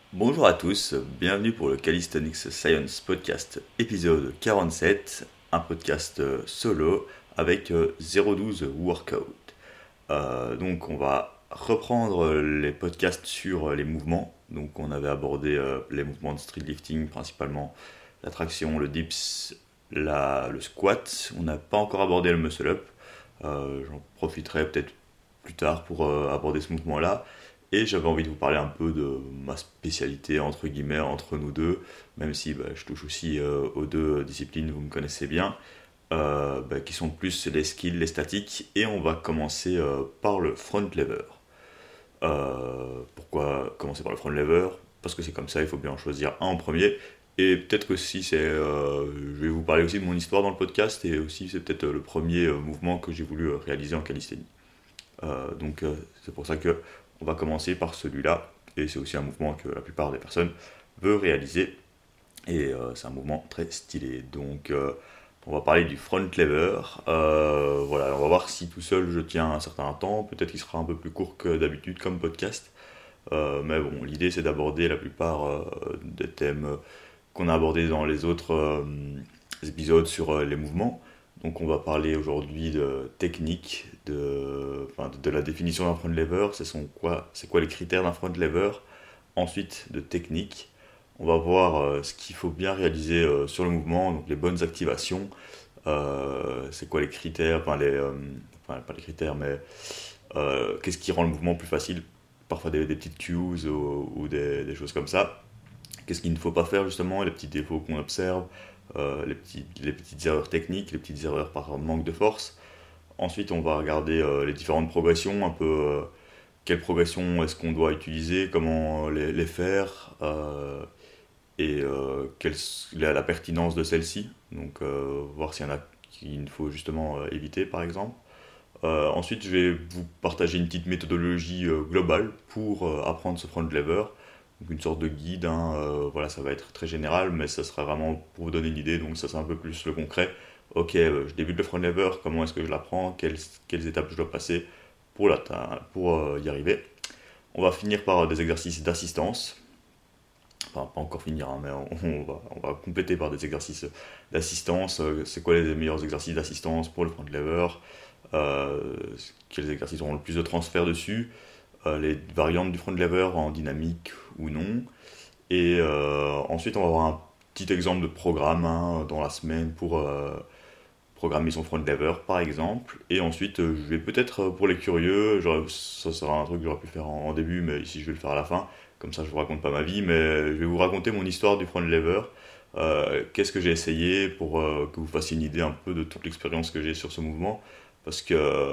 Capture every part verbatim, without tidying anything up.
Bonjour à tous, bienvenue pour le Calisthenics Science Podcast épisode quarante-sept, un podcast euh, solo avec euh, zéro douze Workout. Euh, donc on va reprendre les podcasts sur les mouvements. Donc on avait abordé euh, les mouvements de street lifting, principalement la traction, le dips, la, le squat. On n'a pas encore abordé le muscle up. Euh, j'en profiterai peut-être plus tard pour euh, aborder ce mouvement-là. Et j'avais envie de vous parler un peu de ma spécialité, entre guillemets, entre nous deux, même si bah, je touche aussi euh, aux deux disciplines, vous me connaissez bien, euh, bah, qui sont plus les skills, les statiques. Et on va commencer euh, par le front lever. Euh, pourquoi commencer par le front lever? Parce que c'est comme ça, il faut bien en choisir un en premier. Et peut-être que si c'est, euh, je vais vous parler aussi de mon histoire dans le podcast, et aussi c'est peut-être le premier euh, mouvement que j'ai voulu euh, réaliser en calisthénie. Euh, donc euh, c'est pour ça que on va commencer par celui-là. Et c'est aussi un mouvement que la plupart des personnes veulent réaliser. Et euh, c'est un mouvement très stylé. Donc euh, on va parler du front lever. Euh, voilà, on va voir si tout seul je tiens un certain temps. Peut-être qu'il sera un peu plus court que d'habitude comme podcast. Euh, mais bon, l'idée c'est d'aborder la plupart euh, des thèmes qu'on a abordés dans les autres euh, épisodes sur euh, les mouvements. Donc on va parler aujourd'hui de technique, de, enfin, de, de la définition d'un front lever, c'est son quoi, c'est quoi les critères d'un front lever. Ensuite de technique, on va voir euh, ce qu'il faut bien réaliser euh, sur le mouvement, donc les bonnes activations, euh, c'est quoi les critères, enfin les, euh, enfin pas les critères, mais euh, qu'est-ce qui rend le mouvement plus facile, parfois des, des petites cues ou, ou des, des choses comme ça. Qu'est-ce qu'il ne faut pas faire justement, les petits défauts qu'on observe, euh, les, petits, les petites erreurs techniques, les petites erreurs par manque de force. Ensuite, on va regarder euh, les différentes progressions, un peu euh, quelles progressions est-ce qu'on doit utiliser, comment les, les faire, euh, et euh, quelle, la, la pertinence de celles-ci. Donc, euh, voir s'il y en a qu'il faut justement euh, éviter, par exemple. Euh, ensuite, je vais vous partager une petite méthodologie euh, globale pour euh, apprendre ce front lever. Donc une sorte de guide, hein, euh, voilà, ça va être très général, mais ça sera vraiment pour vous donner une idée, donc ça c'est un peu plus le concret. Ok, euh, je débute le front lever, comment est-ce que je l'apprends, quelles, quelles étapes je dois passer pour, pour euh, y arriver. On va finir par des exercices d'assistance. Enfin, pas encore finir, hein, mais on, on, va, on va compléter par des exercices d'assistance. Euh, c'est quoi les meilleurs exercices d'assistance pour le front lever, euh, quels exercices auront le plus de transfert dessus, euh, les variantes du front lever en dynamique ou non. Et euh, ensuite, on va avoir un petit exemple de programme hein, dans la semaine pour euh, programmer son front lever, par exemple. Et ensuite, euh, je vais peut-être, euh, pour les curieux, ça sera un truc que j'aurais pu faire en, en début, mais ici je vais le faire à la fin. Comme ça, je vous raconte pas ma vie, mais je vais vous raconter mon histoire du front lever. Euh, qu'est-ce que j'ai essayé pour euh, que vous fassiez une idée un peu de toute l'expérience que j'ai sur ce mouvement. Parce que euh,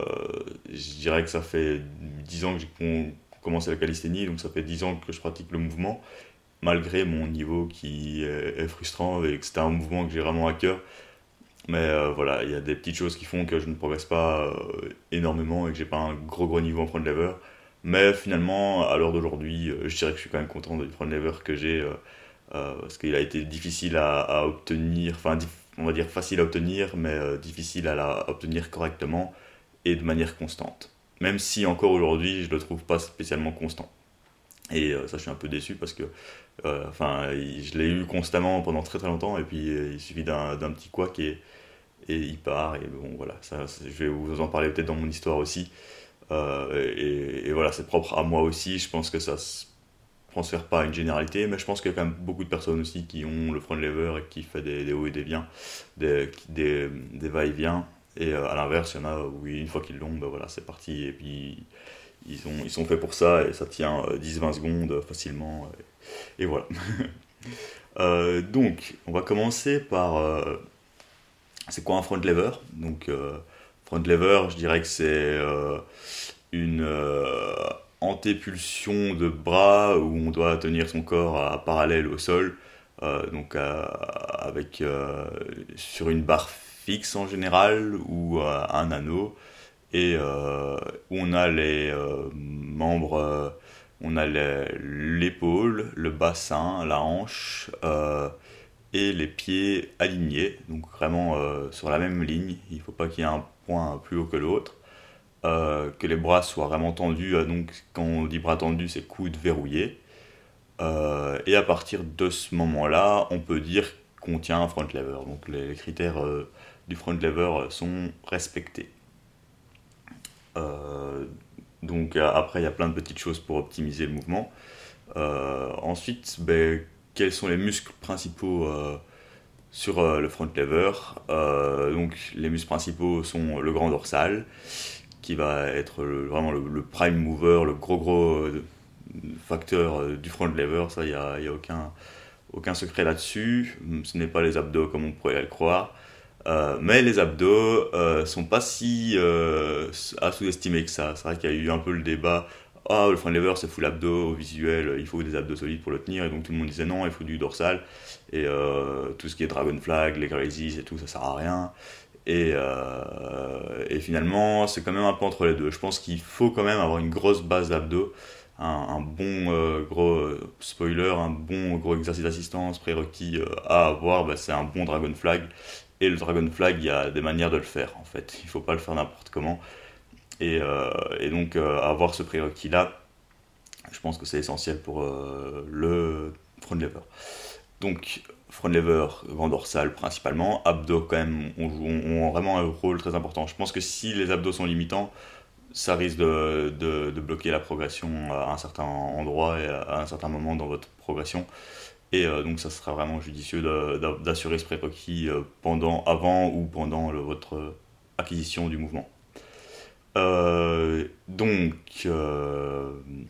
je dirais que ça fait dix ans que j'ai commencé la calisthénie, donc ça fait dix ans que je pratique le mouvement, malgré mon niveau qui est, est frustrant et que c'était un mouvement que j'ai vraiment à cœur. Mais euh, voilà, il y a des petites choses qui font que je ne progresse pas euh, énormément et que j'ai pas un gros gros niveau en front lever. Mais finalement, à l'heure d'aujourd'hui, euh, je dirais que je suis quand même content du front lever que j'ai euh, euh, parce qu'il a été difficile à, à obtenir, enfin on va dire facile à obtenir, mais euh, difficile à la obtenir correctement et de manière constante. Même si encore aujourd'hui, je le trouve pas spécialement constant. Et euh, ça, je suis un peu déçu parce que, euh, enfin, je l'ai eu constamment pendant très très longtemps et puis euh, il suffit d'un, d'un petit couac et, et il part. Et bon, voilà, ça, je vais vous en parler peut-être dans mon histoire aussi. Euh, et, et voilà, c'est propre à moi aussi. Je pense que ça se transfère pas à une généralité, mais je pense qu'il y a quand même beaucoup de personnes aussi qui ont le front lever et qui fait des, des hauts et des viens, des, des, des va-et-vient. Et euh, à l'inverse, il y en a où une fois qu'ils l'ont, ben voilà, c'est parti. Et puis ils, ont, ils sont faits pour ça et ça tient euh, dix vingt secondes facilement. Et, et voilà. Euh, donc, on va commencer par. Euh, c'est quoi un front lever? Donc, euh, front lever, je dirais que c'est euh, une euh, antépulsion de bras où on doit tenir son corps à parallèle au sol, euh, donc à- avec euh, sur une barre fixe en général ou euh, un anneau et euh, où on a les euh, membres, euh, on a les- l'épaule, le bassin, la hanche euh, et les pieds alignés, donc vraiment euh, sur la même ligne. Il ne faut pas qu'il y ait un point plus haut que l'autre. Euh, que les bras soient vraiment tendus, euh, donc quand on dit bras tendus, c'est coudes verrouillés. Euh, et à partir de ce moment-là, on peut dire qu'on tient un front lever. Donc les, les critères euh, du front lever sont respectés. Euh, donc après, il y a plein de petites choses pour optimiser le mouvement. Euh, ensuite, ben, quels sont les muscles principaux euh, sur euh, le front lever? Euh, donc les muscles principaux sont le grand dorsal, qui va être le, vraiment le, le prime mover, le gros gros euh, facteur euh, du front lever. Ça, il n'y a, y a aucun, aucun secret là-dessus. Ce n'est pas les abdos comme on pourrait le croire. Euh, mais les abdos euh, sont pas si euh, à sous-estimer que ça. C'est vrai qu'il y a eu un peu le débat. Ah, le front lever c'est full abdos au visuel, il faut des abdos solides pour le tenir, et donc tout le monde disait non, il faut du dorsal, et euh, tout ce qui est dragon flag, les crazies et tout, ça sert à rien. Et, euh, et finalement, c'est quand même un peu entre les deux. Je pense qu'il faut quand même avoir une grosse base d'abdos, un, un bon euh, gros euh, spoiler, un bon gros exercice d'assistance prérequis euh, à avoir, bah, c'est un bon dragon flag. Et le dragon flag, il y a des manières de le faire en fait. Il ne faut pas le faire n'importe comment. Et, euh, et donc euh, avoir ce prérequis-là, je pense que c'est essentiel pour euh, le front lever. Donc front lever, grand dorsal principalement, abdos quand même ont, ont, ont vraiment un rôle très important. Je pense que si les abdos sont limitants, ça risque de, de, de bloquer la progression à un certain endroit et à un certain moment dans votre progression. Et euh, donc ça sera vraiment judicieux de, de, d'assurer ce prérequis euh, pendant, avant ou pendant le, votre acquisition du mouvement. Euh, donc, euh,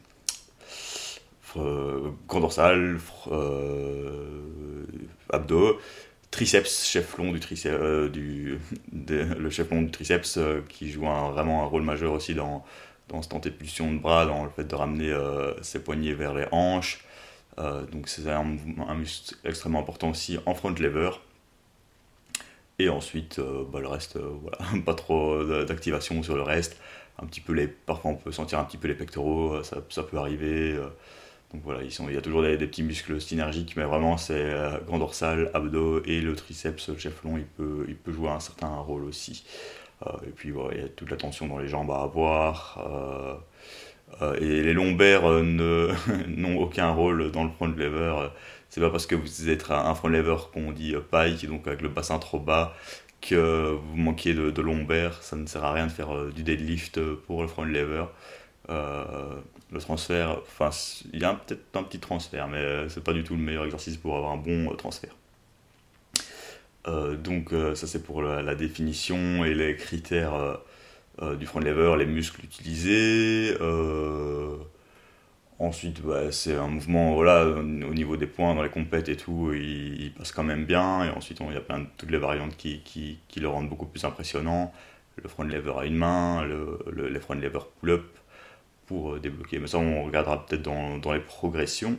euh, grand dorsal, euh, abdos, triceps, chef long du triceps, euh, du, de, le chef long du triceps euh, qui joue un, vraiment un rôle majeur aussi dans, dans cette antépulsion de bras, dans le fait de ramener euh, ses poignets vers les hanches. Euh, donc c'est un, un muscle extrêmement important aussi en front lever. Et ensuite, euh, bah, le reste, euh, voilà, pas trop d'activation sur le reste. Un petit peu les, parfois on peut sentir un petit peu les pectoraux, ça, ça peut arriver. Euh, donc voilà, ils sont, il y a toujours des, des petits muscles synergiques, mais vraiment c'est euh, grand dorsal, abdos et le triceps, le chef long, il peut, il peut jouer un certain rôle aussi. Euh, et puis voilà, il y a toute la tension dans les jambes à avoir. Euh, euh, et les lombaires euh, ne, n'ont aucun rôle dans le front lever. C'est pas parce que vous êtes un front lever qu'on dit pike, donc avec le bassin trop bas, que vous manquez de, de lombaires. Ça ne sert à rien de faire euh, du deadlift pour le front lever. Euh, le transfert, enfin, il y a peut-être un petit transfert, mais c'est pas du tout le meilleur exercice pour avoir un bon euh, transfert. Euh, donc euh, ça c'est pour la, la définition et les critères euh, euh, du front lever, les muscles utilisés. Euh, ensuite, bah, c'est un mouvement, voilà, au niveau des points dans les compètes et tout, il, il passe quand même bien. Et ensuite, il y a plein de, toutes les variantes qui, qui, qui le rendent beaucoup plus impressionnant. Le front lever à une main, le, le, les front lever pull-up pour euh, débloquer. Mais ça, on regardera peut-être dans, dans les progressions.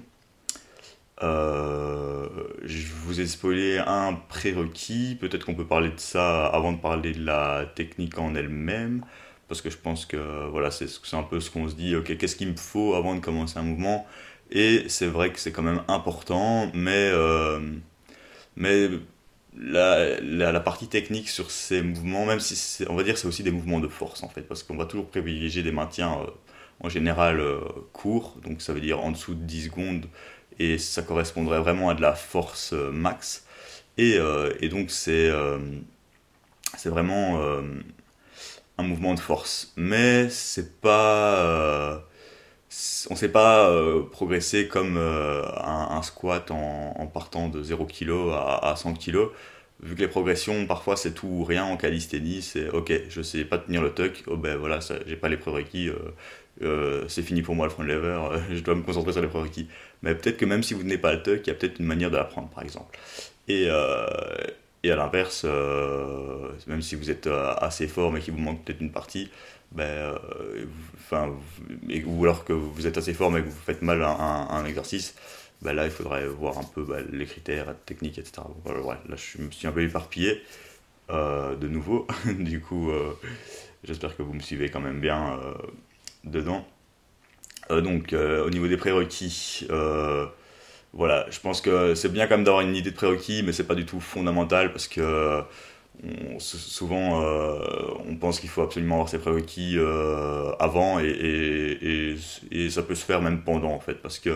Euh, je vous ai spoilé un prérequis. Peut-être qu'on peut parler de ça avant de parler de la technique en elle-même. Parce que je pense que voilà, c'est, c'est un peu ce qu'on se dit, ok, qu'est-ce qu'il me faut avant de commencer un mouvement? Et c'est vrai que c'est quand même important, mais, euh, mais la, la, la partie technique sur ces mouvements, même si c'est, on va dire c'est aussi des mouvements de force en fait, parce qu'on va toujours privilégier des maintiens euh, en général euh, courts, donc ça veut dire en dessous de dix secondes, et ça correspondrait vraiment à de la force euh, max. Et, euh, et donc c'est, euh, c'est vraiment... Euh, un mouvement de force, mais c'est pas, euh, on ne sait pas euh, progresser comme euh, un, un squat en, en partant de zéro kilos à, à cent kilos, vu que les progressions parfois c'est tout ou rien en calisthénie. C'est ok, je sais pas tenir le tuck, oh ben voilà, ça, j'ai pas les prérequis, euh, euh, c'est fini pour moi le front lever, euh, je dois me concentrer sur les prérequis. Mais peut-être que même si vous n'avez pas le tuck, il y a peut-être une manière de l'apprendre par exemple. Et, euh, et à l'inverse, euh, même si vous êtes euh, assez fort mais qu'il vous manque peut-être une partie, ben, euh, enfin, ou alors que vous êtes assez fort mais que vous faites mal à un, un exercice, ben là il faudrait voir un peu ben, les critères techniques, et cetera. Voilà, ouais, là je me suis un peu éparpillé euh, de nouveau, du coup euh, j'espère que vous me suivez quand même bien euh, dedans. Euh, donc euh, au niveau des prérequis, euh, voilà, je pense que c'est bien quand même d'avoir une idée de prérequis, mais c'est pas du tout fondamental parce que on, souvent euh, on pense qu'il faut absolument avoir ses prérequis euh, avant et, et, et, et ça peut se faire même pendant en fait, parce que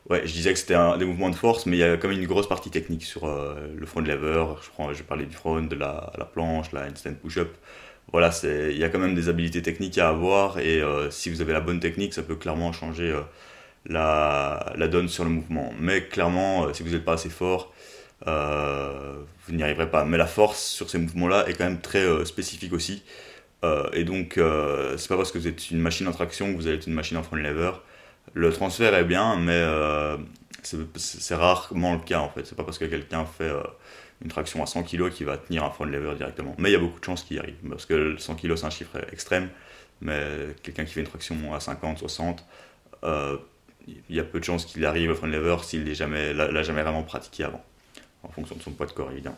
Ouais, je disais que c'était un, des mouvements de force, mais il y a quand même une grosse partie technique sur euh, le front lever. Je, prends, je parlais du front, de la, la planche, la handstand push-up. Voilà, c'est, il y a quand même des habiletés techniques à avoir et euh, si vous avez la bonne technique, ça peut clairement changer euh, la, la donne sur le mouvement. Mais clairement, euh, si vous n'êtes pas assez fort, euh, vous n'y arriverez pas. Mais la force sur ces mouvements-là est quand même très euh, spécifique aussi. Euh, et donc, euh, c'est pas parce que vous êtes une machine en traction que vous allez être une machine en front lever. Le transfert est bien, mais euh, c'est, c'est rarement le cas en fait. C'est pas parce que quelqu'un fait euh, une traction à cent kilos qu'il va tenir un front lever directement. Mais il y a beaucoup de chances qu'il y arrive. Parce que cent kilos c'est un chiffre extrême, mais quelqu'un qui fait une traction à cinquante, soixante, euh, il y a peu de chances qu'il arrive au front lever s'il l'a jamais, l'a jamais vraiment pratiqué avant. En fonction de son poids de corps évidemment.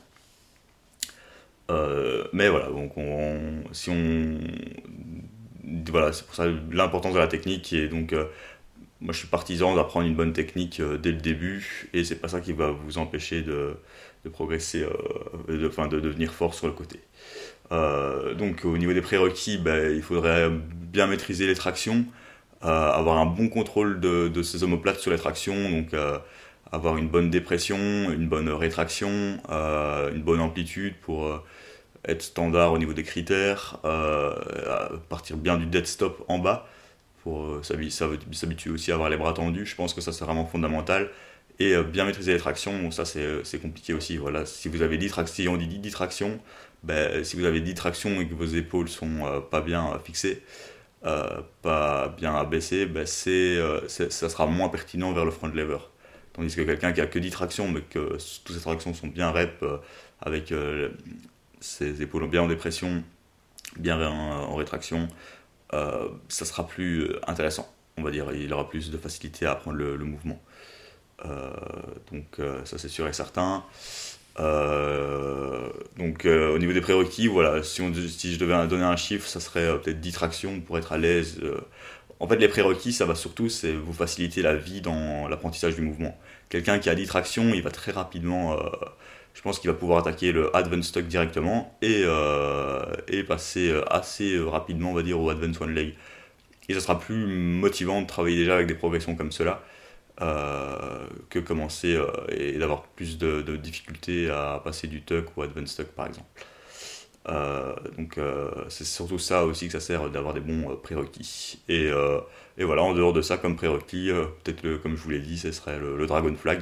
Euh, mais voilà, donc on, si on. Voilà, c'est pour ça l'importance de la technique et donc. Euh, moi, je suis partisan d'apprendre une bonne technique euh, dès le début, et c'est pas ça qui va vous empêcher de, de progresser, euh, de, enfin, de devenir fort sur le côté. Euh, donc, au niveau des prérequis, ben, il faudrait bien maîtriser les tractions, euh, avoir un bon contrôle de, de ces omoplates sur les tractions, donc euh, avoir une bonne dépression, une bonne rétraction, euh, une bonne amplitude pour euh, être standard au niveau des critères, euh, partir bien du dead stop en bas pour s'habituer aussi à avoir les bras tendus. Je pense que ça c'est vraiment fondamental. Et euh, bien maîtriser les tractions, bon, ça c'est, c'est compliqué aussi. Voilà. Si vous avez dix tractions, si on dit dix tractions, ben, si vous avez dix tractions et que vos épaules sont euh, pas bien euh, fixées, euh, pas bien abaissées, ben, c'est, euh, c'est, ça sera moins pertinent vers le front lever. Tandis que quelqu'un qui a que dix tractions, mais que toutes ces tractions sont bien rep, euh, avec euh, ses épaules bien en dépression, bien en, en rétraction, Euh, ça sera plus intéressant, on va dire. Il aura plus de facilité à apprendre le, le mouvement. Euh, donc euh, ça c'est sûr et certain. Euh, donc euh, au niveau des prérequis, voilà, si, on, si je devais donner un chiffre, ça serait euh, peut-être dix tractions pour être à l'aise. Euh, en fait, les prérequis, ça va surtout, c'est vous faciliter la vie dans l'apprentissage du mouvement. Quelqu'un qui a dix tractions, il va très rapidement, euh, je pense qu'il va pouvoir attaquer le Advanced Tuck directement et, euh, et passer assez rapidement, on va dire, au Advanced One Leg. Et ça sera plus motivant de travailler déjà avec des progressions comme cela euh, que commencer euh, et d'avoir plus de, de difficultés à passer du Tuck ou Advanced Tuck par exemple. Euh, donc euh, c'est surtout ça aussi que ça sert d'avoir des bons euh, prérequis. Et, euh, et voilà, en dehors de ça, comme prérequis, euh, peut-être le, comme je vous l'ai dit, ce serait le, le Dragon Flag.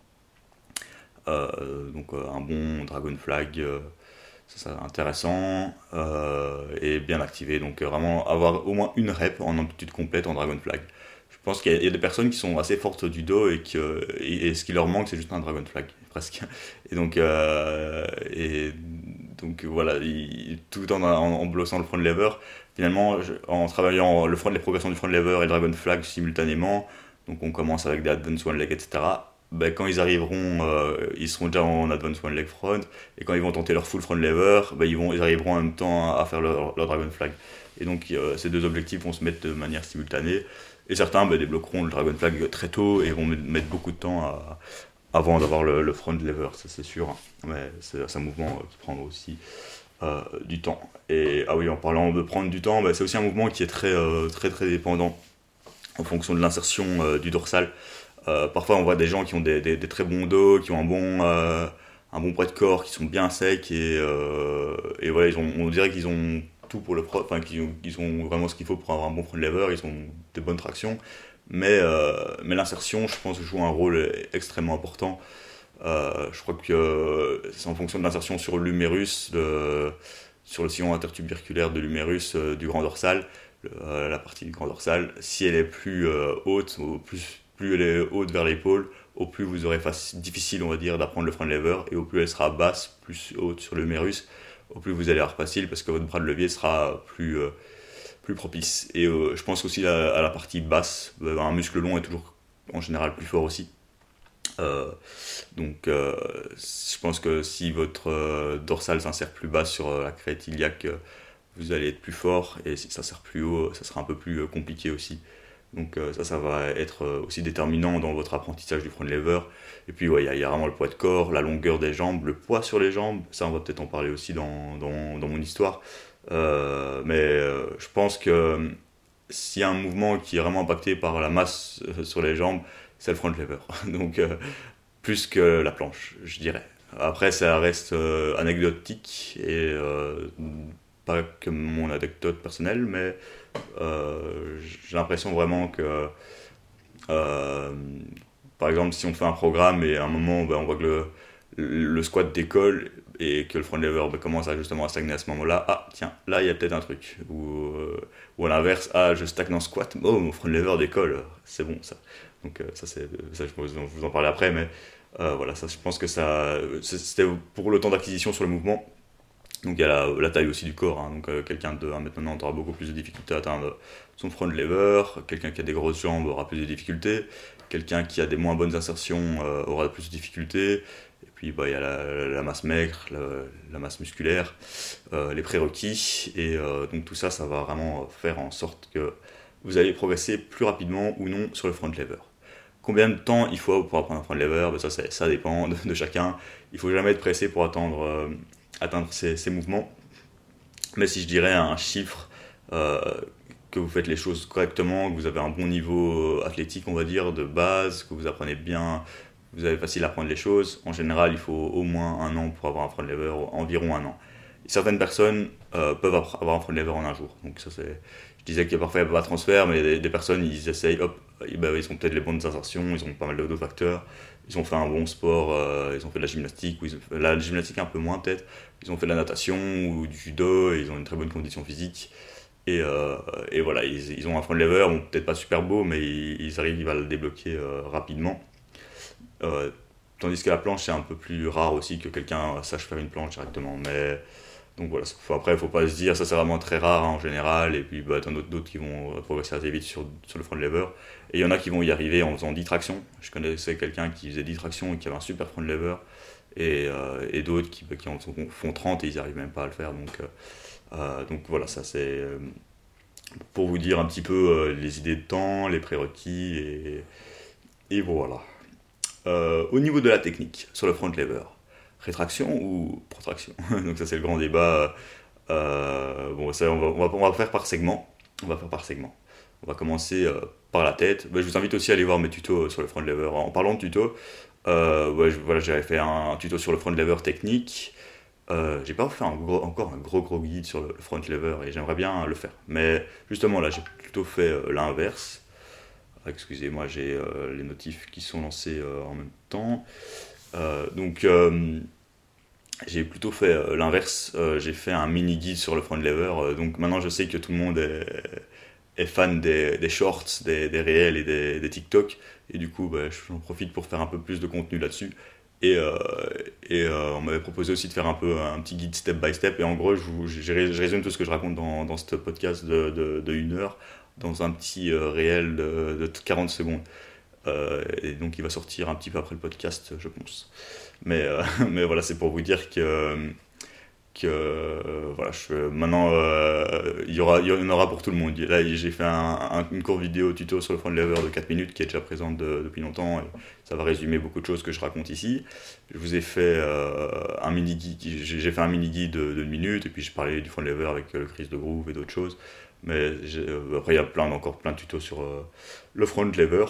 Euh, donc euh, un bon Dragon Flag, euh, ça serait intéressant euh, et bien activé. Donc euh, vraiment avoir au moins une rep en amplitude complète en Dragon Flag. Je pense qu'il y a, il y a des personnes qui sont assez fortes du dos et, que, et, et ce qui leur manque c'est juste un Dragon Flag presque. Et donc, euh, et donc voilà, il, tout en, en, en blossant le front lever, finalement je, en travaillant le front, les progressions du front lever et le Dragon Flag simultanément, donc on commence avec des Advanced One Leg, et cetera. Ben, quand ils arriveront, euh, ils seront déjà en Advanced One Leg Front, et quand ils vont tenter leur full front lever, ben, ils, vont, ils arriveront en même temps à faire leur, leur Dragon Flag. Et donc euh, ces deux objectifs vont se mettre de manière simultanée, et certains ben, débloqueront le Dragon Flag très tôt et vont mettre beaucoup de temps à, avant d'avoir le, le front lever, ça c'est sûr, mais c'est, c'est un mouvement qui prend aussi euh, du temps. Et ah oui, en parlant de prendre du temps, ben, c'est aussi un mouvement qui est très euh, très très dépendant en fonction de l'insertion euh, du dorsal. Euh, parfois on voit des gens qui ont des, des, des très bons dos, qui ont un bon, euh, un bon poids de corps, qui sont bien secs et, euh, et voilà, ils ont, on dirait qu'ils ont tout pour le pro, enfin qu'ils ont, ils ont vraiment ce qu'il faut pour avoir un bon front lever, ils ont des bonnes tractions, mais, euh, mais l'insertion je pense joue un rôle extrêmement important. Euh, je crois que c'est en fonction de l'insertion sur l'humérus, le, sur le sillon intertuberculaire de l'humérus euh, du grand dorsal, euh, la partie du grand dorsal, si elle est plus euh, haute, ou plus plus elle est haute vers l'épaule, au plus vous aurez facile, difficile, on va dire, d'apprendre le front lever, et au plus elle sera basse, plus haute sur l'humérus, au plus vous allez avoir facile, parce que votre bras de levier sera plus, euh, plus propice. Et euh, je pense aussi à, à la partie basse, un muscle long est toujours en général plus fort aussi. Euh, donc euh, je pense que si votre euh, dorsale s'insère plus bas sur euh, la crête iliaque, euh, vous allez être plus fort, et si ça s'insère plus haut, ça sera un peu plus euh, compliqué aussi. Donc euh, ça, ça va être euh, aussi déterminant dans votre apprentissage du front lever. Et puis il ouais, y, y a vraiment le poids de corps, la longueur des jambes, le poids sur les jambes. Ça, on va peut-être en parler aussi dans, dans, dans mon histoire. Euh, mais euh, je pense que s'il y a un mouvement qui est vraiment impacté par la masse euh, sur les jambes, c'est le front lever. Donc euh, plus que la planche, je dirais. Après, ça reste euh, anecdotique et euh, pas que mon anecdote personnelle, mais euh, j'ai l'impression vraiment que, euh, par exemple, si on fait un programme et à un moment, ben, on voit que le, le squat décolle et que le front lever ben, commence à justement à stagner à ce moment-là, ah tiens, là il y a peut-être un truc. Ou, euh, ou à l'inverse, ah je stagne en squat, oh mon front lever décolle, c'est bon ça. Donc euh, ça, c'est, ça je vous, je vous en parler après, mais euh, voilà, ça je pense que ça, c'était pour le temps d'acquisition sur le mouvement. Donc il y a la, la taille aussi du corps, hein. Donc euh, quelqu'un de un mètre quatre-vingt-dix aura beaucoup plus de difficultés à atteindre son front lever, quelqu'un qui a des grosses jambes aura plus de difficultés, quelqu'un qui a des moins bonnes insertions euh, aura plus de difficultés, et puis bah, il y a la, la masse maigre, la, la masse musculaire, euh, les prérequis, et euh, donc tout ça, ça va vraiment faire en sorte que vous allez progresser plus rapidement ou non sur le front lever. Combien de temps il faut pour apprendre un front lever, ben ça, ça dépend de, de chacun. Il ne faut jamais être pressé pour attendre, euh, atteindre ces, ces mouvements. Mais si je dirais un chiffre, euh, que vous faites les choses correctement, que vous avez un bon niveau athlétique, on va dire, de base, que vous apprenez bien, vous avez facile à apprendre les choses, en général, il faut au moins un an pour avoir un front lever, environ un an. Et certaines personnes euh, peuvent avoir un front lever en un jour. Donc ça, c'est... Je disais qu'il y a parfois pas de transfert, mais des, des personnes, ils essayent, hop, ben, ils ont peut-être les bonnes insertions, ils ont pas mal d'autres facteurs, ils ont fait un bon sport, euh, ils ont fait de la gymnastique, ou ils ont fait, la gymnastique un peu moins peut-être, ils ont fait de la natation ou du judo, et ils ont une très bonne condition physique, et, euh, et voilà, ils, ils ont un front lever, bon, peut-être pas super beau, mais ils, ils arrivent à le débloquer euh, rapidement. Euh, tandis que la planche, c'est un peu plus rare aussi que quelqu'un sache faire une planche directement, mais... Donc voilà, faut, après il ne faut pas se dire, ça c'est vraiment très rare hein, en général, et puis bah, t'en as d'autres qui vont progresser assez vite sur, sur le front lever, et il y en a qui vont y arriver en faisant dix tractions. Je connaissais quelqu'un qui faisait dix tractions et qui avait un super front lever, et, euh, et d'autres qui, qui en font trente et ils n'arrivent même pas à le faire, donc, euh, donc voilà, ça c'est euh, pour vous dire un petit peu euh, les idées de temps, les prérequis, et, et voilà. Euh, au niveau de la technique, sur le front lever, rétraction ou protraction? Donc ça c'est le grand débat. Euh, bon, ça, on, va, on, va, on va faire par segment. On va faire par segment. On va commencer euh, par la tête. Bah, je vous invite aussi à aller voir mes tutos sur le front lever. En parlant de tutos, euh, ouais, je, voilà, j'avais fait un, un tuto sur le front lever technique. Euh, j'ai pas fait un gros, encore un gros gros guide sur le, le front lever et j'aimerais bien le faire. Mais justement là, j'ai plutôt fait euh, l'inverse. Excusez-moi, j'ai euh, les notifs qui sont lancés euh, en même temps. Euh, donc euh, j'ai plutôt fait euh, l'inverse, euh, j'ai fait un mini guide sur le front lever, euh, donc maintenant je sais que tout le monde est, est fan des, des shorts, des, des réels et des, des TikTok, et du coup bah, j'en profite pour faire un peu plus de contenu là-dessus, et, euh, et euh, on m'avait proposé aussi de faire un peu un petit guide step by step, et en gros je, vous, je, je résume tout ce que je raconte dans, dans ce podcast de, de, de une heure, dans un petit euh, réel de, de quarante secondes. Euh, et donc il va sortir un petit peu après le podcast, je pense. Mais, euh, mais voilà, c'est pour vous dire que, que euh, voilà, je, maintenant euh, il, y aura, il y en aura pour tout le monde. Là, j'ai fait un, un, une courte vidéo tuto sur le front lever de quatre minutes qui est déjà présente de, depuis longtemps. Et ça va résumer beaucoup de choses que je raconte ici. Je vous ai fait euh, un mini guide, j'ai fait un mini guide de, de une minute et puis je parlais du front lever avec le Chris de Groove et d'autres choses. Mais euh, après, il y a plein, encore plein de tutos sur euh, le front lever.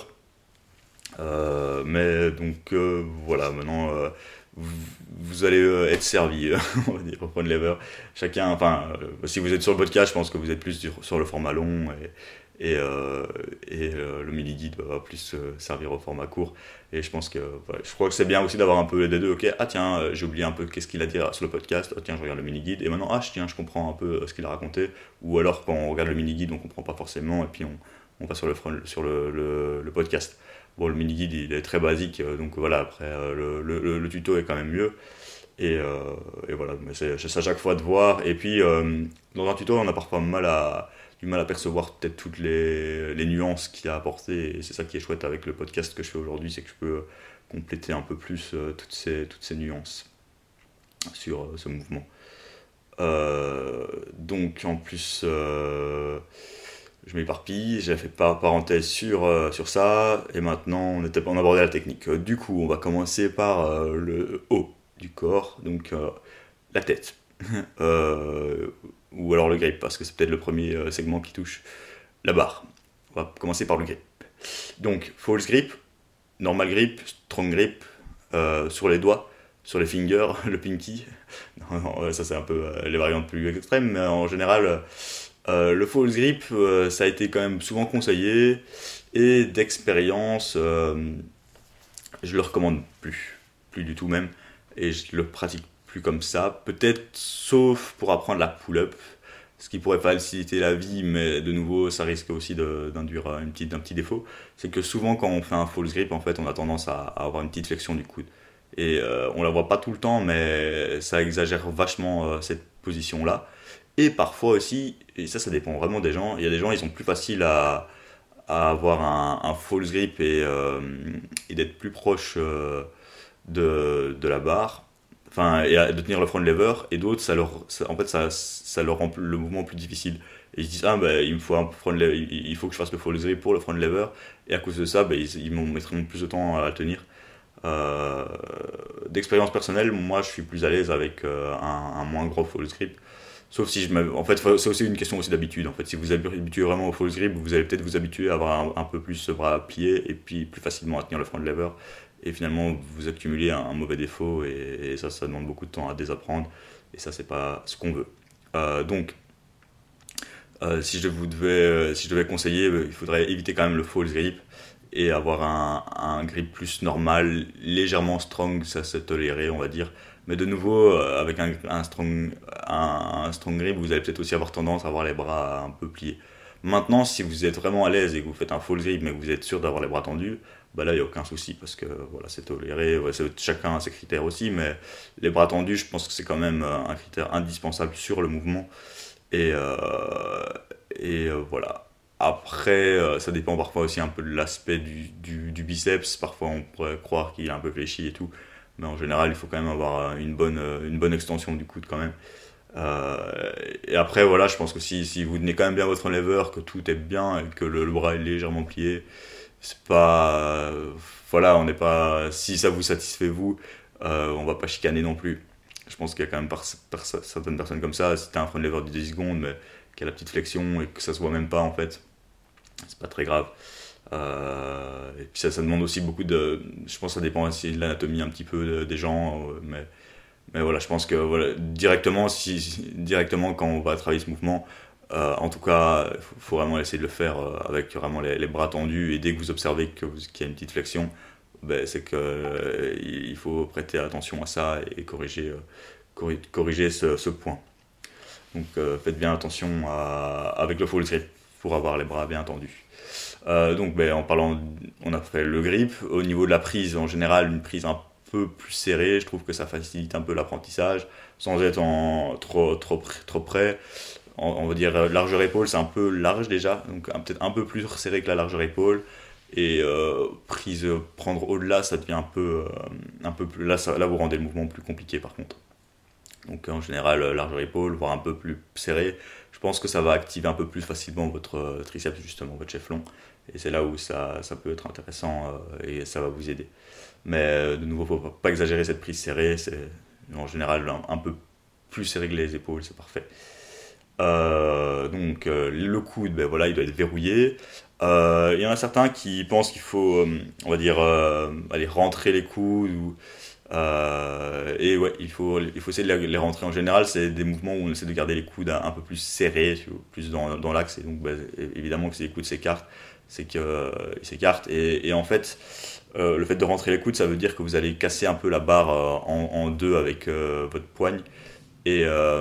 Euh, mais donc euh, voilà, maintenant euh, vous, vous allez euh, être servi, on va dire, au front lever. Chacun, enfin, euh, si vous êtes sur le podcast, je pense que vous êtes plus sur, sur le format long et, et, euh, et euh, le mini guide va plus euh, servir au format court. Et je pense que, voilà, je crois que c'est bien aussi d'avoir un peu les deux. Ok, ah tiens, euh, j'ai oublié un peu qu'est-ce qu'il a dit sur le podcast. Oh, tiens, je regarde le mini guide et maintenant ah tiens, je comprends un peu euh, ce qu'il a raconté. Ou alors quand on regarde le mini guide, on comprend pas forcément et puis on, on va sur le front, sur le, le, le podcast. Bon, le mini-guide, il est très basique, donc voilà, après, le, le, le tuto est quand même mieux. Et, euh, et voilà, mais c'est, c'est à chaque fois de voir. Et puis, euh, dans un tuto, on a parfois mal à, du mal à percevoir peut-être toutes les, les nuances qu'il y a à apporter. Et c'est ça qui est chouette avec le podcast que je fais aujourd'hui, c'est que je peux compléter un peu plus euh, toutes, ces, toutes ces nuances sur euh, ce mouvement. Euh, donc, en plus... Euh, je m'éparpille, j'ai fait par parenthèse sur, euh, sur ça, et maintenant on, était, on abordait la technique. Euh, du coup, on va commencer par euh, le haut du corps, donc euh, la tête, euh, ou alors le grip, parce que c'est peut-être le premier euh, segment qui touche la barre. On va commencer par le grip. Donc, false grip, normal grip, strong grip, euh, sur les doigts, sur les fingers, le pinky. Non, non, ça c'est un peu euh, les variantes plus extrêmes, mais en général, euh, le false grip, euh, ça a été quand même souvent conseillé, et d'expérience, euh, je le recommande plus, plus du tout même, et je le pratique plus comme ça, peut-être sauf pour apprendre la pull-up, ce qui pourrait faciliter la vie, mais de nouveau, ça risque aussi de, d'induire une petite, un petit défaut. C'est que souvent, quand on fait un false grip, en fait, on a tendance à, à avoir une petite flexion du coude. Et euh, on la voit pas tout le temps, mais ça exagère vachement euh, cette position-là. Et parfois aussi, et ça, ça dépend vraiment des gens, il y a des gens, ils sont plus faciles à, à avoir un, un false grip et, euh, et d'être plus proche euh, de, de la barre. Enfin, et à- de tenir le front lever, et d'autres, ça leur, ça- en fait, ça, ça leur rend le mouvement plus difficile. Et ils se disent, ah, ben, il me faut un front lever, il il faut que je fasse le false grip pour le front lever, et à cause de ça, ben, ils, ils m'ont- mettront plus de temps à le tenir. Euh, D'expérience personnelle, moi, je suis plus à l'aise avec euh, un, un moins gros false grip. Sauf si je m'hab- En fait, c'est aussi une question aussi d'habitude. En fait, si vous vous habituez vraiment au false grip, vous allez peut-être vous habituer à avoir un, un peu plus ce bras plié et puis plus facilement à tenir le front lever. Et finalement, vous accumulez un, un mauvais défaut et, et ça, ça demande beaucoup de temps à désapprendre. Et ça, c'est pas ce qu'on veut. Euh, donc, euh, si je vous devais, euh, si je devais conseiller, euh, il faudrait éviter quand même le false grip et avoir un, un grip plus normal, légèrement strong, ça se tolérer, on va dire. Mais de nouveau, euh, avec un, un strong, un, un strong grip, vous allez peut-être aussi avoir tendance à avoir les bras un peu pliés. Maintenant, si vous êtes vraiment à l'aise et que vous faites un false grip, mais que vous êtes sûr d'avoir les bras tendus, bah là, il n'y a aucun souci parce que voilà, c'est toléré. Ouais, c'est- chacun a ses critères aussi, mais les bras tendus, je pense que c'est quand même euh, un critère indispensable sur le mouvement. Et, euh, et euh, voilà. Après, euh, ça dépend parfois aussi un peu de l'aspect du, du, du biceps. Parfois, on pourrait croire qu'il est un peu fléchi et tout. Mais en général, il faut quand même avoir euh, une bonne, euh, une bonne extension du coude quand même. Euh, et après, voilà, je pense que si, si vous tenez quand même bien votre lever, que tout est bien et que le, le bras est légèrement plié, c'est pas. euh, voilà, on n'est pas. Si ça vous satisfait, vous, euh, on va pas chicaner non plus. Je pense qu'il y a quand même par, par- certaines personnes comme ça, si t'as un front lever de dix secondes, mais qui a la petite flexion et que ça se voit même pas en fait, c'est pas très grave. Euh, et puis ça, ça demande aussi beaucoup de. Je pense que ça dépend aussi de l'anatomie un petit peu de- des gens, euh, mais, mais voilà, je pense que voilà, directement, si, si- directement quand on va travailler ce mouvement, euh, en tout cas, il faut, faut vraiment essayer de le faire euh, avec vraiment les, les bras tendus, et dès que vous observez que vous- qu'il y a une petite flexion, ben, c'est que euh, il faut prêter attention à ça et corriger, euh, corri- corriger ce, ce point. Donc euh, faites bien attention à- avec le false grip pour avoir les bras bien tendus. Euh, donc ben, en parlant, on a fait le grip. Au niveau de la prise, en général, une prise un peu plus serrée, je trouve que ça facilite un peu l'apprentissage, sans être en, trop, trop, pr- trop près. On, on va dire euh, largeur épaule, c'est un peu large déjà, donc un- peut-être un peu plus serré que la largeur épaule. Et euh, prise, euh, prendre au-delà, ça devient un peu, euh, un peu plus. Là, ça- là, vous rendez le mouvement plus compliqué par contre. Donc en général, euh, largeur épaule, voire un peu plus serré. Je pense que ça va activer un peu plus facilement votre euh, triceps, justement, votre chef-long. Et c'est là où ça, ça peut être intéressant euh, et ça va vous aider. Mais euh, de nouveau, il ne faut pas, pas exagérer cette prise serrée. C'est en général un, un peu plus serré que les épaules, c'est parfait. Euh, donc euh, le coude, ben voilà, il doit être verrouillé. Euh, Il y en a certains qui pensent qu'il faut, euh, on va dire, euh, aller rentrer les coudes ou euh, et ouais, il faut, il faut essayer de les les rentrer. En général, c'est des mouvements où on essaie de garder les coudes un, un peu plus serrés, plus dans, dans l'axe. Et donc, bah, évidemment, que si les coudes s'écartent, c'est qu'ils euh, s'écartent. Et, et en fait, euh, le fait de rentrer les coudes, ça veut dire que vous allez casser un peu la barre euh, en, en deux avec euh, votre poigne. Et, euh,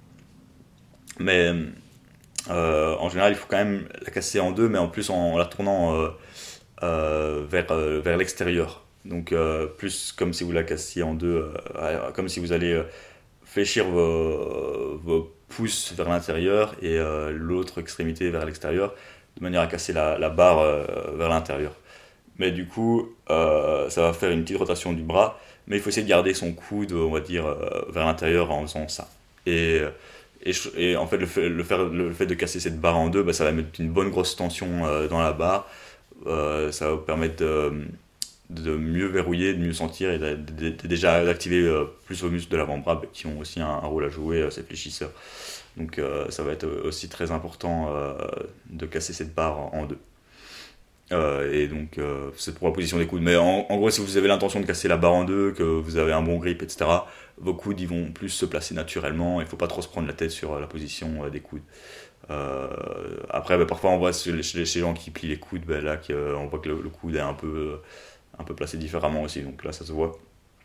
mais euh, en général, il faut quand même la casser en deux, mais en plus en, en la tournant euh, euh, vers, euh, vers l'extérieur. Donc euh, plus comme si vous la cassiez en deux, euh, comme si vous allez euh, fléchir vos, vos pouces vers l'intérieur et euh, l'autre extrémité vers l'extérieur, de manière à casser la, la barre euh, vers l'intérieur. Mais du coup, euh, ça va faire une petite rotation du bras, mais il faut essayer de garder son coude, on va dire, euh, vers l'intérieur en faisant ça. Et, et, et en fait, le fait, le, faire, le fait de casser cette barre en deux, bah, ça va mettre une bonne grosse tension euh, dans la barre. Euh, ça va vous permettre de, de mieux verrouiller, de mieux sentir et de, de, de déjà d'activer euh, plus vos muscles de l'avant-bras qui ont aussi un, un rôle à jouer, euh, ces fléchisseurs. Donc euh, ça va être aussi très important euh, de casser cette barre en, en deux. Euh, et donc, euh, c'est pour la position des coudes. Mais en, en gros, si vous avez l'intention de casser la barre en deux, que vous avez un bon grip, et cetera, vos coudes ils vont plus se placer naturellement. Il ne faut pas trop se prendre la tête sur la position euh, des coudes. Euh, après, bah, parfois, on voit chez les, chez les gens qui plient les coudes, bah, là, que, euh, on voit que le, le coude est un peu, un peu placé différemment aussi. Donc là, ça se voit.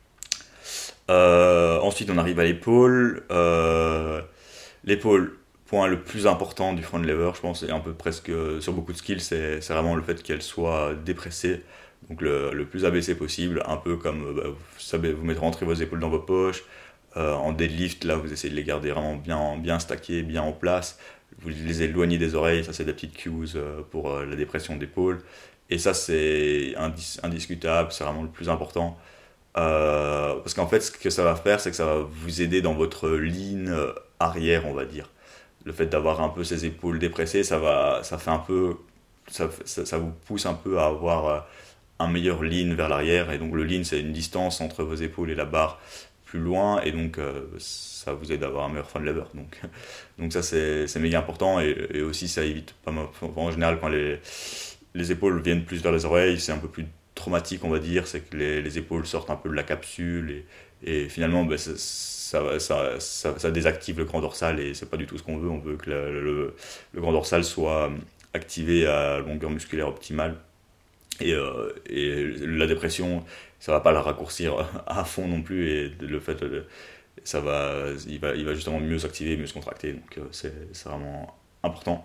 Euh, ensuite, on arrive à l'épaule. Euh, l'épaule, point le plus important du front lever, je pense, et un peu presque sur beaucoup de skills, c'est, c'est vraiment le fait qu'elle soit dépressée, donc le, le plus abaissé possible, un peu comme bah, vous savez, vous mettez rentrer vos épaules dans vos poches. Euh, en deadlift, là, vous essayez de les garder vraiment bien, bien stackées, bien en place. Vous les éloignez des oreilles, ça c'est des petites cues euh, pour euh, la dépression d'épaule. Et ça, c'est indis- indiscutable, c'est vraiment le plus important. Euh, parce qu'en fait, ce que ça va faire, c'est que ça va vous aider dans votre ligne euh, arrière, on va dire. Le fait d'avoir un peu ces épaules dépressées, ça va, ça fait un peu, ça, ça, ça vous pousse un peu à avoir euh, un meilleur lean vers l'arrière. Et donc le lean, c'est une distance entre vos épaules et la barre plus loin, et donc euh, ça vous aide à avoir un meilleur front lever. Donc, donc ça, c'est, c'est méga important, et, et aussi ça évite pas mal. En général, quand les, les épaules viennent plus vers les oreilles, c'est un peu plus traumatique, on va dire, c'est que les, les épaules sortent un peu de la capsule, et, et finalement, ben, ça, ça, ça, ça, ça désactive le grand dorsal, et c'est pas du tout ce qu'on veut. On veut que le, le, le grand dorsal soit activé à longueur musculaire optimale. Et, euh, et la dépression, ça va pas la raccourcir à fond non plus, et le fait, de, ça va, il va, il va justement mieux s'activer, mieux se contracter, donc euh, c'est, c'est vraiment important.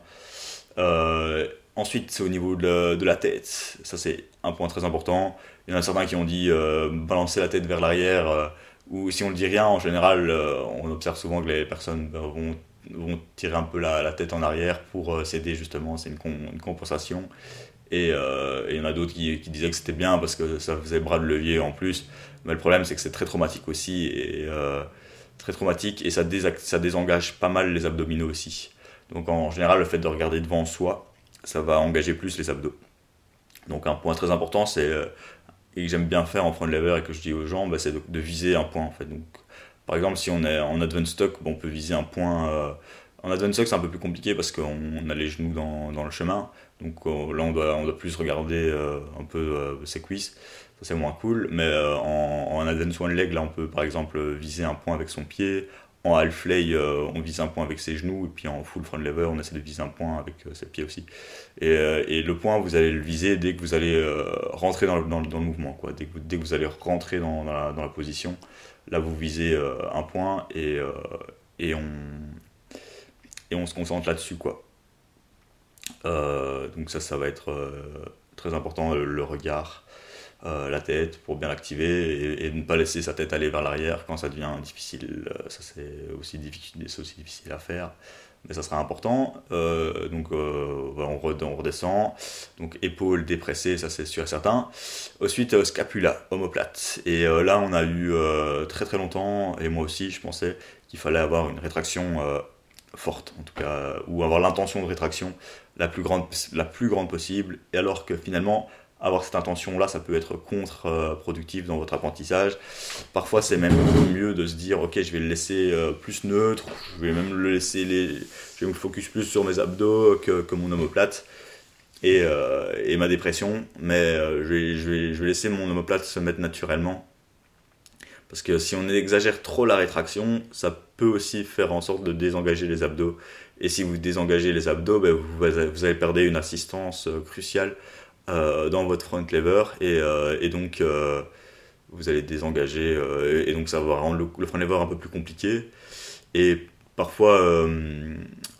Euh, ensuite, c'est au niveau de, de la tête, ça c'est un point très important. Il y en a certains qui ont dit euh, balancer la tête vers l'arrière, euh, ou si on ne dit rien, en général, euh, on observe souvent que les personnes vont, vont tirer un peu la, la tête en arrière pour euh, s'aider, justement, c'est une, con, une compensation. Et euh, il y en a d'autres qui, qui disaient que c'était bien parce que ça faisait bras de levier en plus. Mais le problème, c'est que c'est très traumatique aussi. Et, euh, très traumatique, et ça, désact- ça désengage pas mal les abdominaux aussi. Donc en général, le fait de regarder devant soi, ça va engager plus les abdos. Donc un point très important, c'est, euh, et que j'aime bien faire en front lever et que je dis aux gens, bah, c'est de, de viser un point en fait. Donc, par exemple, si on est en advanced stock, bon, on peut viser un point. Euh, en advanced stock, c'est un peu plus compliqué parce qu'on a les genoux dans, dans le chemin. Donc euh, là, on doit, on doit plus regarder euh, un peu euh, ses cuisses. Ça, c'est moins cool. Mais euh, en, en advanced one leg, là, on peut par exemple viser un point avec son pied. En half lay, euh, on vise un point avec ses genoux. Et puis en full front lever, on essaie de viser un point avec euh, ses pieds aussi. Et, euh, et le point, vous allez le viser dès que vous allez euh, rentrer dans le, dans, le, dans le mouvement, quoi. Dès, que vous, dès que vous allez rentrer dans, dans, la, dans la position, là, vous visez euh, un point, et, euh, et, on, et on se concentre là-dessus, quoi. Euh, donc ça, ça va être euh, très important, le, le regard, euh, la tête, pour bien l'activer, et, et ne pas laisser sa tête aller vers l'arrière quand ça devient difficile. Euh, ça, c'est aussi difficile, c'est aussi difficile à faire, mais ça sera important. Euh, donc euh, voilà, on, red- on redescend. Donc épaule dépressée, ça c'est sûr et certain. Ensuite, euh, scapula, omoplate. Et euh, là, on a eu euh, très très longtemps, et moi aussi, je pensais qu'il fallait avoir une rétraction euh, forte, en tout cas, ou avoir l'intention de rétraction la plus grande, la plus grande possible. Et alors que finalement, avoir cette intention-là, ça peut être contre-productif dans votre apprentissage. Parfois, c'est même mieux de se dire, ok, je vais le laisser euh, plus neutre, je vais même le laisser, les... je vais me focus plus sur mes abdos que, que mon omoplate et, euh, et ma dépression, mais euh, je, vais, je, vais, je vais laisser mon omoplate se mettre naturellement. Parce que si on exagère trop la rétraction, ça peut aussi faire en sorte de désengager les abdos. Et si vous désengagez les abdos, ben vous, vous allez perdre une assistance euh, cruciale euh, dans votre front lever, et, euh, et donc euh, vous allez désengager, euh, et donc ça va rendre le, le front lever un peu plus compliqué. Et parfois, euh,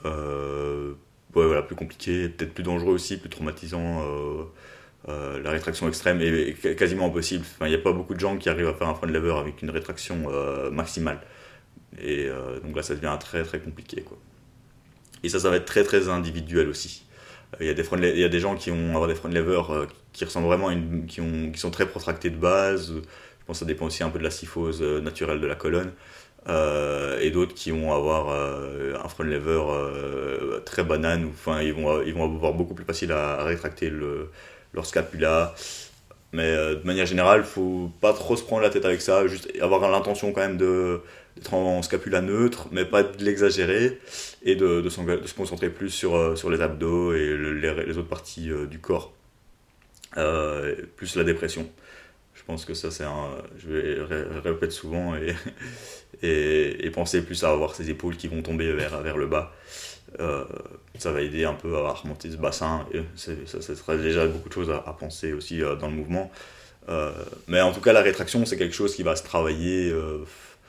euh, ouais, voilà, plus compliqué, peut-être plus dangereux aussi, plus traumatisant. Euh, Euh, la rétraction extrême est quasiment impossible. Enfin, il n'y a pas beaucoup de gens qui arrivent à faire un front lever avec une rétraction euh, maximale. Et euh, donc là, ça devient très très compliqué, quoi. Et ça, ça va être très très individuel aussi. Il y a des, front, il y a des gens qui vont avoir des front levers euh, qui ressemblent vraiment à une, qui, ont, qui sont très protractés de base. Je pense que ça dépend aussi un peu de la syphose naturelle de la colonne. Euh, et d'autres qui vont avoir euh, un front lever euh, très banane. Où, enfin, ils vont, ils vont avoir beaucoup plus facile à, à rétracter le leur scapula. Mais euh, de manière générale, il ne faut pas trop se prendre la tête avec ça, juste avoir l'intention quand même de, d'être en scapula neutre, mais pas de l'exagérer, et de, de, de se concentrer plus sur, euh, sur les abdos et le, les, les autres parties euh, du corps. Euh, plus la dépression. Je pense que ça, c'est un. Je vais ré- répéter souvent et, et, et penser plus à avoir ses épaules qui vont tomber vers, vers le bas. Euh, Ça va aider un peu à remonter ce bassin. Et c'est- ça, ça serait déjà beaucoup de choses à, à penser aussi euh, dans le mouvement. Euh, mais en tout cas, la rétraction, c'est quelque chose qui va se travailler euh,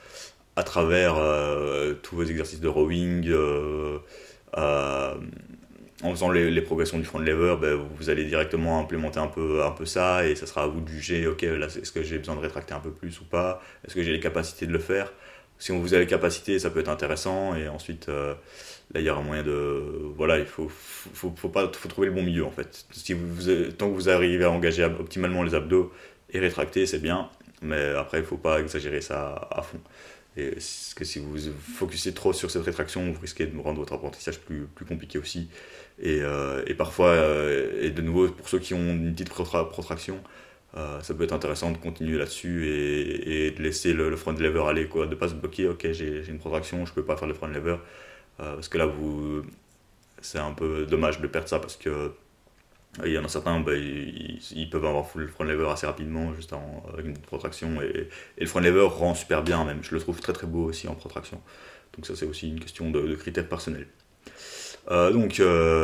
à travers euh, tous vos exercices de rowing. Euh, euh, en faisant les, les progressions du front lever, ben, vous allez directement implémenter un peu, un peu ça et ça sera à vous de juger, ok, là, est-ce que j'ai besoin de rétracter un peu plus ou pas, est-ce que j'ai les capacités de le faire. Si on vous a les capacités, ça peut être intéressant et ensuite, euh, là, il y aura moyen de... Voilà, il faut, faut, faut, pas, faut trouver le bon milieu en fait. Si vous, vous, tant que vous arrivez à engager optimalement les abdos et rétracter, c'est bien, mais après, il ne faut pas exagérer ça à fond. Et parce que si vous vous focussez trop sur cette rétraction, vous risquez de rendre votre apprentissage plus, plus compliqué aussi. Et, euh, et parfois, euh, et de nouveau, pour ceux qui ont une petite protra- protraction, euh, ça peut être intéressant de continuer là-dessus et, et de laisser le, le front lever aller, quoi. De ne pas se bloquer, ok, j'ai, j'ai une protraction, je ne peux pas faire le front lever. Euh, parce que là, vous, c'est un peu dommage de perdre ça parce que il y en a certains, bah, ils, ils peuvent avoir full front lever assez rapidement, juste en, avec une protraction. Et, et le front lever rend super bien, même. Je le trouve très très beau aussi en protraction. Donc, ça, c'est aussi une question de, de critères personnels. Euh, donc,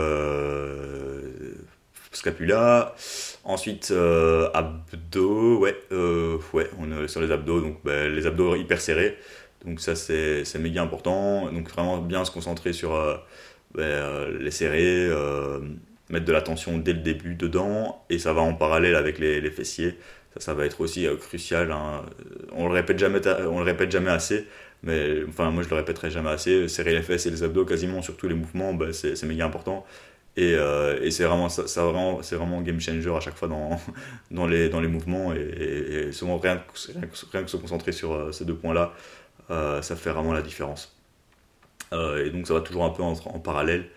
euh, scapula. Ensuite, euh, abdos. Ouais, euh, ouais, on est sur les abdos. Donc, bah, les abdos hyper serrés. Donc, ça, c'est, c'est méga important. Donc, vraiment bien se concentrer sur euh, bah, euh, les serrer. Euh, mettre de la tension dès le début dedans et ça va en parallèle avec les, les fessiers. Ça, ça va être aussi euh, crucial. Hein. On le répète jamais, on le répète jamais assez, mais enfin moi je le répéterai jamais assez. Serrer les fesses et les abdos quasiment sur tous les mouvements, bah, c'est, c'est méga important. Et, euh, et c'est vraiment ça, ça vraiment, c'est vraiment game changer à chaque fois dans, dans, les, dans les mouvements et, et, et souvent rien que, rien, que, rien que se concentrer sur euh, ces deux points-là, euh, ça fait vraiment la différence. Euh, et donc ça va toujours un peu en, en parallèle.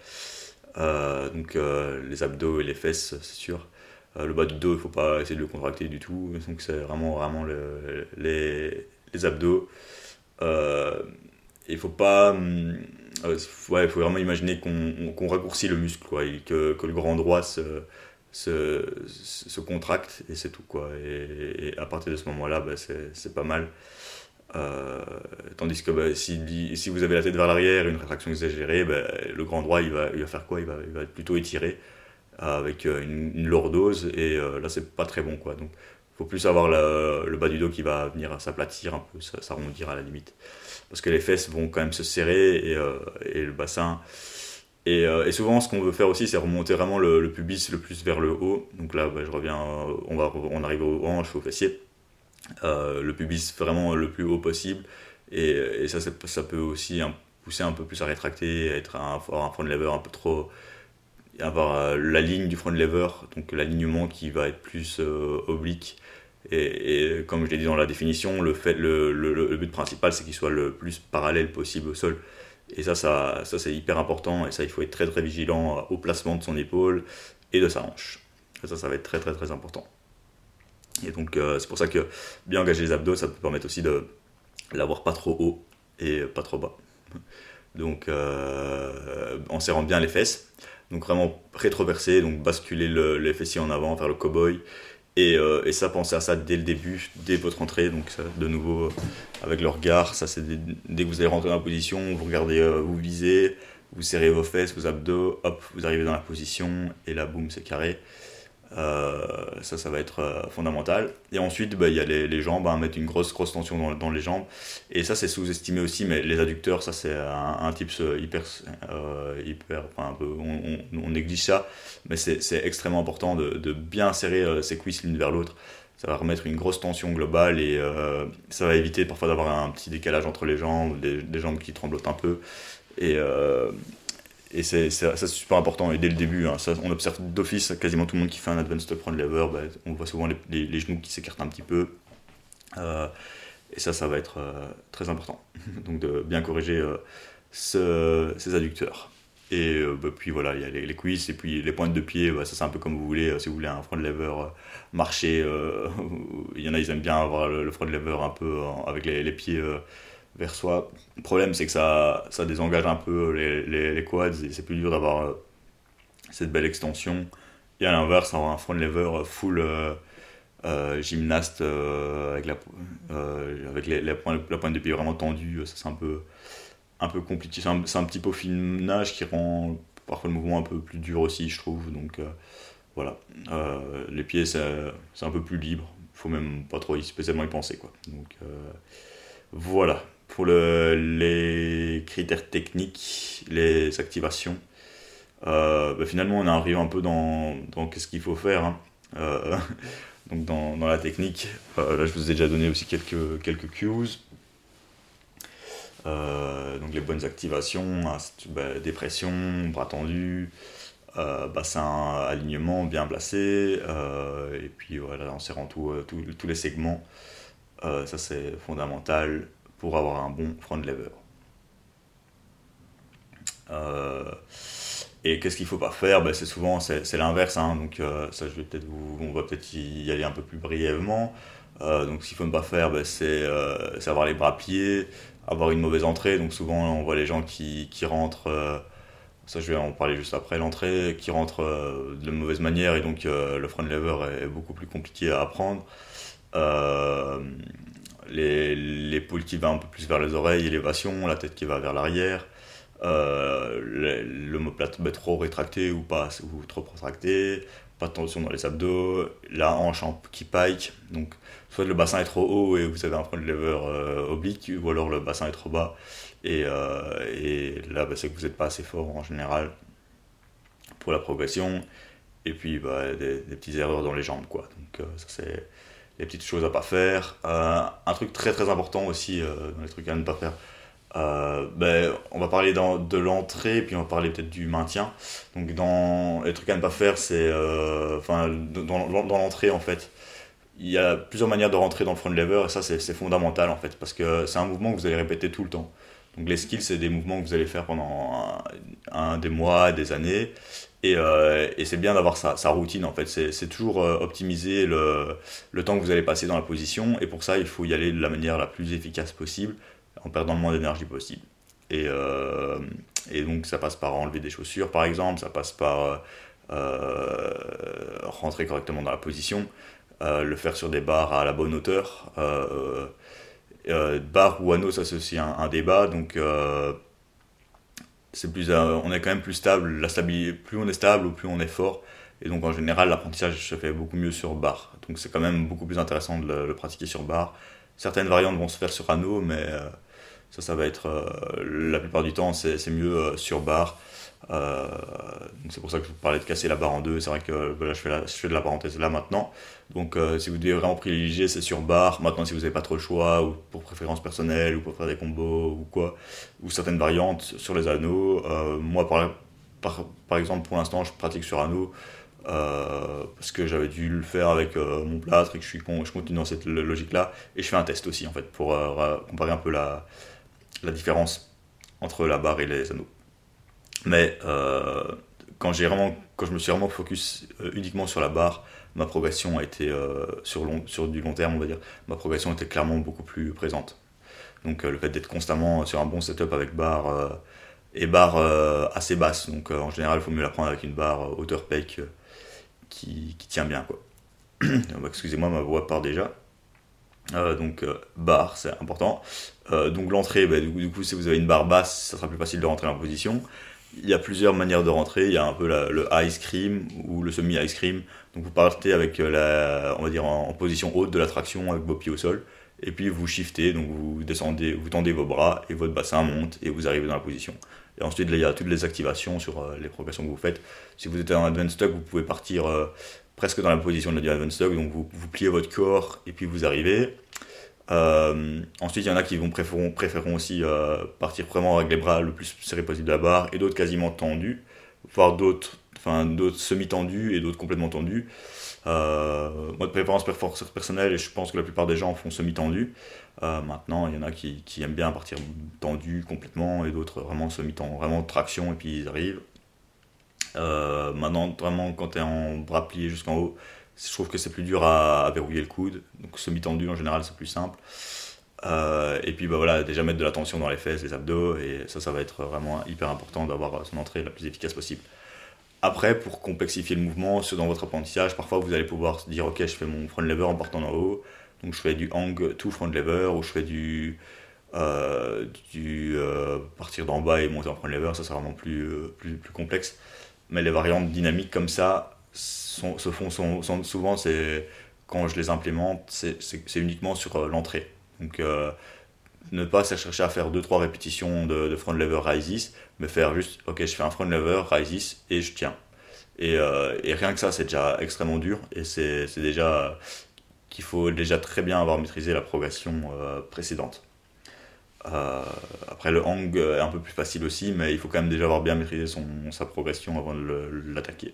Euh, donc euh, les abdos et les fesses, c'est sûr. Euh, le bas du dos, il ne faut pas essayer de le contracter du tout. Donc c'est vraiment, vraiment le, les, les abdos. Euh, il faut pas. Euh, ouais, il faut vraiment imaginer qu'on, qu'on raccourcit le muscle, quoi, et que, que le grand droit se, se, se contracte et c'est tout, quoi. Et, et à partir de ce moment-là, bah, c'est, c'est pas mal. Euh, tandis que bah, si, si vous avez la tête vers l'arrière, une rétraction exagérée, bah, le grand droit il va, il va faire quoi, il va, il va être plutôt étiré avec une, une lordose et euh, là c'est pas très bon, quoi. Donc il faut plus avoir la, le bas du dos qui va venir s'aplatir un peu, s'arrondir à la limite. Parce que les fesses vont quand même se serrer et, euh, et le bassin. Et, euh, et souvent ce qu'on veut faire aussi c'est remonter vraiment le, le pubis le plus vers le haut. Donc là bah, je reviens, on, va, on arrive aux hanches, aux fessiers. Euh, le pubis vraiment le plus haut possible et, et ça, ça peut aussi hein, pousser un peu plus à rétracter, être un, avoir un front lever un peu trop, avoir euh, la ligne du front lever, donc l'alignement qui va être plus euh, oblique et, et comme je l'ai dit dans la définition, le, fait, le, le, le but principal c'est qu'il soit le plus parallèle possible au sol et ça, ça, ça c'est hyper important et ça il faut être très très vigilant au placement de son épaule et de sa hanche et ça ça va être très très très important. Et donc euh, c'est pour ça que bien engager les abdos, ça peut permettre aussi de l'avoir pas trop haut et pas trop bas. Donc euh, en serrant bien les fesses, donc vraiment rétroverser, donc basculer le, les fessiers en avant, faire le cow-boy. Et, euh, et ça, pensez à ça dès le début, dès votre entrée. Donc ça, de nouveau avec le regard, ça c'est dès, dès que vous allez rentrer dans la position, vous regardez, euh, vous visez, vous serrez vos fesses, vos abdos, hop, vous arrivez dans la position et là boum c'est carré. Euh, ça, ça va être euh, fondamental. Et ensuite, bah, il y a les, les jambes, hein, mettre une grosse, grosse tension dans, dans les jambes. Et ça, c'est sous-estimé aussi, mais les adducteurs, ça, c'est un, un tips hyper, euh, hyper, enfin, un peu, on, on, on néglige ça, mais c'est, c'est extrêmement important de, de bien serrer euh, ses cuisses l'une vers l'autre. Ça va remettre une grosse tension globale et euh, ça va éviter parfois d'avoir un petit décalage entre les jambes, des, des jambes qui tremblotent un peu. Et euh, Et c'est, c'est, ça c'est super important, et dès le début, hein, ça, on observe d'office quasiment tout le monde qui fait un advanced front lever, bah, on voit souvent les, les, les genoux qui s'écartent un petit peu, euh, et ça, ça va être euh, très important, donc de bien corriger euh, ce, ces adducteurs. Et euh, bah, puis voilà, il y a les, les cuisses, et puis les pointes de pied, bah, ça c'est un peu comme vous voulez, euh, si vous voulez un front lever euh, marché, euh, il y en a, ils aiment bien avoir le, le front lever un peu euh, avec les, les pieds euh, vers soi. Le problème, c'est que ça, ça désengage un peu les, les, les quads et c'est plus dur d'avoir euh, cette belle extension Et à l'inverse, avoir un front lever full euh, euh, gymnaste euh, avec, la, euh, avec les, les points, la pointe de pied vraiment tendue, ça c'est un peu, un peu compliqué. C'est un, c'est un petit peaufinage qui rend parfois le mouvement un peu plus dur aussi, je trouve. Donc euh, voilà, euh, les pieds c'est, c'est un peu plus libre. Faut même pas trop y, spécialement y penser quoi. Donc euh, voilà pour le, les critères techniques, les activations. Euh, bah, finalement, on arrive un peu dans, dans qu'est-ce qu'il faut faire. Hein. Euh, donc dans, dans la technique, euh, là je vous ai déjà donné aussi quelques, quelques cues. Euh, donc les bonnes activations, bah, dépression, bras tendus, euh, bassin alignement bien placé, euh, et puis voilà, en serrant tout, euh, tout, tous les segments. Euh, ça c'est fondamental pour avoir un bon front lever. Euh, et qu'est-ce qu'il ne faut pas faire? Ben, c'est souvent c'est, c'est l'inverse, hein, donc euh, ça je vais peut-être vous, on va peut-être y aller un peu plus brièvement. Euh, donc ce qu'il ne faut ne pas faire, ben, c'est, euh, c'est avoir les bras pliés, avoir une mauvaise entrée. Donc souvent on voit les gens qui, qui rentrent, euh, ça je vais en parler juste après, l'entrée, qui rentrent euh, de mauvaise manière et donc euh, le front lever est beaucoup plus compliqué à apprendre. Euh, les, l'épaule qui va un peu plus vers les oreilles, élévation, la tête qui va vers l'arrière. Euh, l'omoplate bah, trop rétracté ou pas ou trop protracté, pas de tension dans les abdos, la hanche qui pike, donc soit le bassin est trop haut et vous avez un front lever euh, oblique, ou alors le bassin est trop bas et, euh, et là bah, c'est que vous n'êtes pas assez fort en général pour la progression. Et puis bah, des, des petites erreurs dans les jambes quoi. Donc euh, ça c'est les petites choses à pas faire. Euh, un truc très très important aussi euh, dans les trucs à ne pas faire. Euh, ben, on va parler dans, de l'entrée, puis on va parler peut-être du maintien. Donc, dans les trucs à ne pas faire, c'est. Euh, enfin, dans, dans, dans l'entrée, en fait, il y a plusieurs manières de rentrer dans le front lever, et ça, c'est, c'est fondamental, en fait, parce que c'est un mouvement que vous allez répéter tout le temps. Donc, les skills, c'est des mouvements que vous allez faire pendant un, un des mois, des années. Et, euh, et c'est bien d'avoir sa, sa routine, en fait. C'est, c'est toujours euh, optimiser le, le temps que vous allez passer dans la position, et pour ça, il faut y aller de la manière la plus efficace possible en perdant le moins d'énergie possible. Et, euh, et donc ça passe par enlever des chaussures par exemple, ça passe par euh, rentrer correctement dans la position, euh, le faire sur des barres à la bonne hauteur. Euh, euh, barre ou anneau, ça c'est aussi un, un débat, donc euh, c'est plus, euh, on est quand même plus stable, la stabilité, plus on est stable, plus on est fort. Et donc en général l'apprentissage se fait beaucoup mieux sur barre. Donc c'est quand même beaucoup plus intéressant de le, le pratiquer sur barre. Certaines variantes vont se faire sur anneau, mais euh, ça, ça va être euh, la plupart du temps, c'est, c'est mieux euh, sur barre. Euh, donc c'est pour ça que je vous parlais de casser la barre en deux. C'est vrai que voilà, je, fais la, je fais de la parenthèse là maintenant. Donc euh, si vous devez vraiment privilégier, c'est sur barre. Maintenant, si vous n'avez pas trop le choix, ou pour préférence personnelle, ou pour faire des combos, ou quoi, ou certaines variantes sur les anneaux. Euh, moi, par, par, par exemple, pour l'instant, je pratique sur anneau. Euh, parce que j'avais dû le faire avec euh, mon plâtre et que je, suis, je continue dans cette logique là et je fais un test aussi en fait pour euh, comparer un peu la, la différence entre la barre et les anneaux. Mais euh, quand, j'ai vraiment, quand je me suis vraiment focus euh, uniquement sur la barre, ma progression a été, euh, sur, long, sur du long terme, on va dire, ma progression était clairement beaucoup plus présente. Donc euh, le fait d'être constamment sur un bon setup avec barre euh, et barre euh, assez basse, donc euh, en général il faut mieux la prendre avec une barre euh, hauteur pec euh, qui, qui tient bien quoi. Excusez-moi, ma voix part déjà. Euh, donc euh, barre, c'est important. Euh, donc l'entrée, bah, du, coup, du coup, si vous avez une barre basse, ça sera plus facile de rentrer en position. Il y a plusieurs manières de rentrer. Il y a un peu la, le high scream ou le semi high scream. Donc vous partez avec la, on va dire en, en position haute de la traction avec vos pieds au sol. Et puis vous shiftez, donc vous descendez, vous tendez vos bras et votre bassin monte et vous arrivez dans la position. Et ensuite, là, il y a toutes les activations sur euh, les progressions que vous faites. Si vous êtes en advanced dog, vous pouvez partir euh, presque dans la position de la advanced dog. Donc vous, vous pliez votre corps et puis vous arrivez. Euh, ensuite, il y en a qui vont préféreront, préféreront aussi euh, partir vraiment avec les bras le plus serrés possible de la barre et d'autres quasiment tendus, voire d'autres, enfin, d'autres semi-tendus et d'autres complètement tendus. Euh, moi de préférence personnelle, et je pense que la plupart des gens font semi-tendu. Euh, maintenant, il y en a qui, qui aiment bien partir tendu complètement et d'autres vraiment semi-tendu, vraiment traction et puis ils arrivent. Euh, maintenant, vraiment, quand tu es en bras plié jusqu'en haut, je trouve que c'est plus dur à, à verrouiller le coude. Donc semi-tendu en général, c'est plus simple. Euh, et puis bah voilà, déjà mettre de la tension dans les fesses, les abdos, et ça, ça va être vraiment hyper important d'avoir son entrée la plus efficace possible. Après, pour complexifier le mouvement, sur dans votre apprentissage, parfois vous allez pouvoir se dire ok, je fais mon front lever en partant d'en haut, donc je fais du hang to front lever, ou je fais du, euh, du euh, partir d'en bas et monter en front lever, ça c'est vraiment plus, euh, plus, plus complexe. Mais les variantes dynamiques comme ça sont, se font sont, sont souvent, c'est, quand je les implémente, c'est, c'est, c'est uniquement sur euh, l'entrée. Donc euh, ne pas chercher à faire deux trois répétitions de, de front lever rises, mais faire juste ok, je fais un front lever rises et je tiens. Et, euh, et rien que ça, c'est déjà extrêmement dur, et c'est, c'est déjà qu'il faut déjà très bien avoir maîtrisé la progression euh, précédente. Euh, après, le hang est un peu plus facile aussi, mais il faut quand même déjà avoir bien maîtrisé son, sa progression avant de le, l'attaquer.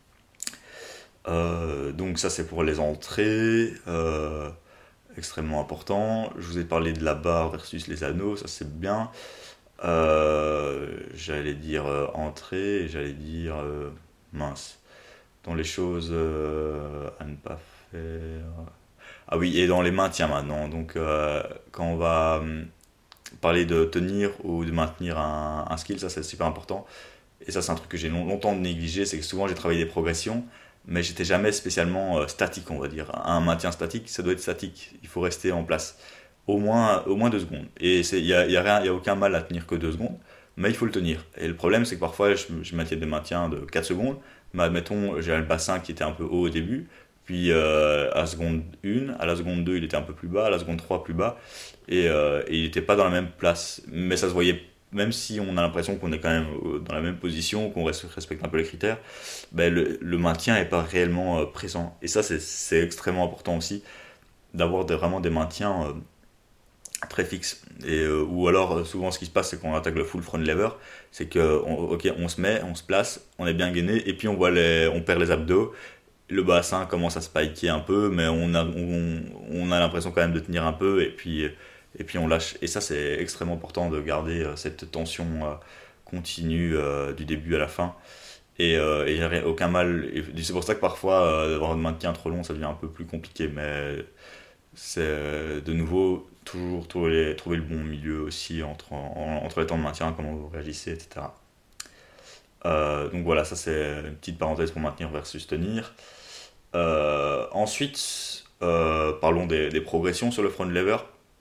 Euh, donc ça, c'est pour les entrées, euh, extrêmement important. Je vous ai parlé de la barre versus les anneaux, ça c'est bien. Euh, j'allais dire euh, entrée, et j'allais dire euh, mince. Dans les choses euh, à ne pas faire. Ah oui, et dans les maintiens maintenant. Donc, euh, quand on va hum, parler de tenir ou de maintenir un, un skill, ça c'est super important. Et ça, c'est un truc que j'ai long- longtemps négligé, c'est que souvent j'ai travaillé des progressions, mais j'étais jamais spécialement euh, statique, on va dire. Un maintien statique, ça doit être statique. Il faut rester en place au moins, au moins deux secondes. Et il n'y a, y a, rien- y a aucun mal à tenir que deux secondes, mais il faut le tenir. Et le problème, c'est que parfois, je, je maintiens des maintiens de quatre secondes, mais admettons, j'ai le bassin qui était un peu haut au début, puis euh, à la seconde un, à la seconde deux, il était un peu plus bas, à la seconde trois, plus bas, et, euh, et il n'était pas dans la même place. Mais ça se voyait, même si on a l'impression qu'on est quand même euh, dans la même position, qu'on res- respecte un peu les critères, ben le, le maintien n'est pas réellement euh, présent. Et ça, c'est, c'est extrêmement important aussi, d'avoir des- vraiment des maintiens euh, très fixe. Et, euh, ou alors, euh, souvent, ce qui se passe, c'est qu'on attaque le full front lever, c'est que, on, ok, on se met, on se place, on est bien gainé, et puis on voit les, on perd les abdos, le bassin commence à spiker un peu, mais on a, on, on a l'impression quand même de tenir un peu, et puis, et puis on lâche. Et ça, c'est extrêmement important de garder euh, cette tension euh, continue euh, du début à la fin. Et euh, il n'y a aucun mal. Et c'est pour ça que parfois, euh, d'avoir un maintien trop long, ça devient un peu plus compliqué, mais c'est euh, de nouveau toujours trouver, trouver le bon milieu aussi entre, en- entre les temps de maintien, comment vous réagissez, et cetera. Euh, donc voilà, ça c'est une petite parenthèse pour maintenir versus tenir. Euh, ensuite, euh, parlons des, des progressions sur le front lever.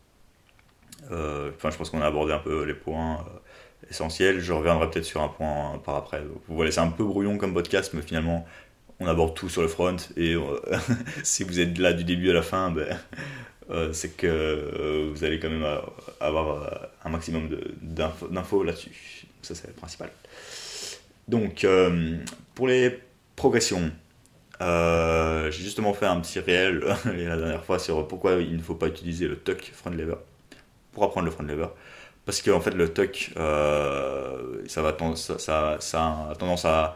Euh, Enfin, je pense qu'on a abordé un peu les points euh, essentiels. Je reviendrai peut-être sur un point euh, par après. Vous voyez, c'est un peu brouillon comme podcast, mais finalement, on aborde tout sur le front. Et euh, si vous êtes là du début à la fin, ben, euh, c'est que euh, vous allez quand même euh, avoir euh, un maximum de- d'infos, d'infos là-dessus. Ça, c'est le principal. Donc, euh, pour les progressions, euh, j'ai justement fait un petit réel la dernière fois sur pourquoi il ne faut pas utiliser le tuck front lever pour apprendre le front lever. Parce qu'en fait, le tuck, euh, ça, va ten- ça, ça- ça a tendance à,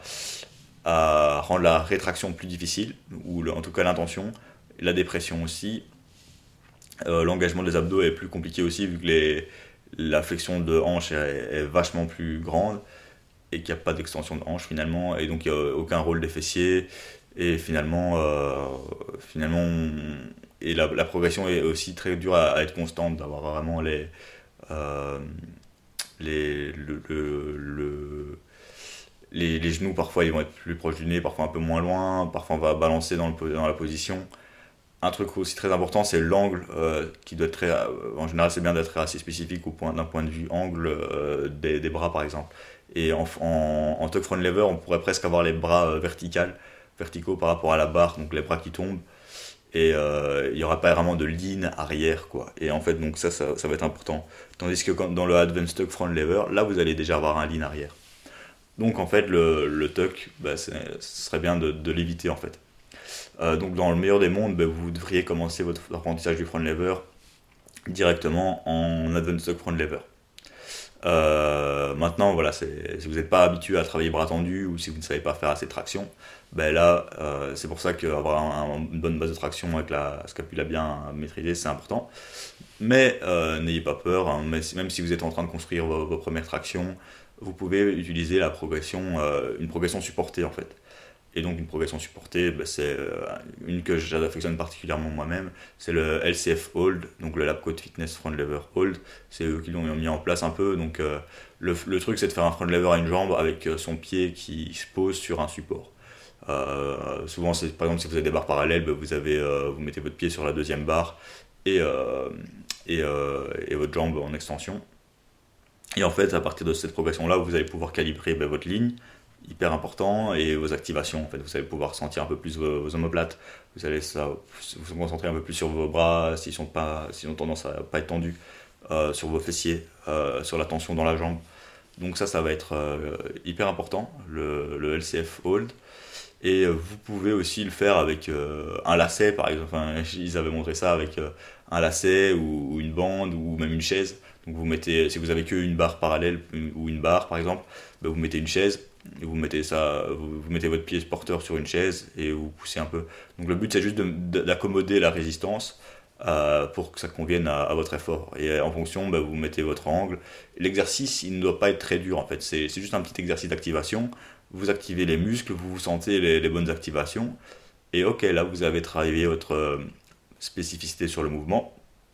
à rendre la rétraction plus difficile, ou le- en tout cas l'intention, la dépression aussi. Euh, l'engagement des abdos est plus compliqué aussi, vu que les, la flexion de hanche est, est vachement plus grande et qu'il n'y a pas d'extension de hanche finalement, et donc il n'y a aucun rôle des fessiers. Et finalement, euh, finalement on- et la, la progression est aussi très dure à, à être constante, d'avoir vraiment les, euh, les, le, le- le- les, les genoux, parfois ils vont être plus proches du nez, parfois un peu moins loin, parfois on va balancer dans, le, dans la position. Un truc aussi très important, c'est l'angle euh, qui doit être très. Euh, en général, c'est bien d'être assez spécifique au point, d'un point de vue angle euh, des, des bras par exemple. Et en, en, en tuck front lever, on pourrait presque avoir les bras euh, verticales, verticaux par rapport à la barre, donc les bras qui tombent. Et euh, il n'y aura pas vraiment de ligne arrière, quoi. Et en fait, donc ça, ça, ça va être important. Tandis que quand, dans le advanced tuck front lever, là, vous allez déjà avoir un ligne arrière. Donc en fait, le, le tuck, bah, ce serait bien de, de l'éviter en fait. Euh, donc dans le meilleur des mondes, bah, vous devriez commencer votre apprentissage du front lever directement en advanced tuck front lever. Euh, maintenant, voilà, c'est, si vous n'êtes pas habitué à travailler bras tendus ou si vous ne savez pas faire assez de traction, ben là, euh, c'est pour ça qu'avoir un, un, une bonne base de traction avec la scapula bien maîtrisée, c'est important. Mais euh, n'ayez pas peur, hein, même si vous êtes en train de construire vos, vos premières tractions, vous pouvez utiliser la progression, euh, une progression supportée en fait. Et donc une progression supportée, bah, c'est euh, une que j'affectionne particulièrement moi-même, c'est le L C F Hold, donc le Lab Coat Fitness Front Lever Hold. C'est eux qui l'ont mis en place un peu. Donc euh, le, le truc, c'est de faire un front lever à une jambe avec son pied qui se pose sur un support. Euh, souvent, c'est, par exemple, si vous avez des barres parallèles, bah, vous, avez, euh, vous mettez votre pied sur la deuxième barre et, euh, et, euh, et votre jambe en extension. Et en fait, à partir de cette progression-là, vous allez pouvoir calibrer bah, votre ligne, hyper important, et vos activations. En fait, vous allez pouvoir sentir un peu plus vos, vos omoplates, vous allez ça, vous concentrer un peu plus sur vos bras, s'ils sont pas, s'ils ont tendance à pas être tendus, euh, sur vos fessiers, euh, sur la tension dans la jambe. Donc ça, ça va être euh, hyper important, le, le L C F Hold. Et euh, vous pouvez aussi le faire avec euh, un lacet, par exemple. Enfin, ils avaient montré ça avec euh, un lacet ou, ou une bande ou même une chaise. Donc vous mettez, si vous avez qu'une barre parallèle une, ou une barre par exemple, ben vous mettez une chaise, et vous mettez ça, vous, vous mettez votre pied porteur sur une chaise et vous poussez un peu. Donc le but c'est juste de, de, d'accommoder la résistance euh, pour que ça convienne à, à votre effort. Et en fonction, ben vous mettez votre angle. L'exercice il ne doit pas être très dur en fait. C'est, c'est juste un petit exercice d'activation. Vous activez les muscles, vous, vous sentez les, les bonnes activations. Et ok, là vous avez travaillé votre euh, spécificité sur le mouvement.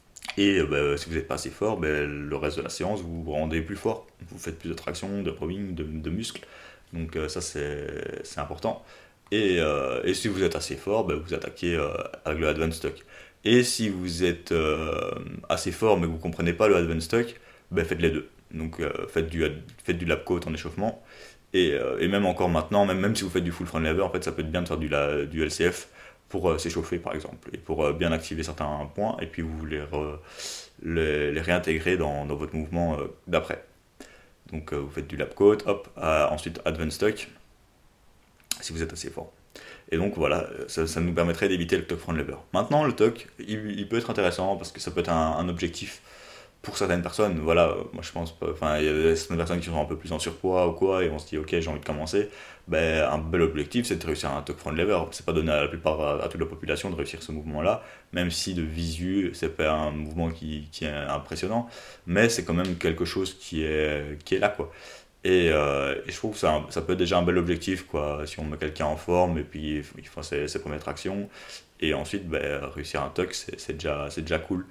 Et bah, si vous n'êtes pas assez fort, bah, le reste de la séance, vous vous rendez plus fort. Vous faites plus de traction, de rowing, de, de muscles. Donc euh, ça, c'est, c'est important. Et, euh, et si vous êtes assez fort, bah, vous attaquez euh, avec le Advanced Tuck. Et si vous êtes euh, assez fort, mais que vous ne comprenez pas le Advanced Tuck, bah, faites les deux. Donc euh, faites, du, faites du lap coat en échauffement. Et, euh, et même encore maintenant, même, même si vous faites du full front lever, en fait, ça peut être bien de faire du, la, du L C F pour euh, s'échauffer par exemple, et pour euh, bien activer certains points, et puis vous les, re, les, les réintégrer dans, dans votre mouvement euh, d'après. Donc euh, vous faites du lap coat, hop, euh, ensuite Advanced Tuck, si vous êtes assez fort. Et donc voilà, ça, ça nous permettrait d'éviter le tuck front lever. Maintenant, le tuck, il, il peut être intéressant parce que ça peut être un, un objectif pour certaines personnes. Voilà, moi je pense pas, enfin il y a certaines personnes qui sont un peu plus en surpoids ou quoi et on se dit ok j'ai envie de commencer. Ben un bel objectif c'est de réussir un tuck front lever. C'est pas donné à la plupart à, à toute la population de réussir ce mouvement-là, même si de visu c'est pas un mouvement qui, qui est impressionnant, mais c'est quand même quelque chose qui est qui est là quoi. Et, euh, et je trouve que ça, ça peut être déjà un bel objectif quoi, si on met quelqu'un en forme et puis il fait ses, ses premières tractions et ensuite ben, réussir un tuck c'est, c'est, déjà, c'est déjà cool.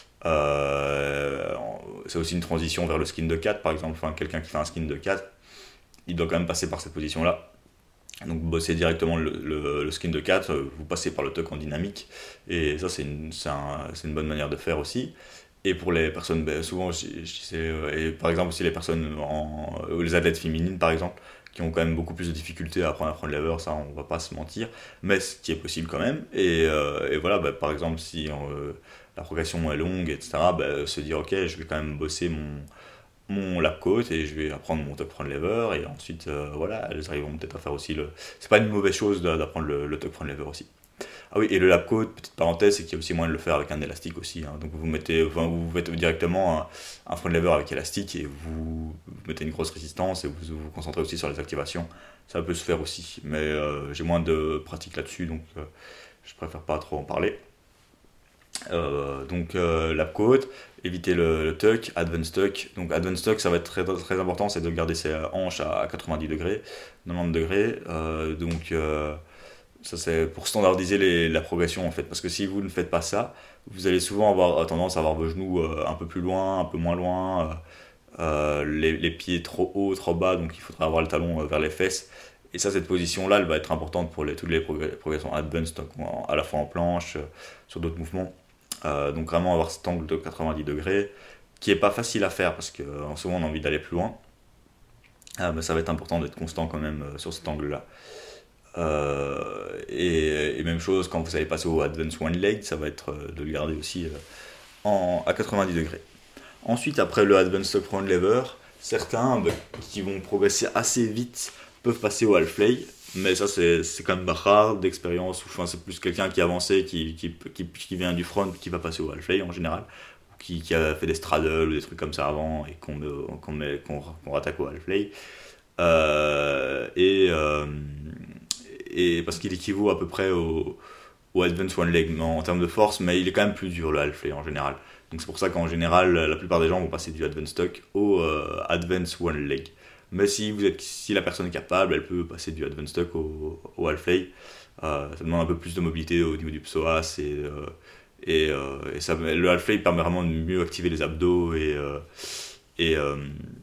Euh, c'est aussi une transition vers le skin de quatre par exemple, enfin, quelqu'un qui fait un skin de quatre il doit quand même passer par cette position là, donc bosser directement le, le, le skin de quatre, vous passez par le tuck en dynamique et ça c'est une, c'est un, c'est une bonne manière de faire aussi. Et pour les personnes, ben, souvent, je, je sais, et par exemple aussi les personnes, en, les athlètes féminines par exemple, qui ont quand même beaucoup plus de difficultés à apprendre à prendre lever, ça on va pas se mentir, mais ce qui est possible quand même. Et, euh, et voilà, ben, par exemple si euh, la progression est longue, et cetera, ben, se dire ok, je vais quand même bosser mon, mon lap coat et je vais apprendre mon tuck front lever et ensuite euh, voilà, elles arriveront peut-être à faire aussi le. C'est pas une mauvaise chose d'apprendre le, le tuck front lever aussi. Ah oui, et le lap coat, petite parenthèse, c'est qu'il y a aussi moyen de le faire avec un élastique aussi. Hein. Donc vous mettez, enfin, vous faites directement un, un front lever avec élastique et vous, vous mettez une grosse résistance et vous vous concentrez aussi sur les activations. Ça peut se faire aussi, mais euh, j'ai moins de pratique là-dessus, donc euh, je préfère pas trop en parler. Euh, donc euh, lap coat, éviter le, le tuck, advanced tuck. Donc advanced tuck, ça va être très, très important, c'est de garder ses hanches à quatre-vingt-dix degrés, quatre-vingt-dix degrés. Euh, donc euh, ça c'est pour standardiser les, la progression en fait, parce que si vous ne faites pas ça, vous allez souvent avoir tendance à avoir vos genoux euh, un peu plus loin, un peu moins loin, euh, euh, les, les pieds trop hauts, trop bas, donc il faudra avoir le talon euh, vers les fesses. Et ça, cette position-là, elle va être importante pour les, toutes les progr- progressions advanced, donc en, à la fois en planche, euh, sur d'autres mouvements. Euh, donc vraiment avoir cet angle de quatre-vingt-dix degrés, qui est pas facile à faire parce qu'en ce moment on a envie d'aller plus loin. Ah, mais ça va être important d'être constant quand même euh, sur cet angle-là. Euh, et, et même chose quand vous allez passer au Advanced One Leg, ça va être euh, de le garder aussi euh, en, à quatre-vingt-dix degrés. Ensuite, après le Advanced Tuck Front Lever, certains bah, qui vont progresser assez vite peuvent passer au half leg, mais ça c'est, c'est quand même rare d'expérience, enfin, c'est plus quelqu'un qui est avancé, qui, qui, qui, qui vient du front, qui va passer au half leg en général, qui, qui a fait des straddles ou des trucs comme ça avant et qu'on, qu'on, met, qu'on, qu'on rattaque au half leg. Euh, et, euh, et parce qu'il équivaut à peu près au, au Advanced One Leg en termes de force, mais il est quand même plus dur le half leg en général. Donc c'est pour ça qu'en général, la plupart des gens vont passer du Advanced Tuck au euh, Advanced One Leg. Mais si, vous êtes, si la personne est capable, elle peut passer du advanced tuck au, au half lay. Euh, ça demande un peu plus de mobilité au niveau du psoas et, euh, et, euh, et ça, le half lay permet vraiment de mieux activer les abdos et, euh, et, euh,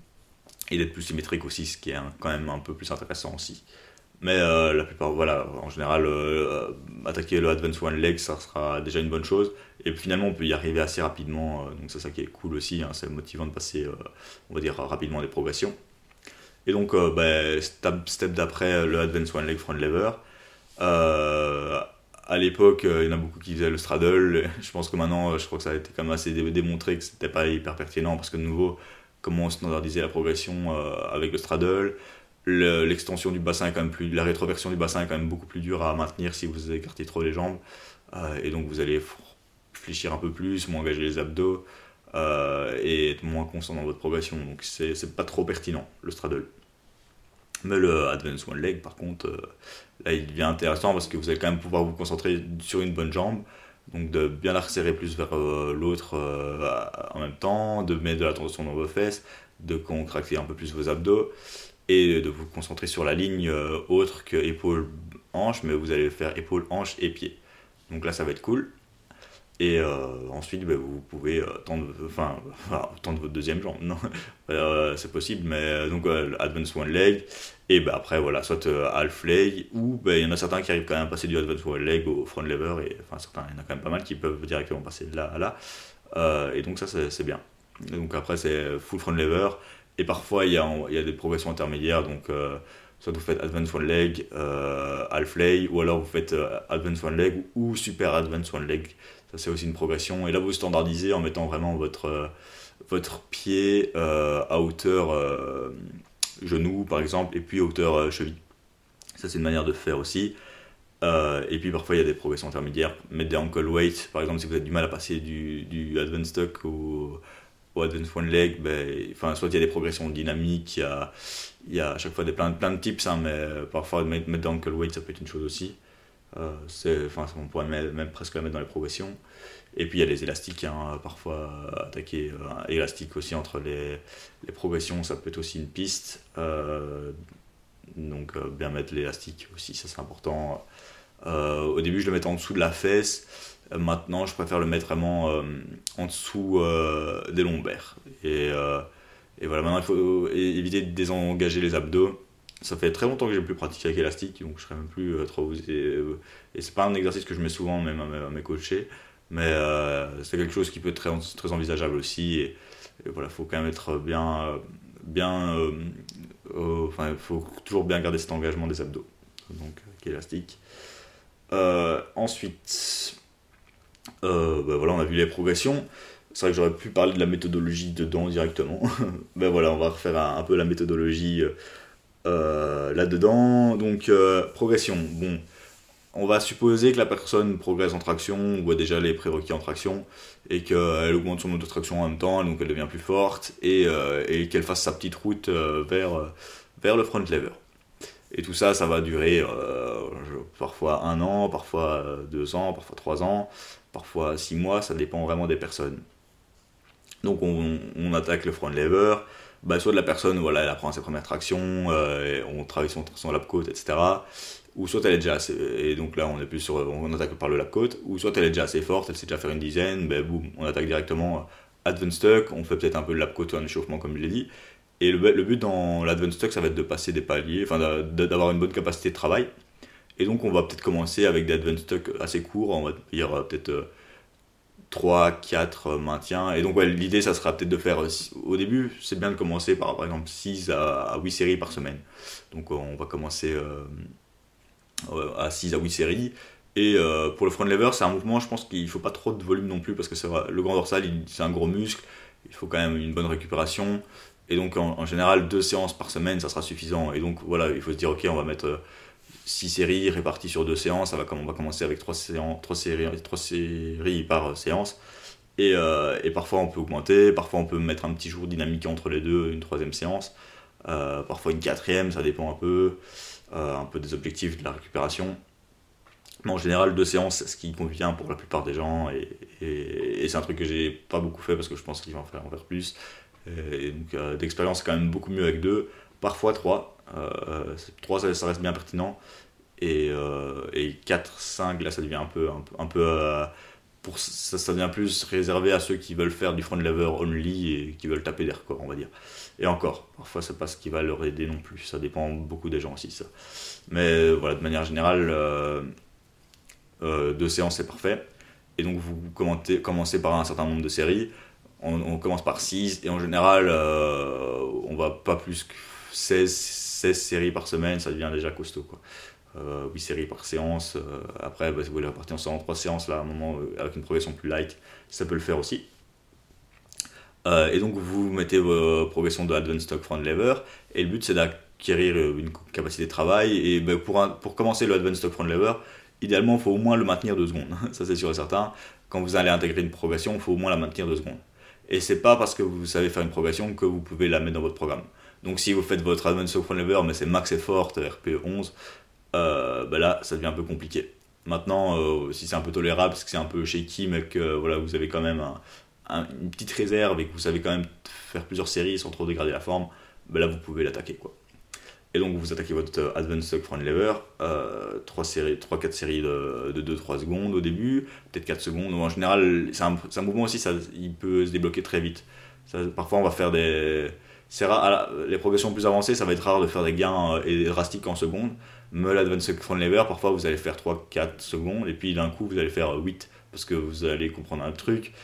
et d'être plus symétrique aussi, ce qui est un, quand même un peu plus intéressant aussi. Mais euh, la plupart, voilà, en général, euh, attaquer le advanced one leg, ça sera déjà une bonne chose. Et finalement, on peut y arriver assez rapidement, euh, donc c'est ça qui est cool aussi, hein, c'est motivant de passer, euh, on va dire, rapidement des progressions. Et donc, euh, bah, step, step d'après, le advanced one leg front lever. Euh, à l'époque, euh, il y en a beaucoup qui faisaient le straddle. Je pense que maintenant, je crois que ça a été quand même assez démontré que c'était pas hyper pertinent parce que de nouveau, comment standardiser la progression euh, avec le straddle. Le, l'extension du bassin est quand même plus, la rétroversion du bassin est quand même beaucoup plus dure à maintenir si vous écartez trop les jambes, euh, et donc vous allez fléchir un peu plus, moins engager les abdos, euh, et être moins constant dans votre progression, donc c'est, c'est pas trop pertinent le straddle. Mais le advanced one leg par contre, euh, là il devient intéressant parce que vous allez quand même pouvoir vous concentrer sur une bonne jambe, donc de bien la resserrer plus vers euh, l'autre euh, en même temps, de mettre de la tension dans vos fesses, de contracter un peu plus vos abdos, et de vous concentrer sur la ligne euh, autre que épaule-hanche, mais vous allez faire épaule-hanche et pied. Donc là, ça va être cool. Et euh, ensuite, bah, vous pouvez euh, tendre, enfin, tendre votre deuxième jambe. Non, euh, c'est possible, mais euh, donc euh, advanced one leg. Et bah, après, voilà, soit euh, half leg, ou il bah, y en a certains qui arrivent quand même à passer du advanced one leg au front lever. Et enfin, certains, il y en a quand même pas mal qui peuvent directement passer de là à là. Euh, et donc ça, c'est, c'est bien. Et donc après, c'est full front lever. Et parfois, il y a, il y a des progressions intermédiaires, donc euh, soit vous faites Advanced One Leg, euh, Half Lay, ou alors vous faites euh, Advanced One Leg ou Super Advanced One Leg. Ça, c'est aussi une progression. Et là, vous standardisez en mettant vraiment votre, euh, votre pied euh, à hauteur euh, genou, par exemple, et puis à hauteur euh, cheville. Ça, c'est une manière de faire aussi. Euh, et puis parfois, il y a des progressions intermédiaires. Mettre des ankle weight, par exemple, si vous avez du mal à passer du, du Advanced Tuck au au advanced one leg, ben, enfin, soit il y a des progressions dynamiques, il y a, il y a à chaque fois des, plein, plein de tips, hein, mais parfois mettre, mettre d'ankle weight ça peut être une chose aussi. Euh, c'est, enfin, on pourrait même, même presque la mettre dans les progressions. Et puis il y a les élastiques, hein, parfois attaquer euh, élastique aussi entre les, les progressions, ça peut être aussi une piste. Euh, donc euh, bien mettre l'élastique aussi, ça c'est important. Euh, au début je le mettais en dessous de la fesse. Maintenant, je préfère le mettre vraiment euh, en dessous euh, des lombaires. Et, euh, et voilà, maintenant, il faut éviter de désengager les abdos. Ça fait très longtemps que j'ai plus pratiqué avec élastique, donc je ne serais même plus euh, trop... Et, euh, et c'est pas un exercice que je mets souvent, même à mes, à mes coachés, mais euh, c'est quelque chose qui peut être très, très envisageable aussi. Et, et voilà, il faut quand même être bien... bien euh, euh, enfin, il faut toujours bien garder cet engagement des abdos, donc avec élastique. Euh, ensuite... Euh, ben voilà, on a vu les progressions. C'est vrai que j'aurais pu parler de la méthodologie dedans directement. Ben voilà, on va refaire un, un peu la méthodologie euh, là-dedans. Donc, euh, progression. Bon, on va supposer que la personne progresse en traction, voit déjà les prérequis en traction, et qu'elle augmente son auto-traction en même temps, donc elle devient plus forte, et, euh, et qu'elle fasse sa petite route euh, vers, vers le front lever. Et tout ça, ça va durer euh, parfois un an, parfois deux ans, parfois trois ans, parfois six mois, ça dépend vraiment des personnes. Donc on, on attaque le front lever, bah, soit de la personne, voilà, elle apprend ses premières tractions, euh, et on travaille son, son lap côte, et cetera. Ou soit elle est déjà assez, et donc là on est plus sur, on attaque par le lap côte, ou soit elle est déjà assez forte, elle sait déjà faire une dizaine, ben boum, on attaque directement advanced tuck, on fait peut-être un peu de lap côte ou un échauffement comme je l'ai dit. Et le, le but dans l'advanced tuck, ça va être de passer des paliers, enfin d'avoir une bonne capacité de travail. Et donc on va peut-être commencer avec des advanced tuck assez courts, on va dire peut-être euh, trois, quatre maintiens. Et donc ouais, l'idée, ça sera peut-être de faire, au début, c'est bien de commencer par par exemple six à huit séries par semaine. Donc on va commencer euh, à six à huit séries. Et euh, pour le front lever, c'est un mouvement, je pense qu'il ne faut pas trop de volume non plus, parce que c'est vrai, le grand dorsal, il, c'est un gros muscle, il faut quand même une bonne récupération. Et donc en, en général, deux séances par semaine, ça sera suffisant. Et donc voilà, il faut se dire, ok, on va mettre six séries réparties sur deux séances, ça va, on va commencer avec trois séries, trois séries, trois séries par séance. Et, euh, et parfois on peut augmenter, parfois on peut mettre un petit jour dynamique entre les deux, une troisième séance, euh, parfois une quatrième, ça dépend un peu, euh, un peu des objectifs de la récupération. Mais en général, deux séances, c'est ce qui convient pour la plupart des gens, et, et, et c'est un truc que j'ai pas beaucoup fait parce que je pense qu'il va en faire, en faire plus. Et donc euh, d'expérience, c'est quand même beaucoup mieux avec deux. parfois trois. Euh, trois, ça, ça reste bien pertinent. Et, euh, et quatre, cinq, là, ça devient un peu... Un peu, un peu euh, pour, ça, ça devient plus réservé à ceux qui veulent faire du front lever only et qui veulent taper des records, on va dire. Et encore, parfois, c'est pas ce qui va leur aider non plus. Ça dépend beaucoup des gens aussi, ça. Mais voilà, de manière générale, euh, euh, deux séances, c'est parfait. Et donc, vous commentez, commencez par un certain nombre de séries. On, on commence par six, et en général, euh, on va pas plus que seize, seize séries par semaine, ça devient déjà costaud, quoi. Euh, huit séries par séance. Euh, après, bah, si vous voulez repartir en trois séances, là, à un moment, euh, avec une progression plus light, ça peut le faire aussi. Euh, et donc, vous mettez vos progressions de Advanced Stock Front Lever, et le but, c'est d'acquérir une capacité de travail. Et bah, pour, un, pour commencer le Advanced Stock Front Lever, idéalement, il faut au moins le maintenir deux secondes. Ça, c'est sûr et certain. Quand vous allez intégrer une progression, il faut au moins la maintenir deux secondes. Et c'est pas parce que vous savez faire une progression que vous pouvez la mettre dans votre programme. Donc, si vous faites votre Advanced Stock Front Lever, mais c'est max effort, R P E onze, Euh, bah là ça devient un peu compliqué. Maintenant, euh, si c'est un peu tolérable parce que c'est un peu shaky mais que voilà, vous avez quand même un, un, une petite réserve et que vous savez quand même faire plusieurs séries sans trop dégrader la forme, bah là vous pouvez l'attaquer, quoi. Et donc vous attaquez votre Advanced Stock Front Lever, euh, trois quatre séries de, de deux trois secondes au début, peut-être quatre secondes. Donc en général c'est un, c'est un mouvement aussi, ça, il peut se débloquer très vite. Ça, parfois on va faire des... C'est rare, les progressions plus avancées, ça va être rare de faire des gains euh, drastiques en secondes. Mais l'Advanced Front Lever, parfois vous allez faire trois quatre secondes, et puis d'un coup vous allez faire huit, parce que vous allez comprendre un truc,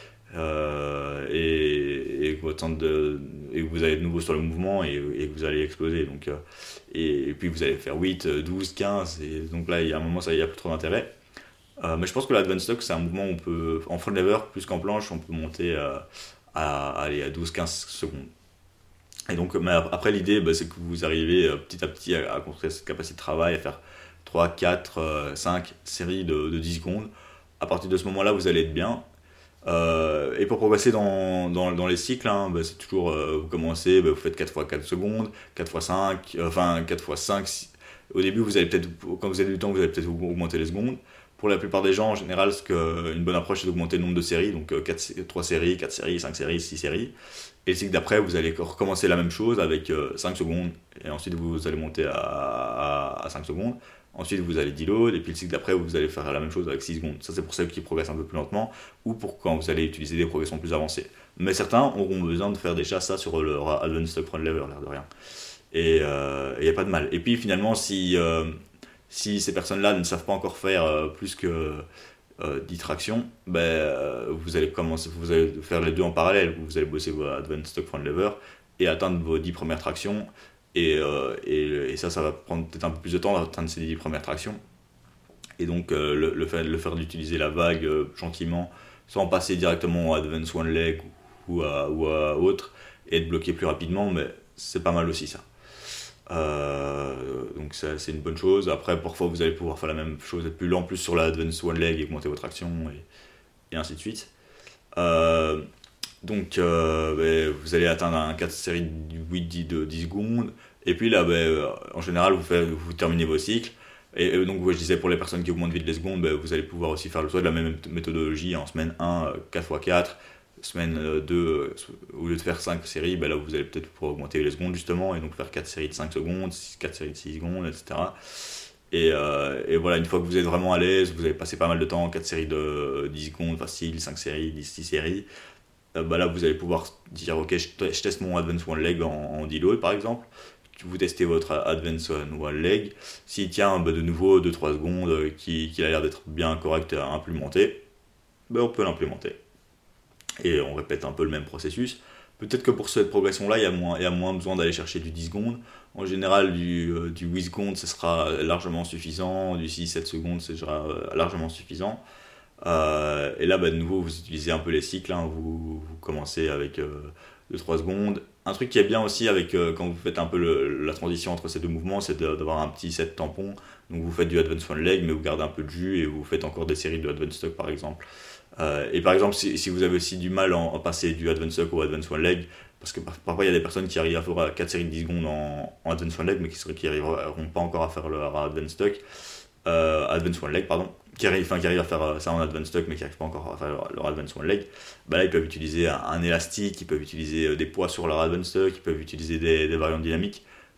euh, et, et, que votre centre de, et que vous allez de nouveau sur le mouvement, et, et que vous allez exploser. Donc, euh, et, et puis vous allez faire huit, douze, quinze, et donc là il y a un moment, ça, il n'y a plus trop d'intérêt. Euh, mais je pense que l'Advanced Stock, c'est un mouvement où on peut, en Front Lever, plus qu'en planche, on peut monter euh, à, aller à douze quinze secondes. Et donc, mais après, l'idée, bah, c'est que vous arrivez petit à petit à, à construire cette capacité de travail, à faire trois, quatre, cinq séries de, de dix secondes. À partir de ce moment-là, vous allez être bien. Euh, et pour progresser dans, dans, dans les cycles, hein, bah, c'est toujours, euh, vous commencez, bah, vous faites quatre fois quatre secondes, quatre fois cinq, euh, enfin quatre fois cinq. six. Au début, vous allez peut-être, quand vous avez du temps, vous allez peut-être augmenter les secondes. Pour la plupart des gens, en général, ce que, une bonne approche, c'est d'augmenter le nombre de séries, donc quatre, trois séries, quatre séries, cinq séries, six séries. Et le cycle d'après, vous allez recommencer la même chose avec euh, cinq secondes, et ensuite vous allez monter à, à, à cinq secondes. Ensuite, vous allez deload, et puis le cycle d'après, vous allez faire la même chose avec six secondes. Ça, c'est pour ceux qui progressent un peu plus lentement, ou pour quand vous allez utiliser des progressions plus avancées. Mais certains auront besoin de faire déjà ça sur leur Advanced Stock Front Lever, l'air de rien. Et il euh, n'y a pas de mal. Et puis finalement, si, euh, si ces personnes-là ne savent pas encore faire euh, plus que euh, dix tractions, ben, euh, vous allez commencer, vous allez faire les deux en parallèle. Vous allez bosser vos Advanced Stock Front Lever et atteindre vos dix premières tractions. Et, euh, et, et ça, ça va prendre peut-être un peu plus de temps d'atteindre ces dix premières tractions. Et donc, euh, le, le, fait, le faire d'utiliser la vague euh, gentiment, sans passer directement au Advanced One Leg ou à, ou à autre, et de bloquer plus rapidement, mais c'est pas mal aussi ça. Euh, donc ça, c'est une bonne chose. Après, parfois vous allez pouvoir faire la même chose, être plus lent plus sur la Advanced One Leg et augmenter votre action et, et ainsi de suite. Euh, donc euh, bah, vous allez atteindre un quatre séries de huit dix de dix secondes, et puis là bah, en général vous, faites, vous terminez vos cycles. Et, et donc ouais, je disais, pour les personnes qui augmentent vite les secondes, bah, vous allez pouvoir aussi faire le choix de la même méthodologie en semaine un, quatre fois quatre. Semaine deux, au lieu de faire cinq séries, ben là vous allez peut-être pouvoir augmenter les secondes justement, et donc faire quatre séries de cinq secondes, quatre séries de six secondes, et cetera. Et, euh, et voilà, une fois que vous êtes vraiment à l'aise, vous avez passé pas mal de temps, quatre séries de dix secondes facile, cinq séries, dix, six séries, euh, ben là vous allez pouvoir dire ok, je, je teste mon Advanced One Leg en, en deload par exemple. Vous testez votre Advanced One Leg, s'il tient ben de nouveau deux trois secondes, qu'il qui a l'air d'être bien correct à implémenter, ben on peut l'implémenter. Et on répète un peu le même processus. Peut-être que pour cette progression-là, il y a moins, il y a moins besoin d'aller chercher du dix secondes. En général, du, euh, du huit secondes, ce sera largement suffisant. Du six sept secondes, ce sera euh, largement suffisant. Euh, et là, bah, de nouveau, vous utilisez un peu les cycles. Hein. Vous, vous commencez avec euh, deux trois secondes. Un truc qui est bien aussi avec, euh, quand vous faites un peu le, la transition entre ces deux mouvements, c'est de, d'avoir un petit set tampon. Donc vous faites du Advanced One Leg, mais vous gardez un peu de jus et vous faites encore des séries de Advanced Stock par exemple. Euh, et par exemple, si, si vous avez aussi du mal en, en passer du Advanced Stock au Advanced One Leg, parce que par, parfois il y a des personnes qui arrivent à faire quatre séries de dix secondes en, en Advanced One Leg, mais qui n'arriveront pas encore à faire leur Advanced Stock, euh, Advanced One Leg, pardon, qui arrivent, enfin, qui arrivent à faire ça en Advanced Stock, mais qui n'arrivent pas encore à faire leur, leur Advanced One Leg, bah là ils peuvent utiliser un, un élastique, ils peuvent utiliser des poids sur leur Advanced Stock, ils peuvent utiliser des, des variantes dynamiques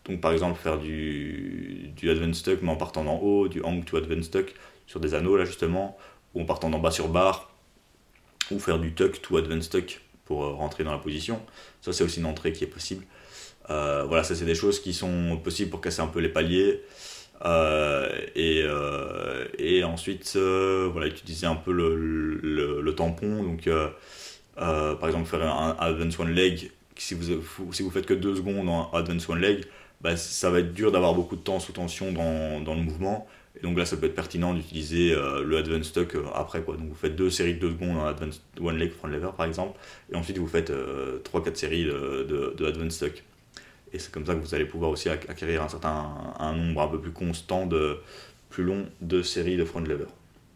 Donc par exemple faire du, du advanced tuck mais en partant d'en haut, du hang to advanced tuck sur des anneaux là justement, ou en partant d'en bas sur barre, ou faire du tuck to advanced tuck pour euh, rentrer dans la position. Ça c'est aussi une entrée qui est possible. Euh, voilà, ça c'est des choses qui sont possibles pour casser un peu les paliers. Euh, et, euh, et ensuite euh, voilà, utiliser un peu le, le, le tampon. Donc euh, euh, par exemple faire un, un advance one leg. Si vous, si vous faites que deux secondes en advance one leg, bah, ça va être dur d'avoir beaucoup de temps sous tension dans, dans le mouvement. Et donc là, ça peut être pertinent d'utiliser euh, le advance tuck euh, après, quoi. Donc vous faites deux séries de deux secondes en advance one leg front lever par exemple, et ensuite vous faites euh, trois quatre séries de, de, de advance tuck. Et c'est comme ça que vous allez pouvoir aussi acquérir un certain un nombre un peu plus constant de plus long de séries de front lever.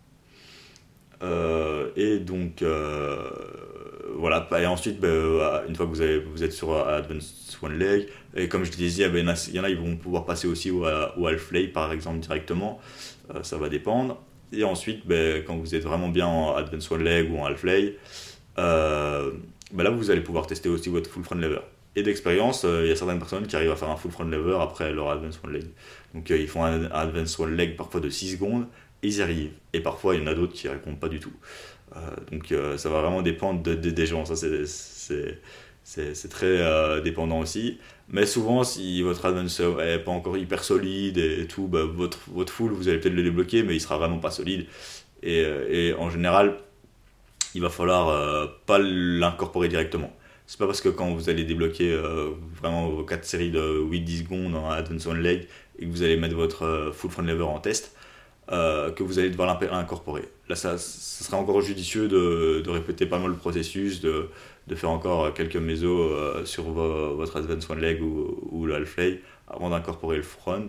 Euh, et donc euh, voilà, et ensuite bah, une fois que vous, avez, vous êtes sur Advanced One Leg, et comme je le disais, bah, il, y en a, il y en a ils vont pouvoir passer aussi au, au half lay par exemple directement, euh, ça va dépendre. Et ensuite bah, quand vous êtes vraiment bien en Advanced One Leg ou en half lay, euh, bah, là vous allez pouvoir tester aussi votre full front lever. Et d'expérience, euh, il y a certaines personnes qui arrivent à faire un full front lever après leur Advanced One Leg. Donc euh, ils font un Advanced One Leg parfois de six secondes, et ils y arrivent. Et parfois il y en a d'autres qui ne répondent pas du tout. Euh, donc euh, ça va vraiment dépendre de, de, des gens, ça c'est, c'est, c'est, c'est très euh, dépendant aussi. Mais souvent, si votre Advance n'est pas encore hyper solide et tout, bah, votre, votre full, vous allez peut-être le débloquer, mais il sera vraiment pas solide. Et, et en général, il va falloir euh, pas l'incorporer directement. C'est pas parce que quand vous allez débloquer euh, vraiment vos quatre séries de huit dix secondes en Advance One Leg et que vous allez mettre votre euh, full front lever en test, euh, que vous allez devoir l'incorporer. Là, ça, ça sera encore judicieux de, de répéter pas mal le processus, de, de faire encore quelques mésos euh, sur vo, votre Advance One Leg ou, ou le half lay avant d'incorporer le front.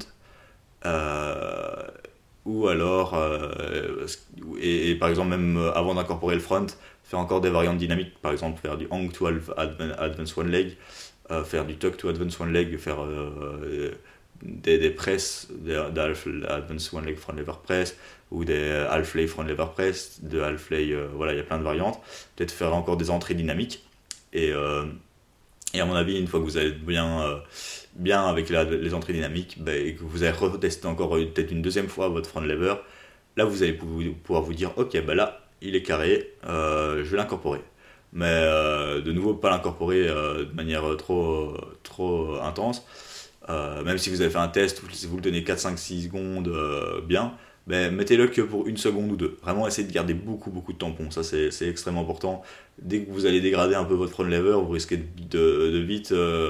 Euh, ou alors, euh, et, et par exemple, même avant d'incorporer le front, faire encore des variantes dynamiques, par exemple faire du hang to advance one leg, euh, faire du tuck to advance one leg, faire euh, des, des presses, des, des half advance one leg front lever press, ou des half lay front lever press, de half lay, euh, voilà, il y a plein de variantes. Peut-être faire encore des entrées dynamiques. Et, euh, et à mon avis, une fois que vous êtes bien, euh, bien avec la, les entrées dynamiques, bah, et que vous allez retester encore peut-être une deuxième fois votre front lever, là vous allez pouvoir vous dire, ok, bah là, il est carré, euh, je vais l'incorporer. Mais euh, de nouveau, pas l'incorporer euh, de manière trop, trop intense. Euh, même si vous avez fait un test, si vous le tenez quatre, cinq, six secondes euh, bien, ben, mettez-le que pour une seconde ou deux. Vraiment, essayez de garder beaucoup, beaucoup de tampons. Ça, c'est, c'est extrêmement important. Dès que vous allez dégrader un peu votre front lever, vous risquez de, de vite euh,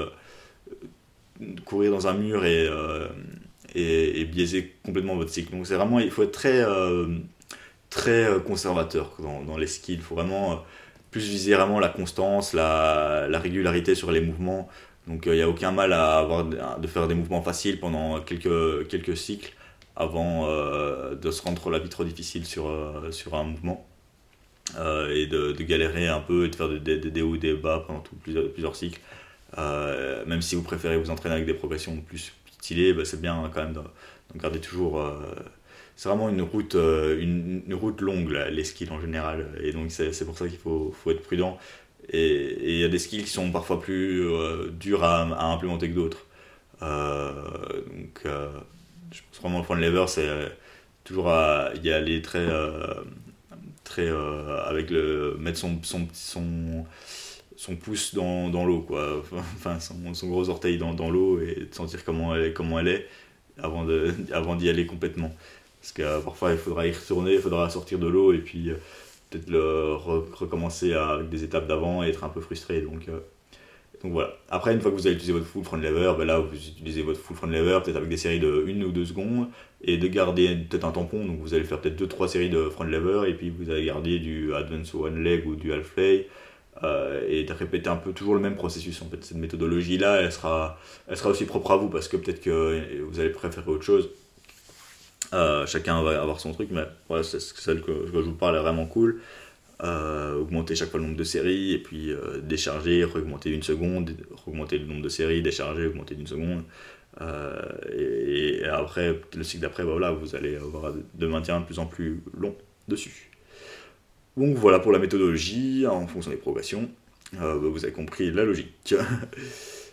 courir dans un mur et, euh, et, et biaiser complètement votre cycle. Donc, c'est vraiment, il faut être très... Euh, très conservateur dans, dans les skills. Il faut vraiment euh, plus viser vraiment la constance, la, la régularité sur les mouvements. Donc il euh, n'y a aucun mal à avoir de faire des mouvements faciles pendant quelques, quelques cycles avant euh, de se rendre la vie trop difficile sur, euh, sur un mouvement euh, et de, de galérer un peu et de faire des, des, des hauts et des bas pendant tout, plusieurs, plusieurs cycles. Euh, même si vous préférez vous entraîner avec des progressions plus stylées, bah, c'est bien quand même de, de garder toujours... Euh, c'est vraiment une route, euh, une, une route longue, là, les skills en général. Et donc, c'est, c'est pour ça qu'il faut, faut être prudent. Et il y a des skills qui sont parfois plus euh, durs à, à implémenter que d'autres. Euh, donc, euh, je pense vraiment le front lever, c'est toujours à y aller très. Euh, très euh, avec le. mettre son, son, son, son pouce dans, dans l'eau, quoi. Enfin, son, son gros orteil dans, dans l'eau et de sentir comment elle, comment elle est avant, de, avant d'y aller complètement. Parce que euh, parfois il faudra y retourner, il faudra sortir de l'eau et puis euh, peut-être le re- recommencer à, avec des étapes d'avant et être un peu frustré. Donc, euh, donc voilà. Après, une fois que vous avez utilisé votre full front lever, ben là vous utilisez votre full front lever peut-être avec des séries de une ou deux secondes et de garder peut-être un tampon. Donc vous allez faire peut-être deux trois séries de front lever et puis vous allez garder du advance one leg ou du half lay. Euh, et de répéter un peu toujours le même processus. En fait, cette méthodologie là elle sera, elle sera aussi propre à vous parce que peut-être que vous allez préférer autre chose. Euh, chacun va avoir son truc, mais ouais, c'est celle que, que je vous parle est vraiment cool. Euh, augmenter chaque fois le nombre de séries et puis euh, décharger, augmenter d'une seconde, augmenter le nombre de séries, décharger, augmenter d'une seconde. Euh, et, et après, le cycle d'après, bah, voilà, vous allez avoir de maintien de plus en plus long dessus. Donc voilà pour la méthodologie en fonction des progressions. Euh, bah, vous avez compris la logique.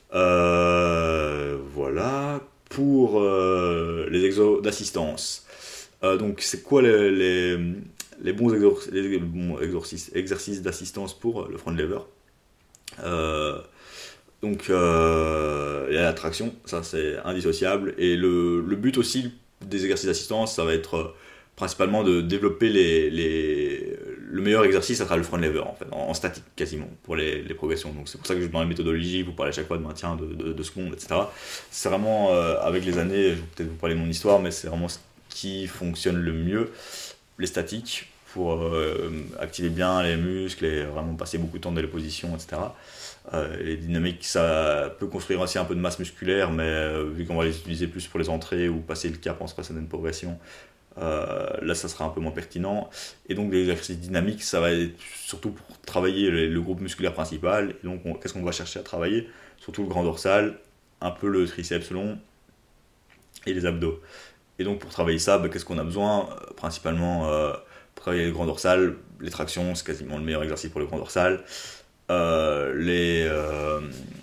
Euh, voilà. Pour euh, les exos d'assistance. Euh, donc, c'est quoi les, les, les bons, exor- les bons exorcistes- exercices d'assistance pour le front lever? euh, Donc, euh, il y a la traction, ça c'est indissociable. Et le, le but aussi des exercices d'assistance, ça va être euh, principalement de développer les, les, le meilleur exercice, ça sera le front lever en fait, en, en statique quasiment, pour les, les progressions. Donc c'est pour ça que je dans la méthodologie, vous parlez à chaque fois de maintien, de, de, de secondes, et cetera. C'est vraiment, euh, avec les années, je vais peut-être vous parler de mon histoire, mais c'est vraiment ce qui fonctionne le mieux, les statiques, pour euh, activer bien les muscles et vraiment passer beaucoup de temps dans les positions, et cetera. Euh, les dynamiques, ça peut construire aussi un peu de masse musculaire, mais euh, vu qu'on va les utiliser plus pour les entrées ou passer le cap en certaines progressions, euh, là ça sera un peu moins pertinent. Et donc les exercices dynamiques, ça va être surtout pour travailler le, le groupe musculaire principal. Et donc on- qu'est-ce qu'on va chercher à travailler? Surtout le grand dorsal, un peu le triceps long et les abdos. Et donc pour travailler ça, bah, qu'est-ce qu'on a besoin? Euh, Principalement euh, pour travailler le grand dorsal, les tractions, c'est quasiment le meilleur exercice pour le grand dorsal. Euh, les, euh,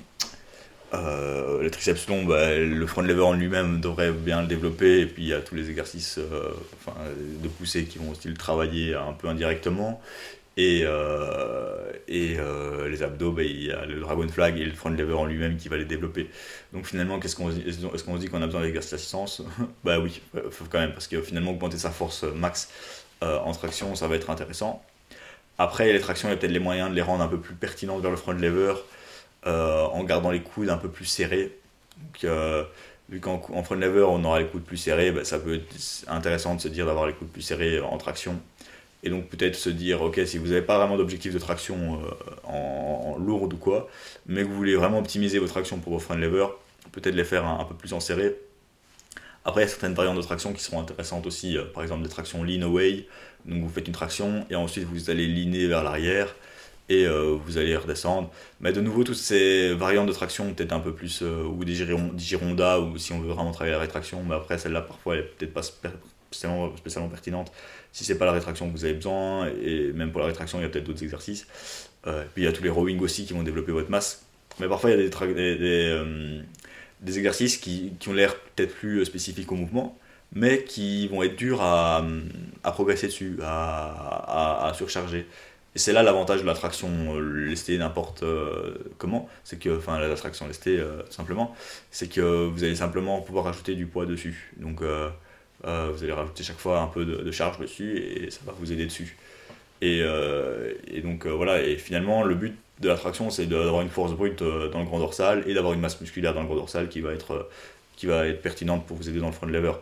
euh, les triceps longs, bah, le front lever en lui-même devrait bien le développer, et puis il y a tous les exercices euh, enfin, de poussée qui vont aussi le travailler un peu indirectement. Et, euh, et euh, les abdos, bah, il y a le dragon flag et le front lever en lui-même qui va les développer. Donc finalement, qu'est-ce qu'on se dit, est-ce qu'on se dit qu'on a besoin d'exercices d'assistance? Bah oui, faut quand même, parce que finalement, augmenter sa force max euh, en traction, ça va être intéressant. Après, les tractions, il y a peut-être les moyens de les rendre un peu plus pertinentes vers le front lever euh, en gardant les coudes un peu plus serrés. Donc, euh, vu qu'en en front lever, on aura les coudes plus serrés, bah, ça peut être intéressant de se dire d'avoir les coudes plus serrés en traction. Et donc, peut-être se dire, ok, si vous n'avez pas vraiment d'objectif de traction euh, en, en lourde ou quoi, mais que vous voulez vraiment optimiser vos tractions pour vos front lever, peut-être les faire un, un peu plus en serré. Après, il y a certaines variantes de traction qui seront intéressantes aussi, euh, par exemple des tractions lean away. Donc vous faites une traction et ensuite vous allez leaner vers l'arrière et euh, vous allez redescendre. Mais de nouveau, toutes ces variantes de traction, peut-être un peu plus, euh, ou des, giron- des girondas, ou si on veut vraiment travailler la rétraction, mais après celle-là, parfois, elle est peut-être pas spécialement, spécialement pertinente si c'est pas la rétraction que vous avez besoin, et même pour la rétraction, il y a peut-être d'autres exercices. Euh, puis il y a tous les rowing aussi qui vont développer votre masse. Mais parfois, il y a des, tra- des, des, euh, des exercices qui, qui ont l'air peut-être plus spécifiques au mouvement, mais qui vont être durs à, à progresser dessus, à, à, à surcharger. Et c'est là l'avantage de la traction euh, lestée n'importe euh, comment, c'est que, enfin la traction lestée euh, tout simplement, c'est que vous allez simplement pouvoir rajouter du poids dessus. Donc euh, euh, vous allez rajouter chaque fois un peu de, de charge dessus et ça va vous aider dessus. Et, euh, et donc euh, voilà, et finalement le but de la traction c'est d'avoir une force brute euh, dans le grand dorsal et d'avoir une masse musculaire dans le grand dorsal qui va être, euh, qui va être pertinente pour vous aider dans le front lever.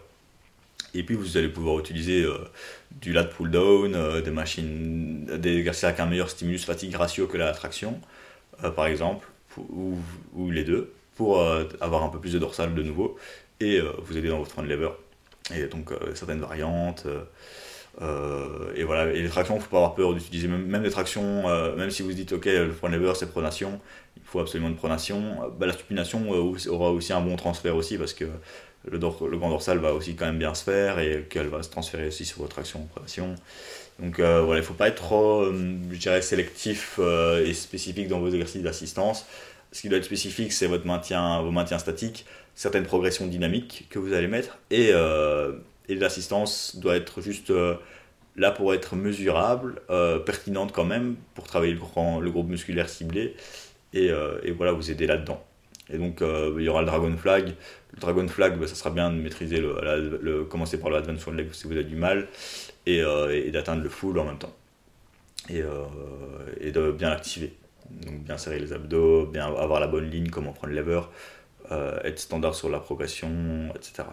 Et puis vous allez pouvoir utiliser euh, du lat pull down, euh, des machines, des exercices avec un meilleur stimulus fatigue ratio que la traction, euh, par exemple, pour- ou, ou les deux, pour euh, avoir un peu plus de dorsal de nouveau et euh, vous aider dans votre front lever. Et donc euh, certaines variantes. Euh, euh, et voilà, et les tractions, il ne faut pas avoir peur d'utiliser même, même les tractions, euh, même si vous dites ok, le front lever c'est pronation, il faut absolument une pronation. Euh, bah, la supination euh, aura aussi un bon transfert aussi parce que le, dor- le grand dorsal va aussi quand même bien se faire et qu'elle va se transférer aussi sur votre traction en pronation. Donc euh, voilà, il ne faut pas être trop, euh, je dirais, sélectif euh, et spécifique dans vos exercices d'assistance. Ce qui doit être spécifique, c'est votre maintien, vos maintiens statiques, certaines progressions dynamiques que vous allez mettre, et, euh, et l'assistance doit être juste euh, là pour être mesurable, euh, pertinente quand même, pour travailler le, grand, le groupe musculaire ciblé, et, euh, et voilà, vous aider là-dedans. Et donc euh, il y aura le Dragon Flag. Le Dragon Flag, bah, ça sera bien de maîtriser le, la- le commencer par le Advanced One Leg si vous avez du mal, et, euh, et d'atteindre le full en même temps. Et, euh, et de bien l'activer. Donc bien serrer les abdos, bien avoir la bonne ligne, comment prendre le lever, euh, être standard sur la progression, et cetera.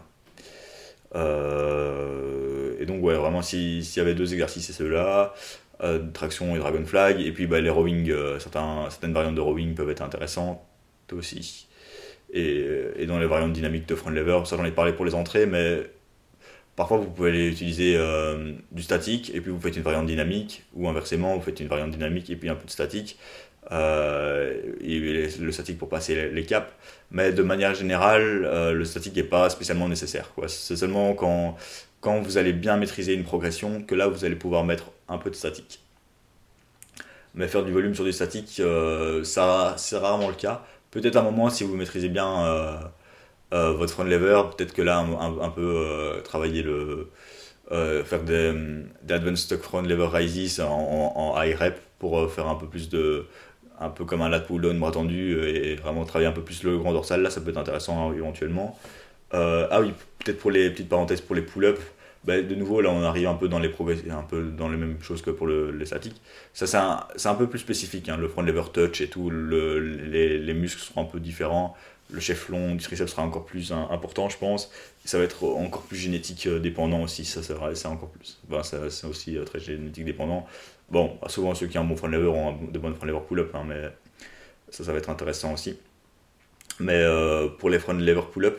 Euh, et donc ouais, vraiment si- s'il y avait deux exercices, c'est ceux-là, euh, traction et dragon flag, et puis bah, les rowing, euh, certains, certaines variantes de rowing peuvent être intéressantes aussi. Et, et dans les variantes dynamiques de front lever, ça j'en ai parlé pour les entrées, mais parfois vous pouvez aller utiliser euh, du statique, et puis vous faites une variante dynamique, ou inversement, vous faites une variante dynamique et puis un peu de statique. Euh, et le statique pour passer les, les caps, mais de manière générale, euh, le statique n'est pas spécialement nécessaire, quoi. C'est seulement quand, quand vous allez bien maîtriser une progression que là vous allez pouvoir mettre un peu de statique. Mais faire du volume sur du statique, euh, ça, c'est rarement le cas. Peut-être à un moment, si vous maîtrisez bien euh, euh, votre front lever, peut-être que là, un, un- un peu euh, travailler le. Euh, faire des, des advanced stock front lever raises en, en, en high rep pour euh, faire un peu plus de. Un peu comme un lat pull down bras tendu euh, et vraiment travailler un peu plus le grand dorsal. Là, ça peut être intéressant hein, éventuellement. Euh, ah oui, peut-être pour les petites parenthèses pour les pull-ups. Bah, de nouveau, là, on arrive un peu dans les progrès, un peu dans les mêmes choses que pour le, les statiques. Ça, c'est un, c'est un peu plus spécifique. Hein, le front lever touch et tout, le, les, les muscles seront un peu différents. Le chef long du triceps sera encore plus hein, important, je pense. Et ça va être encore plus génétique euh, dépendant aussi. Ça, c'est vrai, c'est encore plus. Bah, ça, c'est aussi euh, très génétique dépendant. Bon, souvent, ceux qui ont un bon front lever ont un- de bonnes front lever pull-up, hein, mais ça, ça va être intéressant aussi. Mais euh, pour les front lever pull-up,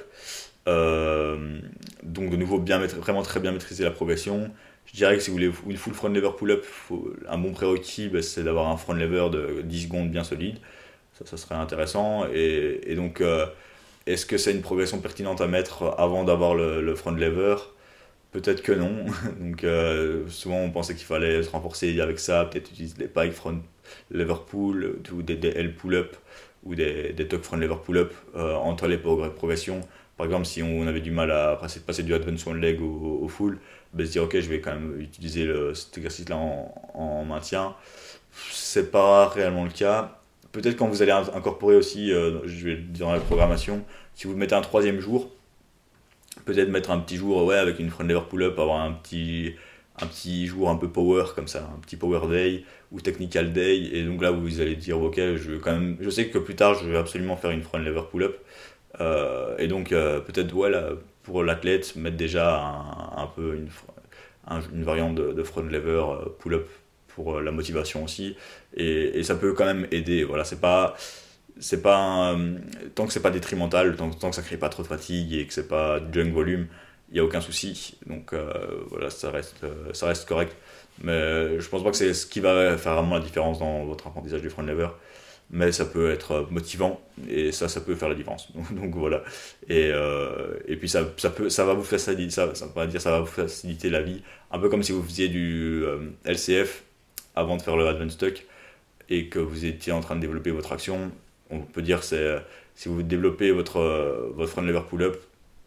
euh, donc de nouveau, bien maître- vraiment très bien maîtriser la progression. Je dirais que si vous voulez une full front lever pull-up, faut- un bon prérequis, bah, c'est d'avoir un front lever de dix secondes bien solide. Ça, ça serait intéressant. Et, et donc, euh, est-ce que c'est une progression pertinente à mettre avant d'avoir le, le front lever? Peut-être que non. Donc, euh, souvent, on pensait qu'il fallait se renforcer avec ça, peut-être utiliser des pike front lever pull, ou des, des L pull-up, ou des, des tuck front lever pull-up euh, entre les progr- progressions. Par exemple, si on avait du mal à passer, passer du advance one leg au, au full, ben, se dire ok, je vais quand même utiliser le, cet exercice-là en, en maintien. C'est pas réellement le cas. Peut-être quand vous allez incorporer aussi, euh, je vais dire dans la programmation, si vous mettez un troisième jour, peut-être mettre un petit jour ouais, avec une front lever pull-up, avoir un petit, un petit jour un peu power comme ça, un petit power day ou technical day. Et donc là, vous allez dire, ok, je, vais quand même, je sais que plus tard, je vais absolument faire une front lever pull-up. Euh, et donc, euh, peut-être, ouais, là, pour l'athlète, mettre déjà un, un peu une, un- une variante de, de front lever euh, pull-up pour euh, la motivation aussi. Et, et ça peut quand même aider. Voilà, c'est pas c'est pas un- tant que c'est pas détrimental, tant, tant que ça crée pas trop de fatigue et que c'est pas du junk volume, il y a aucun souci. Donc euh, voilà, ça reste euh, ça reste correct. Mais je pense pas que c'est ce qui va faire vraiment la différence dans votre apprentissage du front lever. Mais ça peut être motivant et ça, ça peut faire la différence. Donc voilà. Et, euh, et puis ça, ça, peut, ça va vous faciliter, ça, ça va dire, ça va vous faciliter la vie. Un peu comme si vous faisiez du euh, L C F avant de faire le Advanced Tuck et que vous étiez en train de développer votre action. On peut dire c'est euh, si vous développez votre, euh, votre front lever pull-up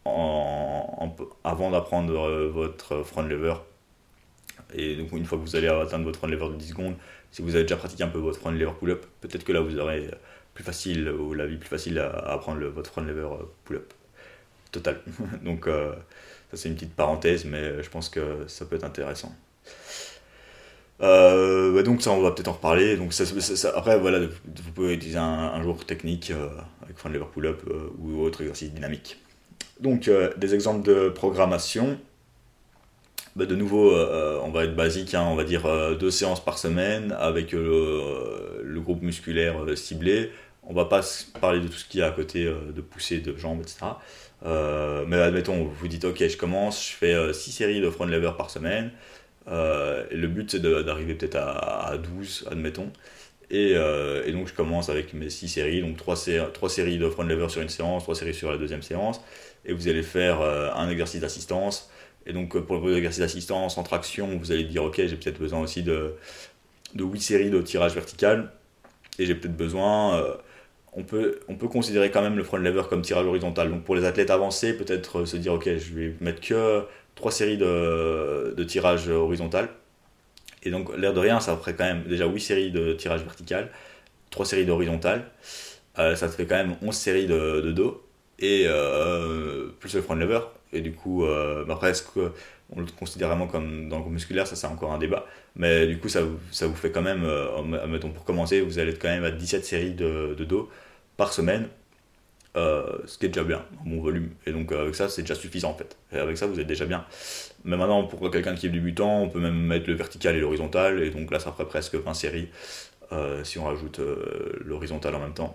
en, en- avant d'apprendre euh, votre front lever. Et donc une fois que vous allez atteindre votre front lever de dix secondes, si vous avez déjà pratiqué un peu votre front lever pull-up, peut-être que là vous aurez plus facile ou la vie plus facile à, à apprendre le- votre front lever euh, pull-up total. Donc euh, ça c'est une petite parenthèse, mais je pense que ça peut être intéressant. Euh, bah donc ça on va peut-être en reparler. Donc ça, ça- ça- après voilà, vous pouvez utiliser un, un jour technique euh, avec front lever pull-up euh, ou autre exercice dynamique. Donc euh, des exemples de programmation. Bah, de nouveau, euh, on va être basique, hein, on va dire euh, deux séances par semaine avec euh, le groupe musculaire euh, ciblé. On va pas s- parler de tout ce qu'il y a à côté euh, de poussée de jambes, et cetera. Euh, mais admettons, vous vous dites ok, je commence, je fais six séries de front lever par semaine. Euh, et le but c'est de- d'arriver peut-être à, à douze, admettons. Et, euh, et donc je commence avec mes six séries, donc trois séries de front lever sur une séance, trois séries sur la deuxième séance. Et vous allez faire euh, un exercice d'assistance. Et donc euh, pour le exercice d'assistance en traction, vous allez dire ok, j'ai peut-être besoin aussi de, de huit séries de tirage vertical. Et j'ai peut-être besoin, euh, on, peut, on peut considérer quand même le front lever comme tirage horizontal. Donc pour les athlètes avancés, peut-être euh, se dire ok, je vais mettre que trois séries de, de tirage horizontal. Et donc l'air de rien, ça ferait quand même déjà huit séries de tirage vertical, trois séries d'horizontal. Euh, ça te fait quand même onze séries de, de dos et euh, plus le front lever. Et du coup, euh, après, est-ce qu'on le considère vraiment comme dans le groupe musculaire? Ça, c'est encore un débat. Mais du coup, ça, vous- ça vous fait quand même, euh, mettons pour commencer, vous allez être quand même à dix-sept séries de, de dos par semaine, euh, ce qui est déjà bien, un bon volume. Et donc, euh, avec ça, c'est déjà suffisant en fait. Et avec ça, vous êtes déjà bien. Mais maintenant, pour quelqu'un qui est débutant, on peut même mettre le vertical et l'horizontal. Et donc là, ça ferait presque vingt séries euh, si on rajoute euh, l'horizontal en même temps.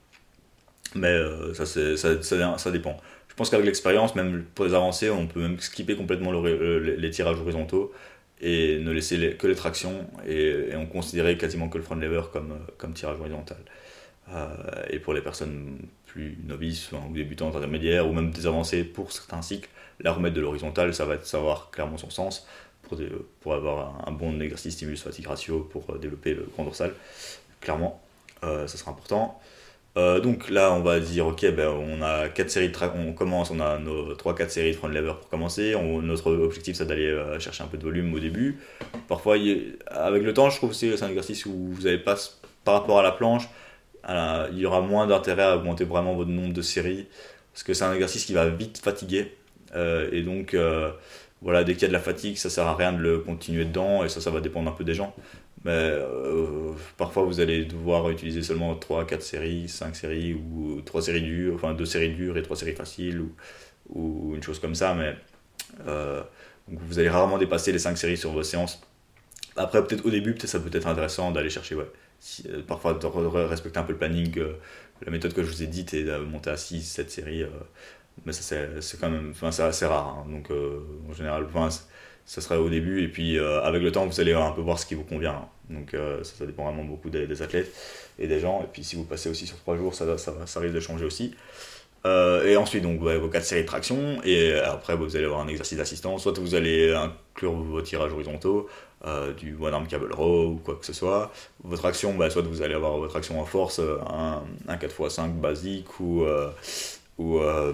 Mais euh, ça, c'est, ça, ça, ça dépend. Je pense qu'avec l'expérience, même pour les avancées, on peut même skipper complètement le- le- les tirages horizontaux et ne laisser les- que les tractions et, et on considérait quasiment que le front lever comme, euh, comme tirage horizontal. Euh, et pour les personnes plus novices enfin, ou débutantes intermédiaires ou même des avancées pour certains cycles, la remettre de l'horizontal, ça va être savoir clairement son sens pour, des- pour avoir un, un bon exercice stimulus-fatigue ratio pour euh, développer le grand dorsal. Clairement, euh, ça sera important. Euh, donc là, on va dire, ok, ben, on a quatre séries de tra- on commence, on a nos trois quatre séries de front lever pour commencer. On- notre objectif, c'est d'aller euh, chercher un peu de volume au début. Parfois, il- avec le temps, je trouve que c'est c'est un exercice où vous n'avez pas, par rapport à la planche, à la- il y aura moins d'intérêt à augmenter vraiment votre nombre de séries, parce que c'est un exercice qui va vite fatiguer. Euh, et donc, euh, voilà, dès qu'il y a de la fatigue, ça sert à rien de le continuer dedans, et ça, ça va dépendre un peu des gens. Mais euh, parfois vous allez devoir utiliser seulement trois quatre séries, cinq séries ou trois séries dures, enfin deux séries dures et trois séries faciles ou, ou une chose comme ça. Mais euh, donc vous allez rarement dépasser les cinq séries sur vos séances. Après, peut-être au début, peut-être ça peut être intéressant d'aller chercher, ouais. Si, euh, parfois de re- respecter un peu le planning, euh, la méthode que je vous ai dite et de monter à six sept séries. Euh, mais ça c'est c'est quand même, enfin c'est assez rare, hein. Donc euh, en général, enfin, ça serait au début et puis euh, avec le temps vous allez un peu voir ce qui vous convient, hein. Donc euh, ça, ça dépend vraiment beaucoup des, des athlètes et des gens, et puis si vous passez aussi sur trois jours, ça, ça, ça risque de changer aussi. Euh, et ensuite donc ouais, vos quatre séries de traction, et après vous allez avoir un exercice d'assistance, soit vous allez inclure vos tirages horizontaux, euh, du one arm cable row ou quoi que ce soit. Votre action, bah, soit vous allez avoir votre action en force, un, un quatre fois cinq basique ou euh, ou, euh,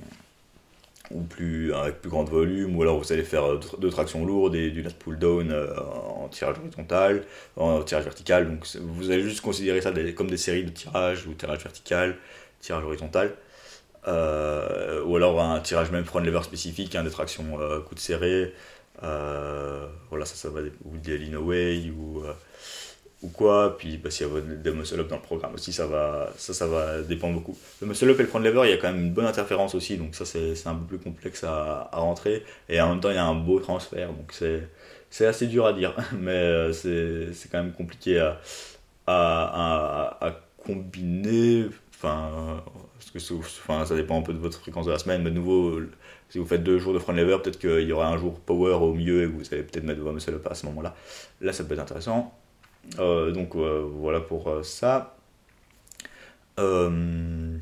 ou plus, avec plus grand volume, ou alors vous allez faire deux tractions lourdes et du lat pull down euh, en tirage horizontal, en tirage vertical. Donc vous allez juste considérer ça des, comme des séries de tirage ou tirage vertical, tirage horizontal. Euh, ou alors un tirage même front lever spécifique, hein, des tractions euh, coude serré. Euh, voilà, ça, ça va, ou des lean away, ou, euh, ou quoi. Puis bah, s'il y a des muscle up dans le programme aussi, ça va, ça, ça va dépendre beaucoup. Le muscle up et le front lever, il y a quand même une bonne interférence aussi, donc ça c'est, c'est un peu plus complexe à, à rentrer. Et en même temps, il y a un beau transfert, donc c'est, c'est assez dur à dire, mais euh, c'est, c'est quand même compliqué à, à, à, à combiner. Enfin, parce que enfin, ça dépend un peu de votre fréquence de la semaine, mais de nouveau, si vous faites deux jours de front lever, peut-être qu'il y aura un jour power au milieu et vous allez peut-être mettre vos muscle up à ce moment-là. Là, ça peut être intéressant. Euh, donc euh, voilà pour euh, ça. Euh,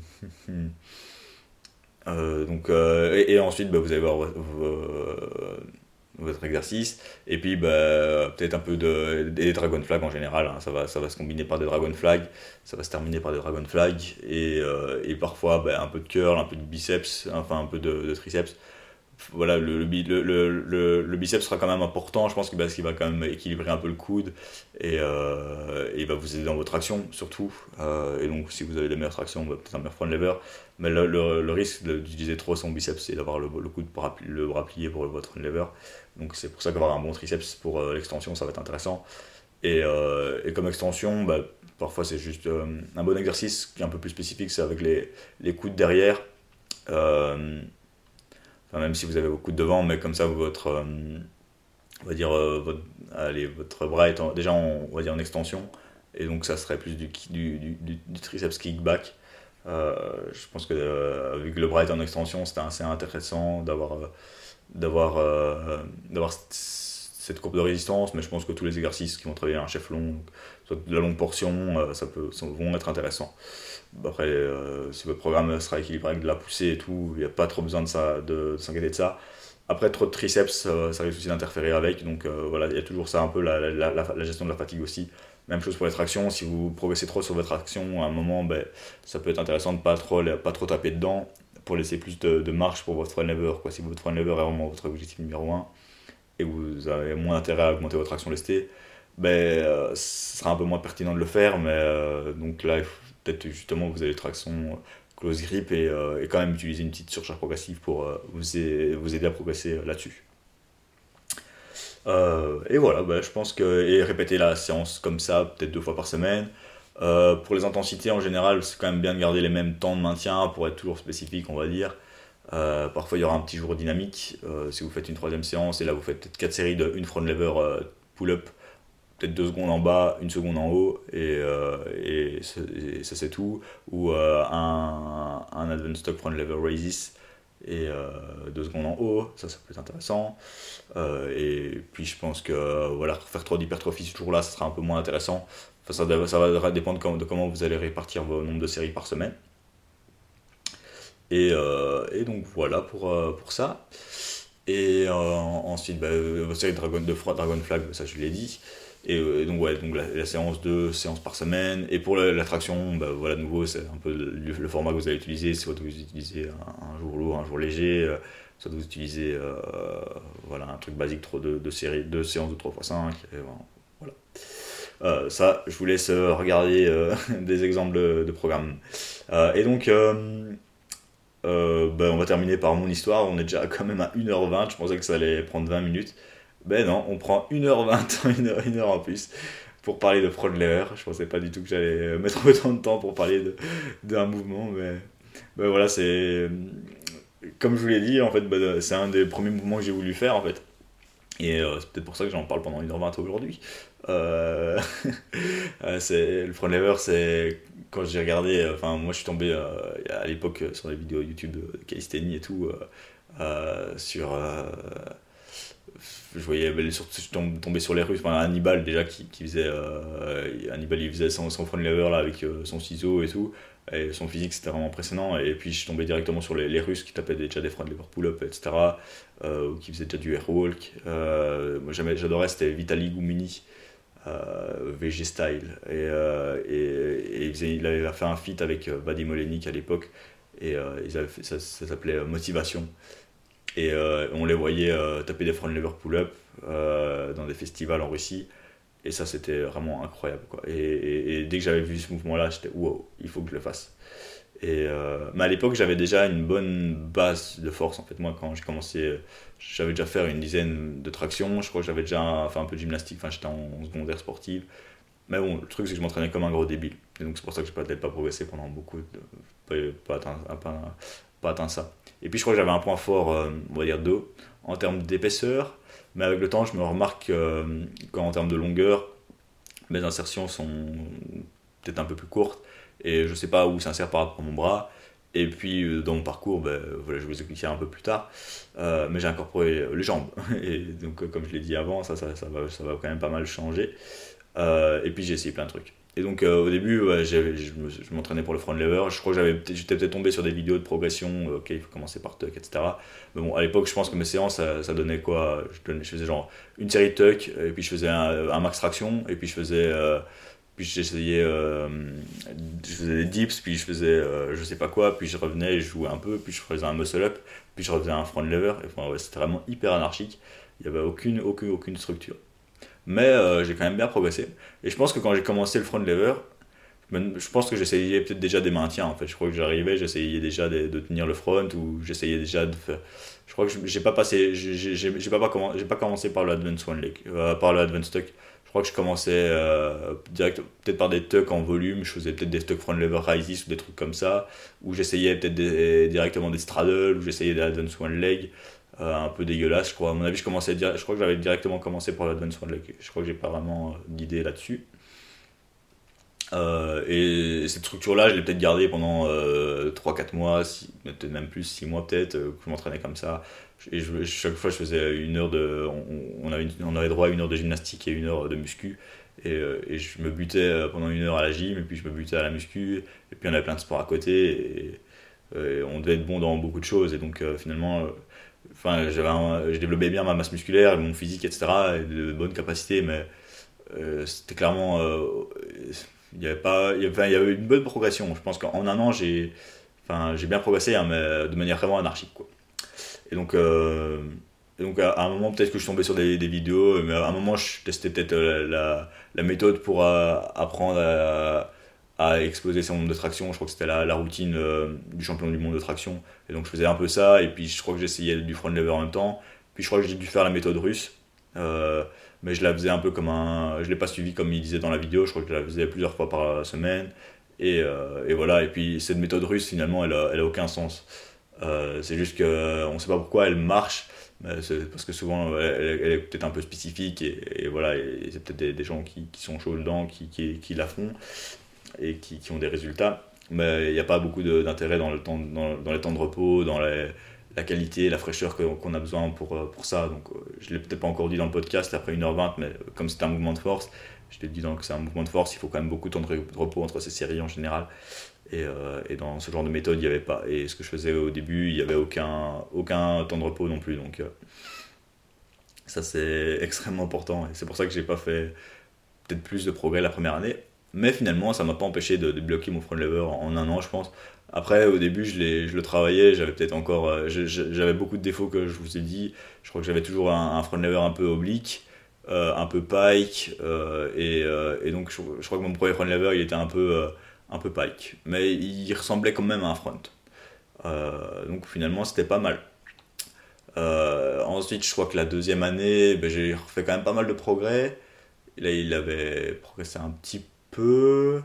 euh, donc, euh, et, et ensuite, bah, vous allez voir votre, votre exercice. Et puis, bah, peut-être un peu de, des dragon flags en général, hein. Ça va, ça va se combiner par des dragon flags. Ça va se terminer par des dragon flags. Et, euh, et parfois, bah, un peu de curl, un peu de biceps, enfin un peu de, de triceps. Voilà, le, le, le, le, le biceps sera quand même important, je pense, que, parce qu'il va quand même équilibrer un peu le coude et, euh, et il va vous aider dans votre action surtout. Euh, et donc, si vous avez des meilleures tractions, bah, peut-être un meilleur front lever. Mais le, le, le risque d'utiliser trop son biceps, c'est d'avoir le, le coude, pour, le bras plié pour votre front lever. Donc, c'est pour ça qu'avoir un bon triceps pour euh, l'extension, ça va être intéressant. Et, euh, et comme extension, bah, parfois c'est juste euh, un bon exercice qui est un peu plus spécifique, c'est avec les, les coudes derrière. Euh, Enfin, même si vous avez vos coudes devant, mais comme ça, votre, euh, on va dire, euh, votre, allez, votre bras est en, déjà en, on va dire en extension, et donc ça serait plus du, du, du, du triceps kickback. Euh, je pense que euh, vu que le bras est en extension, c'était assez intéressant d'avoir euh, d'avoir euh, d'avoir cette courbe de résistance, mais je pense que tous les exercices qui vont travailler un chef long, soit de la longue portion, euh, ça peut, ça vont être intéressants. Après, euh, si votre programme sera équilibré avec de la poussée et tout, il n'y a pas trop besoin de, ça, de, de s'inquiéter de ça. Après, trop de triceps, euh, ça risque aussi d'interférer avec. Donc euh, voilà, il y a toujours ça, un peu la, la, la, la gestion de la fatigue aussi. Même chose pour les tractions, si vous progressez trop sur votre action, à un moment, ben, ça peut être intéressant de ne pas trop, pas trop taper dedans pour laisser plus de, de marge pour votre front lever, quoi. Si votre front lever est vraiment votre objectif numéro un et vous avez moins intérêt à augmenter votre action lestée, ben, euh, ce sera un peu moins pertinent de le faire. Mais euh, donc là, il faut peut-être justement vous avez les tractions close grip et, euh, et quand même utiliser une petite surcharge progressive pour euh, vous, aider, vous aider à progresser là-dessus. Euh, et voilà, bah, je pense que et répéter la séance comme ça, peut-être deux fois par semaine. Euh, pour les intensités en général, c'est quand même bien de garder les mêmes temps de maintien pour être toujours spécifique, on va dire. Euh, parfois il y aura un petit jour dynamique. Euh, si vous faites une troisième séance et là vous faites peut-être quatre séries de une front lever euh, pull-up, peut-être deux secondes en bas, une seconde en haut, et, euh, et, et ça c'est tout. Ou euh, un, un advanced stock front lever raises et euh, deux secondes en haut, ça ça peut être intéressant. Euh, et puis je pense que voilà, faire trop d'hypertrophie ce jour-là, ça sera un peu moins intéressant. Enfin, ça, ça va dépendre de comment vous allez répartir vos nombres de séries par semaine. Et, euh, et donc voilà pour, euh, pour ça. Et euh, ensuite, bah, vos séries de Dragon, de Dragon Flag, ça je l'ai dit. Et, euh, et donc, ouais, donc la, la séance, deux séances par semaine. Et pour la, la traction, bah, voilà, de nouveau, c'est un peu le, le format que vous allez utiliser. Soit vous utilisez un, un jour lourd, un jour léger, euh, soit vous utilisez euh, voilà, un truc basique de, de série, deux séances de trois fois cinq. Et voilà. Euh, ça, je vous laisse regarder euh, des exemples de, de programmes. Euh, et donc, euh, euh, ben, on va terminer par mon histoire. On est déjà quand même à une heure vingt. Je pensais que ça allait prendre vingt minutes. Ben non, on prend une heure vingt, une heure, une heure en plus pour parler de front lever. Je pensais pas du tout que j'allais mettre autant de temps pour parler de, d'un mouvement. Mais ben voilà, c'est. Comme je vous l'ai dit, en fait, ben, c'est un des premiers mouvements que j'ai voulu faire en fait. Et euh, c'est peut-être pour ça que j'en parle pendant une heure vingt aujourd'hui. Euh... c'est... Le front lever, c'est quand j'ai regardé, enfin moi je suis tombé euh, à l'époque sur des vidéos YouTube de calisthénie et tout, euh, euh, sur. Euh... Je voyais, surtout, je suis tombé sur les Russes, enfin, Hannibal déjà qui, qui faisait. Euh... Hannibal il faisait son, son front lever là avec euh, son ciseau et tout. Et son physique c'était vraiment impressionnant, et puis je suis tombé directement sur les, les Russes qui tapaient déjà des front lever pull-up, et cetera. Euh, ou qui faisaient déjà du air walk. Euh, moi j'adorais, c'était Vitaly Goumini, euh, V G Style, et, euh, et, et il, faisait, il avait fait un feat avec Vadim Olenik à l'époque, et euh, ils avaient fait, ça, ça s'appelait Motivation, et euh, on les voyait euh, taper des front lever pull-up euh, dans des festivals en Russie. Et ça, c'était vraiment incroyable, quoi. Et, et, et dès que j'avais vu ce mouvement-là, j'étais wow, il faut que je le fasse. Et euh, mais à l'époque, j'avais déjà une bonne base de force. En fait, moi, quand j'ai commencé, j'avais déjà fait une dizaine de tractions. Je crois que j'avais déjà fait un peu de gymnastique. Enfin, j'étais en secondaire sportive. Mais bon, le truc, c'est que je m'entraînais comme un gros débile. Et donc, c'est pour ça que je n'ai peut-être pas progressé pendant beaucoup de. Pas, pas, atteint, pas, pas atteint ça. Et puis, je crois que j'avais un point fort, euh, on va dire dos, en termes d'épaisseur. Mais avec le temps, je me remarque euh, qu'en termes de longueur, mes insertions sont peut-être un peu plus courtes. Et je sais pas où s'insère par rapport à mon bras. Et puis euh, dans mon parcours, ben, voilà, je vais vous expliquer un peu plus tard, euh, mais j'ai incorporé les jambes. Et donc euh, comme je l'ai dit avant, ça, ça, ça, va, ça va quand même pas mal changer. Euh, et puis j'ai essayé plein de trucs. Et donc euh, au début, ouais, je, me, je m'entraînais pour le front lever. Je crois que j'avais, j'étais peut-être tombé sur des vidéos de progression. Euh, ok, il faut commencer par tuck, et cetera. Mais bon, à l'époque, je pense que mes séances, ça, ça donnait quoi, je, donnais, je faisais genre une série de tuck, et puis je faisais un, un max traction, et puis je faisais... Euh, puis j'essayais, euh, je faisais des dips, puis je faisais euh, je sais pas quoi, puis je revenais, je jouais un peu, puis je faisais un muscle up, puis je refaisais un front lever. Et enfin, ouais, c'était vraiment hyper anarchique. Il n'y avait aucune, aucune, aucune structure. Mais euh, j'ai quand même bien progressé. Et je pense que quand j'ai commencé le front lever, je pense que j'essayais peut-être déjà des maintiens en fait. Je crois que j'arrivais, j'essayais déjà de, de tenir le front, ou j'essayais déjà de faire. Je crois que j'ai pas passé, j'ai, j'ai, j'ai pas, pas, commencé, j'ai pas commencé par le advanced one leg, euh, par le advanced tuck. Je crois que je commençais euh, direct, peut-être par des tucks en volume. Je faisais peut-être des tuck front lever rises ou des trucs comme ça, ou j'essayais peut-être des, directement des straddles, ou j'essayais des advanced one leg. Euh, un peu dégueulasse, je crois. À mon avis, je commençais, je crois que j'avais directement commencé par l'advanced one leg. Je crois que j'ai pas vraiment d'idée là-dessus. Euh, et cette structure-là, je l'ai peut-être gardée pendant euh, trois quatre mois, six, peut-être même plus, six mois peut-être, euh, que je m'entraînais comme ça. Et je, chaque fois, je faisais une heure de. On, on, avait, une, on avait droit à une heure de gymnastique et une heure de muscu. Et, euh, et je me butais pendant une heure à la gym, et puis je me butais à la muscu. Et puis on avait plein de sports à côté. Et, et on devait être bon dans beaucoup de choses. Et donc euh, finalement. Euh, Enfin, j'avais un, je développais bien ma masse musculaire, mon physique, et cetera, et de bonnes capacités, mais euh, c'était clairement. Euh, il y avait pas, il y avait, il y avait une bonne progression. Je pense qu'en un an, j'ai, enfin, j'ai bien progressé, hein, mais de manière vraiment anarchique, quoi. Et donc, euh, et donc à un moment, peut-être que je suis tombé sur des, des vidéos, mais à un moment, je testais peut-être la, la, la méthode pour euh, apprendre à, à exploser son nombre de traction. Je crois que c'était la, la routine euh, du champion du monde de traction. Et donc je faisais un peu ça, et puis je crois que j'essayais du front lever en même temps. Puis je crois que j'ai dû faire la méthode russe, euh, mais je la faisais un peu comme un. Je l'ai pas suivi comme il disait dans la vidéo. Je crois que je la faisais plusieurs fois par semaine. Et, euh, et voilà. Et puis cette méthode russe, finalement, elle a, elle a aucun sens. Euh, c'est juste que on sait pas pourquoi elle marche. Mais c'est parce que souvent elle, elle est peut-être un peu spécifique, et, et voilà. Et c'est peut-être des, des gens qui, qui sont chauds dedans, qui, qui, qui la font et qui, qui ont des résultats. Mais il n'y a pas beaucoup de, d'intérêt dans, le temps, dans, dans les temps de repos, dans les, la qualité, la fraîcheur que, qu'on a besoin pour, pour ça. Donc, je ne l'ai peut-être pas encore dit dans le podcast après une heure vingt, mais comme c'est un mouvement de force, je l'ai dit donc que c'est un mouvement de force, il faut quand même beaucoup de temps de repos entre ces séries en général. Et, euh, et dans ce genre de méthode, il n'y avait pas. Et ce que je faisais au début, il n'y avait aucun, aucun temps de repos non plus. Donc, euh, ça, c'est extrêmement important. Et c'est pour ça que je n'ai pas fait peut-être plus de progrès la première année. Mais finalement, ça m'a pas empêché de, de bloquer mon front lever en, en un an, je pense. Après, au début, je, l'ai, je le travaillais, j'avais peut-être encore, euh, je- je- j'avais beaucoup de défauts que je vous ai dit. Je crois que j'avais toujours un, un front lever un peu oblique, euh, un peu pike, euh, et, euh, et donc je, je crois que mon premier front lever, il était un peu, euh, un peu pike, mais il ressemblait quand même à un front. Euh, donc finalement, c'était pas mal. Euh, ensuite, je crois que la deuxième année, ben, j'ai fait quand même pas mal de progrès. Et là, il avait progressé un petit peu.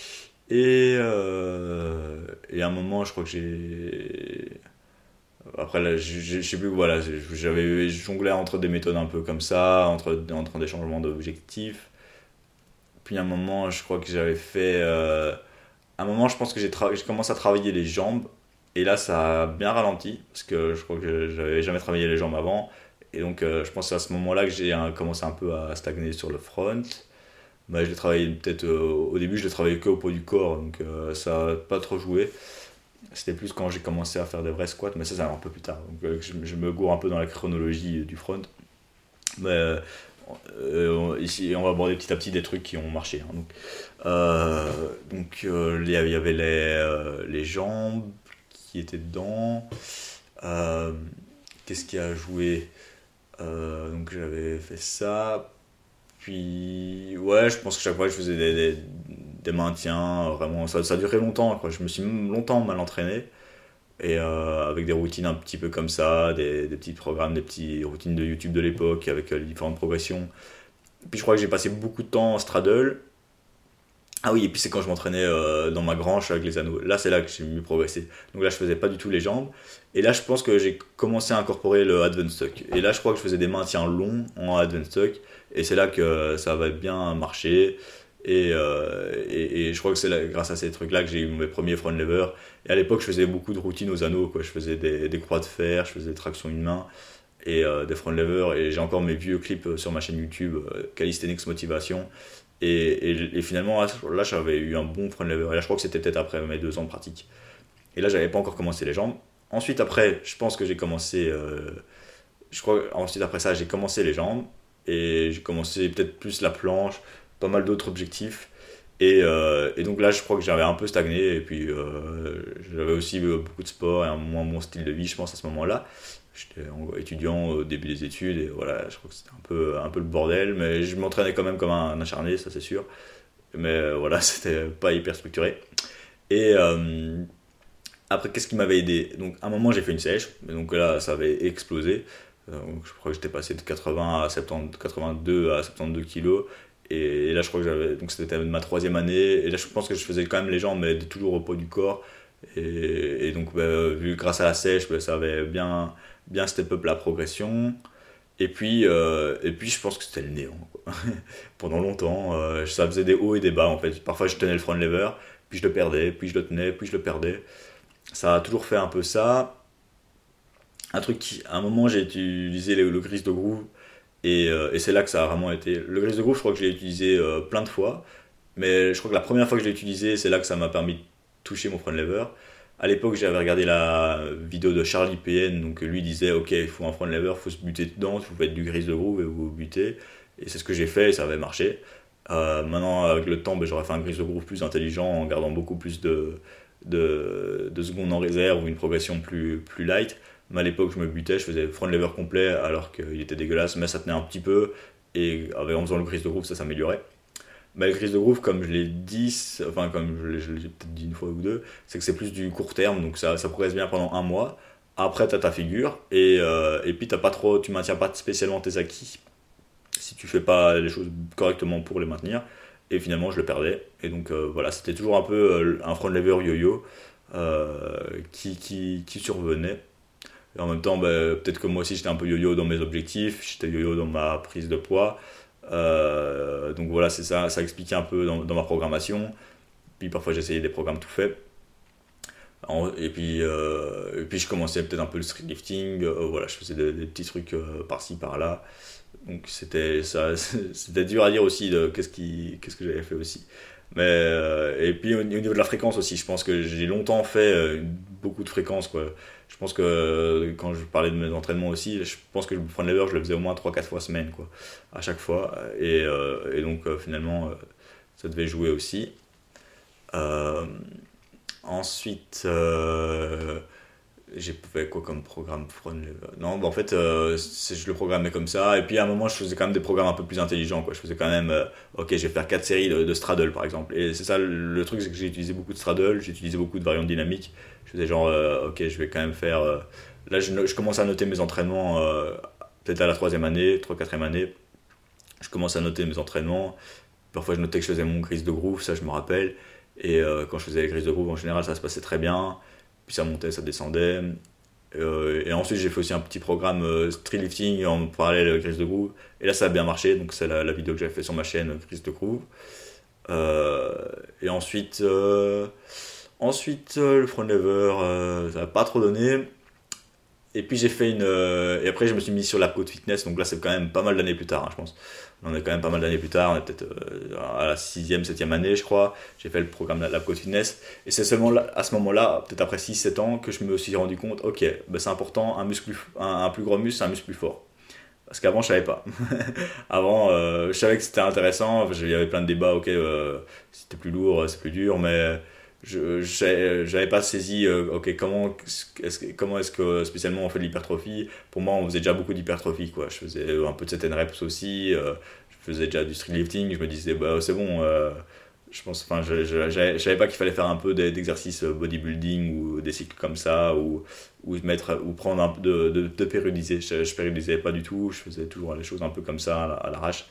Et, euh, et à un moment, je crois que j'ai. Après, là, je, je, je sais plus, voilà, j'avais jonglé entre des méthodes un peu comme ça, entre, entre des changements d'objectifs. Puis à un moment, je crois que j'avais fait. Euh, à un moment, je pense que j'ai, tra- j'ai commencé à travailler les jambes. Et là, ça a bien ralenti, parce que je crois que j'avais jamais travaillé les jambes avant. Et donc, euh, je pense que c'est à ce moment-là que j'ai euh, commencé un peu à stagner sur le front. Bah, je l'ai travaillé peut-être euh, au début, je l'ai travaillé que au poids du corps, donc euh, ça n'a pas trop joué. C'était plus quand j'ai commencé à faire des vrais squats, mais ça, ça va un peu plus tard. Donc euh, je, je me gourre un peu dans la chronologie du front. Mais euh, euh, ici, on va aborder petit à petit des trucs qui ont marché. Hein. Donc, euh, donc euh, il y avait les, euh, les jambes qui étaient dedans. Euh, Qu'est-ce qui a joué? Euh, Donc j'avais fait ça. Puis, ouais, je pense que chaque fois je faisais des, des, des maintiens, vraiment, ça, ça a duré longtemps, quoi. Je me suis même longtemps mal entraîné, et euh, avec des routines un petit peu comme ça, des, des petits programmes, des petites routines de YouTube de l'époque, avec euh, les différentes progressions. Puis je crois que j'ai passé beaucoup de temps en straddle. Ah oui, et puis c'est quand je m'entraînais euh, dans ma grange avec les anneaux. Là, c'est là que j'ai mieux progressé. Donc là, je faisais pas du tout les jambes. Et là, je pense que j'ai commencé à incorporer le advanced tuck. Et là, je crois que je faisais des maintiens longs en advanced tuck. Et c'est là que ça va bien marcher. Et, euh, et, et je crois que c'est là, grâce à ces trucs-là que j'ai eu mes premiers front lever. Et à l'époque, je faisais beaucoup de routines aux anneaux, quoi. Je faisais des, des croix de fer, je faisais des tractions une main et euh, des front lever. Et j'ai encore mes vieux clips sur ma chaîne YouTube, euh, Calisthenics Motivation. Et, et, et finalement, là, j'avais eu un bon front lever. Et là, je crois que c'était peut-être après mes deux ans de pratique. Et là, j'avais pas encore commencé les jambes. Ensuite, après, je pense que j'ai commencé. Euh, je crois ensuite après ça, j'ai commencé les jambes et j'ai commencé peut-être plus la planche, pas mal d'autres objectifs. Et, euh, et donc là, je crois que j'avais un peu stagné. Et puis, euh, j'avais aussi beaucoup de sport et un moins bon style de vie, je pense, à ce moment-là. J'étais étudiant au début des études et voilà, je crois que c'était un peu, un peu le bordel, mais je m'entraînais quand même comme un acharné, ça c'est sûr. Mais euh, voilà, c'était pas hyper structuré. Et euh, après, qu'est-ce qui m'avait aidé? Donc, à un moment, j'ai fait une sèche, mais donc là, ça avait explosé. Euh, Donc, je crois que j'étais passé de quatre-vingts à soixante-dix, quatre-vingt-deux à soixante-douze kilos. Et, et là, je crois que j'avais. Donc, c'était ma troisième année. Et là, je pense que je faisais quand même les jambes, mais toujours au poids du corps. Et, et donc, bah, vu grâce à la sèche, bah, ça avait bien, bien step up la progression. Et puis, euh, et puis, je pense que c'était le néant, quoi. Pendant longtemps, euh, ça faisait des hauts et des bas, en fait. Parfois, je tenais le front lever, puis je le perdais, puis je le tenais, puis je le perdais. Ça a toujours fait un peu ça. Un truc qui, à un moment, j'ai utilisé le, le grise de groove, et, euh, et c'est là que ça a vraiment été. Le grise de groove, je crois que je l'ai utilisé euh, plein de fois, mais je crois que la première fois que je l'ai utilisé, c'est là que ça m'a permis de toucher mon front lever. À l'époque, j'avais regardé la vidéo de Charlie P N, donc lui disait ok, il faut un front lever, il faut se buter dedans, vous faites du grise de groove et vous vous butez. Et c'est ce que j'ai fait et ça avait marché. Euh, maintenant, avec le temps, ben, j'aurais fait un grise de groove plus intelligent en gardant beaucoup plus de, de, de secondes en réserve ou une progression plus, plus light. Mais à l'époque, je me butais, je faisais front lever complet alors qu'il était dégueulasse, mais ça tenait un petit peu. Et en faisant le grise de groove, ça s'améliorait. Mais le grise de groove, comme je l'ai dit, enfin comme je l'ai, je l'ai peut-être dit une fois ou deux, c'est que c'est plus du court terme, donc ça, ça progresse bien pendant un mois. Après, tu as ta figure, et, euh, et puis t'as pas trop, tu maintiens pas spécialement tes acquis si tu fais pas les choses correctement pour les maintenir. Et finalement, je le perdais. Et donc euh, voilà, c'était toujours un peu euh, un front lever yo-yo euh, qui, qui, qui survenait. Et en même temps, bah, peut-être que moi aussi j'étais un peu yo-yo dans mes objectifs, j'étais yo-yo dans ma prise de poids. Euh, donc voilà, c'est ça, ça expliquait un peu dans, dans ma programmation. Puis parfois j'essayais des programmes tout faits. En- et, puis, euh, et puis je commençais peut-être un peu le street lifting. Euh, voilà, je faisais des, des petits trucs euh, par-ci par-là. Donc c'était ça, c'était dur à dire aussi de qu'est-ce qui, qu'est-ce que j'avais fait aussi. Mais euh, et puis au niveau de la fréquence aussi, je pense que j'ai longtemps fait euh, beaucoup de fréquence, quoi. Je pense que euh, quand je parlais de mes entraînements aussi, je pense que le front lever, je le faisais au moins trois quatre fois semaine, quoi, à chaque fois. Et, euh, et donc, euh, finalement, euh, ça devait jouer aussi. Euh, ensuite, euh, j'ai fait quoi comme programme front lever? Non, bah en fait, euh, c'est- je le programmais comme ça. Et puis à un moment, je faisais quand même des programmes un peu plus intelligents, quoi. Je faisais quand même, euh, ok, je vais faire quatre séries de, de straddle, par exemple. Et c'est ça, le, le truc, c'est que j'ai utilisé beaucoup de straddle, j'ai utilisé beaucoup de variantes dynamiques. Je faisais genre, euh, ok, je vais quand même faire. euh, Là, je, no- je commence à noter mes entraînements, euh, peut-être à la troisième année, trois, quatrième année. Je commence à noter mes entraînements. Parfois, je notais que je faisais mon grise de groove, ça, je me rappelle. Et euh, quand je faisais les grises de groove, en général, ça se passait très bien. Puis ça montait, ça descendait. Euh, et ensuite, j'ai fait aussi un petit programme euh, street lifting en parallèle euh, grise de groove. Et là, ça a bien marché. Donc, c'est la, la vidéo que j'avais fait sur ma chaîne, euh, grise de groove. Euh, et ensuite, euh, ensuite euh, le front lever, euh, ça n'a pas trop donné. Et puis j'ai fait une. Euh, et après, je me suis mis sur la côte fitness. Donc là, c'est quand même pas mal d'années plus tard, hein, je pense. On est quand même pas mal d'années plus tard. On est peut-être euh, à la sixième, septième année, je crois. J'ai fait le programme la côte fitness. Et c'est seulement là, à ce moment-là, peut-être après six sept ans, que je me suis rendu compte, ok, ben c'est important, un, muscle, un, un plus gros muscle, c'est un muscle plus fort. Parce qu'avant, je savais pas. Avant, euh, je savais que c'était intéressant. Il y avait plein de débats. Ok, euh, si c'était plus lourd, c'est plus dur. Mais je j'avais pas saisi. Euh, ok, comment est-ce que, comment est-ce que spécialement on fait de l'hypertrophie? Pour moi, on faisait déjà beaucoup d'hypertrophie, quoi. Je faisais un peu de set and reps aussi. Euh, je faisais déjà du street lifting. Je me disais, bah c'est bon. Euh, je pense, enfin, je, je, je savais pas qu'il fallait faire un peu d'exercices bodybuilding ou des cycles comme ça, ou, ou mettre, ou prendre un peu de, de, de périodiser. Je, je périodisais pas du tout, je faisais toujours les choses un peu comme ça à l'arrache.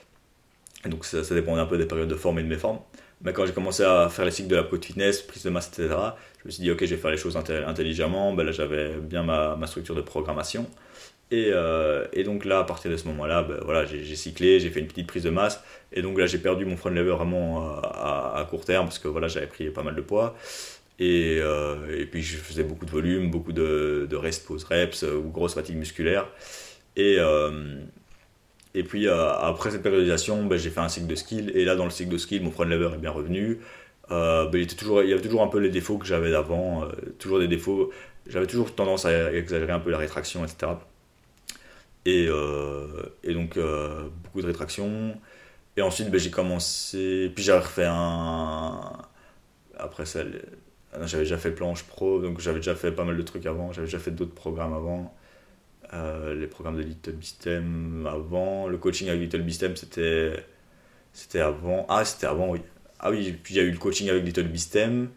Et donc ça, ça dépendait un peu des périodes de forme et de mes formes. Mais quand j'ai commencé à faire les cycles de la côte fitness, prise de masse, et cetera, je me suis dit, ok, je vais faire les choses intelligemment. Ben là, j'avais bien ma, ma structure de programmation. Et, euh, et donc là, à partir de ce moment-là, ben voilà, j'ai, j'ai cyclé, j'ai fait une petite prise de masse. Et donc là, j'ai perdu mon front lever vraiment à, à, à court terme parce que voilà, j'avais pris pas mal de poids. Et, euh, et puis je faisais beaucoup de volume, beaucoup de, de rest, pause, reps euh, ou grosse fatigue musculaire. Et, euh, et puis euh, après cette périodisation, ben, j'ai fait un cycle de skill. Et là, dans le cycle de skill, mon front lever est bien revenu. Euh, ben, il, était toujours, il y avait toujours un peu les défauts que j'avais d'avant, euh, toujours des défauts. J'avais toujours tendance à exagérer un peu la rétraction, et cetera. Et, euh, et donc euh, beaucoup de rétraction. Et ensuite ben, j'ai commencé, puis j'ai refait un, après ça j'avais déjà fait planche pro, donc j'avais déjà fait pas mal de trucs avant, j'avais déjà fait d'autres programmes avant, euh, les programmes de Little Beastem avant, le coaching avec Little Beastem c'était c'était avant, ah c'était avant oui, ah oui, puis il y a eu le coaching avec Little Beastem.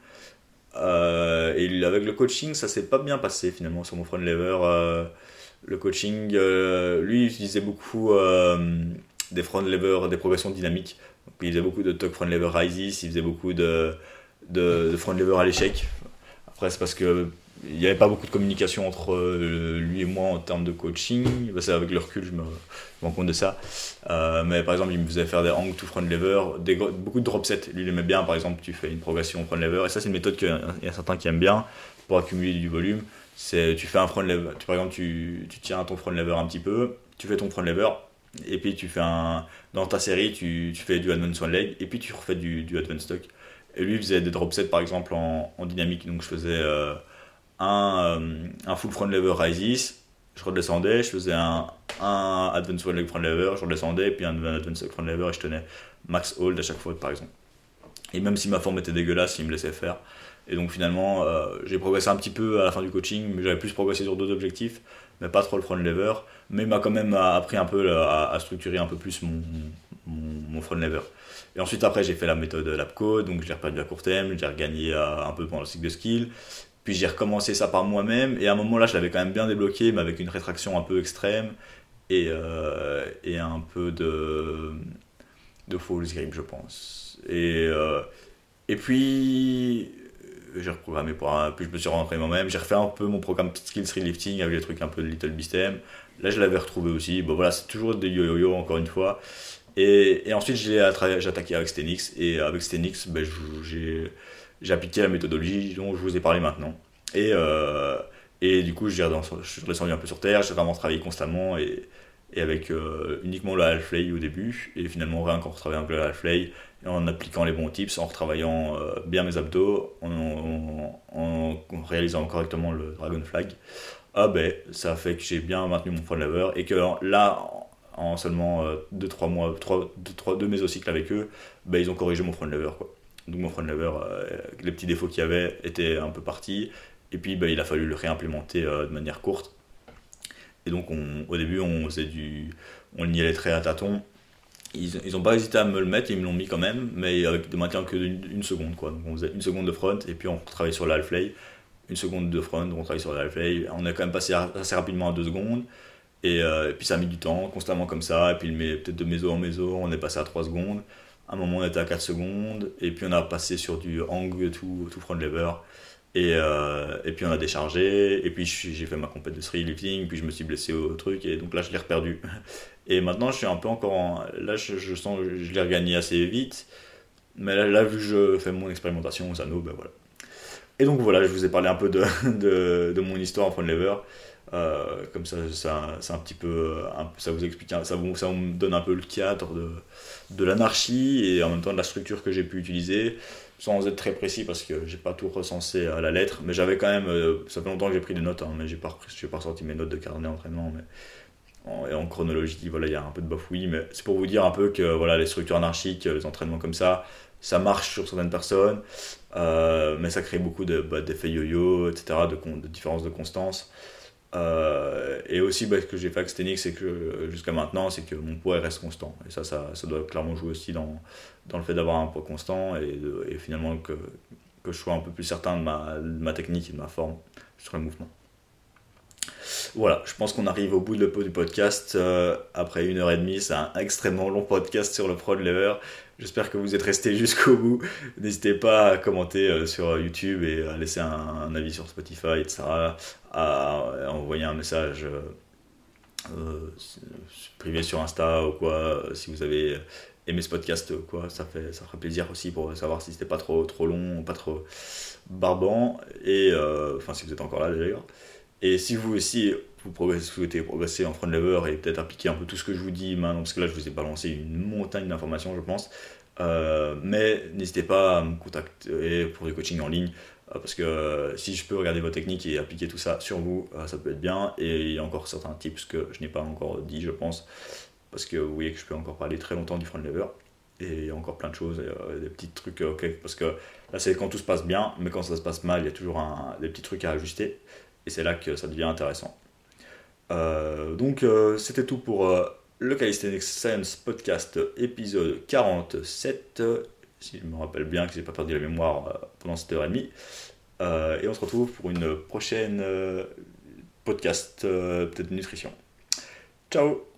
Euh, et avec le coaching ça s'est pas bien passé finalement sur mon front lever. euh, Le coaching, euh, lui, il utilisait beaucoup euh, des front lever, des progressions dynamiques. Donc, il faisait beaucoup de tuck front lever rises, il faisait beaucoup de, de, de front lever à l'échec. Après, c'est parce que il n'y avait pas beaucoup de communication entre euh, lui et moi en termes de coaching. C'est avec le recul, je me, je me rends compte de ça. Euh, mais par exemple, il me faisait faire des hang to front lever, des, beaucoup de drop sets. Lui, il aimait bien, par exemple, tu fais une progression front lever. Et ça, c'est une méthode qu'il y a certains qui aiment bien pour accumuler du volume. C'est, tu fais un front lever, tu, par exemple tu, tu tiens ton front lever un petit peu, tu fais ton front lever, et puis tu fais un, dans ta série tu, tu fais du advance one leg, et puis tu refais du, du advance stock. Et lui il faisait des drop sets par exemple en, en dynamique, donc je faisais euh, un, euh, un full front lever rises, je redescendais, je faisais un, un advance one leg front lever, je redescendais, et puis un advance stock front lever, et je tenais max hold à chaque fois par exemple. Et même si ma forme était dégueulasse, il me laissait faire. Et donc finalement, euh, j'ai progressé un petit peu à la fin du coaching, mais j'avais plus progressé sur d'autres objectifs, mais pas trop le front lever. Mais il m'a quand même appris un peu à, à structurer un peu plus mon, mon, mon front lever. Et ensuite, après, j'ai fait la méthode LabCode, donc j'ai reperdu à court terme, j'ai regagné à, un peu pendant le cycle de skill. Puis j'ai recommencé ça par moi-même, et à un moment là, je l'avais quand même bien débloqué, mais avec une rétraction un peu extrême, et, euh, et un peu de, de false grip, je pense. Et, euh, et puis j'ai reprogrammé pour un, puis je me suis rentré moi-même, j'ai refait un peu mon programme Skill Street Lifting avec les trucs un peu de Little Beastem. Là je l'avais retrouvé aussi, bon voilà, c'est toujours des yo-yo-yo encore une fois. Et, et ensuite j'ai, j'ai attaqué avec Stenix, et avec Stenix ben, j'ai, j'ai appliqué la méthodologie dont je vous ai parlé maintenant. Et, euh, et du coup j'ai, je suis redescendu un peu sur terre, j'ai vraiment travaillé constamment, et, et avec euh, uniquement le half lay au début, et finalement rien qu'en retravaillant avec le half lay, en appliquant les bons tips, en retravaillant euh, bien mes abdos, en, en, en, en réalisant correctement le dragon flag, ah ben ça fait que j'ai bien maintenu mon front lever, et que là en seulement deux trois mois, deux mésocycles avec eux, ben, ils ont corrigé mon front lever quoi. Donc mon front lever, euh, les petits défauts qu'il y avait étaient un peu partis, et puis ben, il a fallu le réimplémenter euh, de manière courte. Et donc on, au début on faisait du, on y allait très à tâtons. Ils, ils ont pas hésité à me le mettre, ils me l'ont mis quand même, mais avec des maintien que d'une une seconde quoi. Donc on faisait une seconde de front et puis on travaillait sur le half lay, une seconde de front, on travaillait sur le half lay. On a quand même passé assez rapidement à deux secondes. Et, euh, et puis ça a mis du temps, constamment comme ça, et puis peut-être de méso en méso, on est passé à trois secondes, à un moment on était à quatre secondes, et puis on a passé sur du hang tout, tout front lever, et, euh, et puis on a déchargé, et puis j'ai fait ma compète de street lifting, puis je me suis blessé au truc, et donc là je l'ai reperdu. Et maintenant je suis un peu encore en... Là je, je sens que je l'ai regagné assez vite, mais là, là vu que je fais mon expérimentation aux anneaux, ben voilà. Et donc voilà, je vous ai parlé un peu de, de, de mon histoire en front lever. Euh, comme ça, ça c'est un petit peu, un, ça vous explique, ça vous, ça vous donne un peu le cadre de, de l'anarchie et en même temps de la structure que j'ai pu utiliser, sans être très précis parce que j'ai pas tout recensé à la lettre, mais j'avais quand même, euh, ça fait longtemps que j'ai pris des notes, hein, mais j'ai pas, j'ai pas sorti mes notes de carnet d'entraînement, mais en, et en chronologie, voilà, il y a un peu de bafouillis, mais c'est pour vous dire un peu que voilà, les structures anarchiques, les entraînements comme ça, ça marche sur certaines personnes, euh, mais ça crée beaucoup de, bah, d'effets yo-yo, et cetera, de, de différences de constance. Euh, et aussi bah, ce que j'ai fait avec Stenix c'est que euh, jusqu'à maintenant c'est que mon poids reste constant et ça, ça, ça doit clairement jouer aussi dans, dans le fait d'avoir un poids constant et, de, et finalement que, que je sois un peu plus certain de ma, de ma technique et de ma forme sur le mouvement. Voilà, je pense qu'on arrive au bout de le, du podcast. Euh, après une heure et demie, c'est un extrêmement long podcast sur le front lever. J'espère que vous êtes restés jusqu'au bout. N'hésitez pas à commenter euh, sur YouTube et à laisser un, un avis sur Spotify, et cetera. À, à envoyer un message euh, euh, privé sur Insta ou quoi, euh, si vous avez aimé ce podcast, quoi. Ça fait, ça ferait plaisir aussi pour savoir si c'était pas trop, trop long, pas trop barbant. Et euh, enfin, si vous êtes encore là d'ailleurs. Et si vous aussi vous progressez, souhaitez progresser en front lever et peut-être appliquer un peu tout ce que je vous dis maintenant, parce que là je vous ai balancé une montagne d'informations je pense, euh, mais n'hésitez pas à me contacter pour du coaching en ligne, euh, parce que euh, si je peux regarder vos techniques et appliquer tout ça sur vous, euh, ça peut être bien, et il y a encore certains tips que je n'ai pas encore dit je pense, parce que vous voyez que je peux encore parler très longtemps du front lever, et il y a encore plein de choses, et, euh, des petits trucs, euh, okay, parce que là c'est quand tout se passe bien, mais quand ça se passe mal, il y a toujours un, des petits trucs à ajuster. Et c'est là que ça devient intéressant. Euh, donc euh, c'était tout pour euh, le Calisthenics Science Podcast épisode quarante-sept. Si je me rappelle bien que j'ai pas perdu la mémoire euh, pendant cette heure et demie. Euh, et on se retrouve pour une prochaine euh, podcast, euh, peut-être nutrition. Ciao!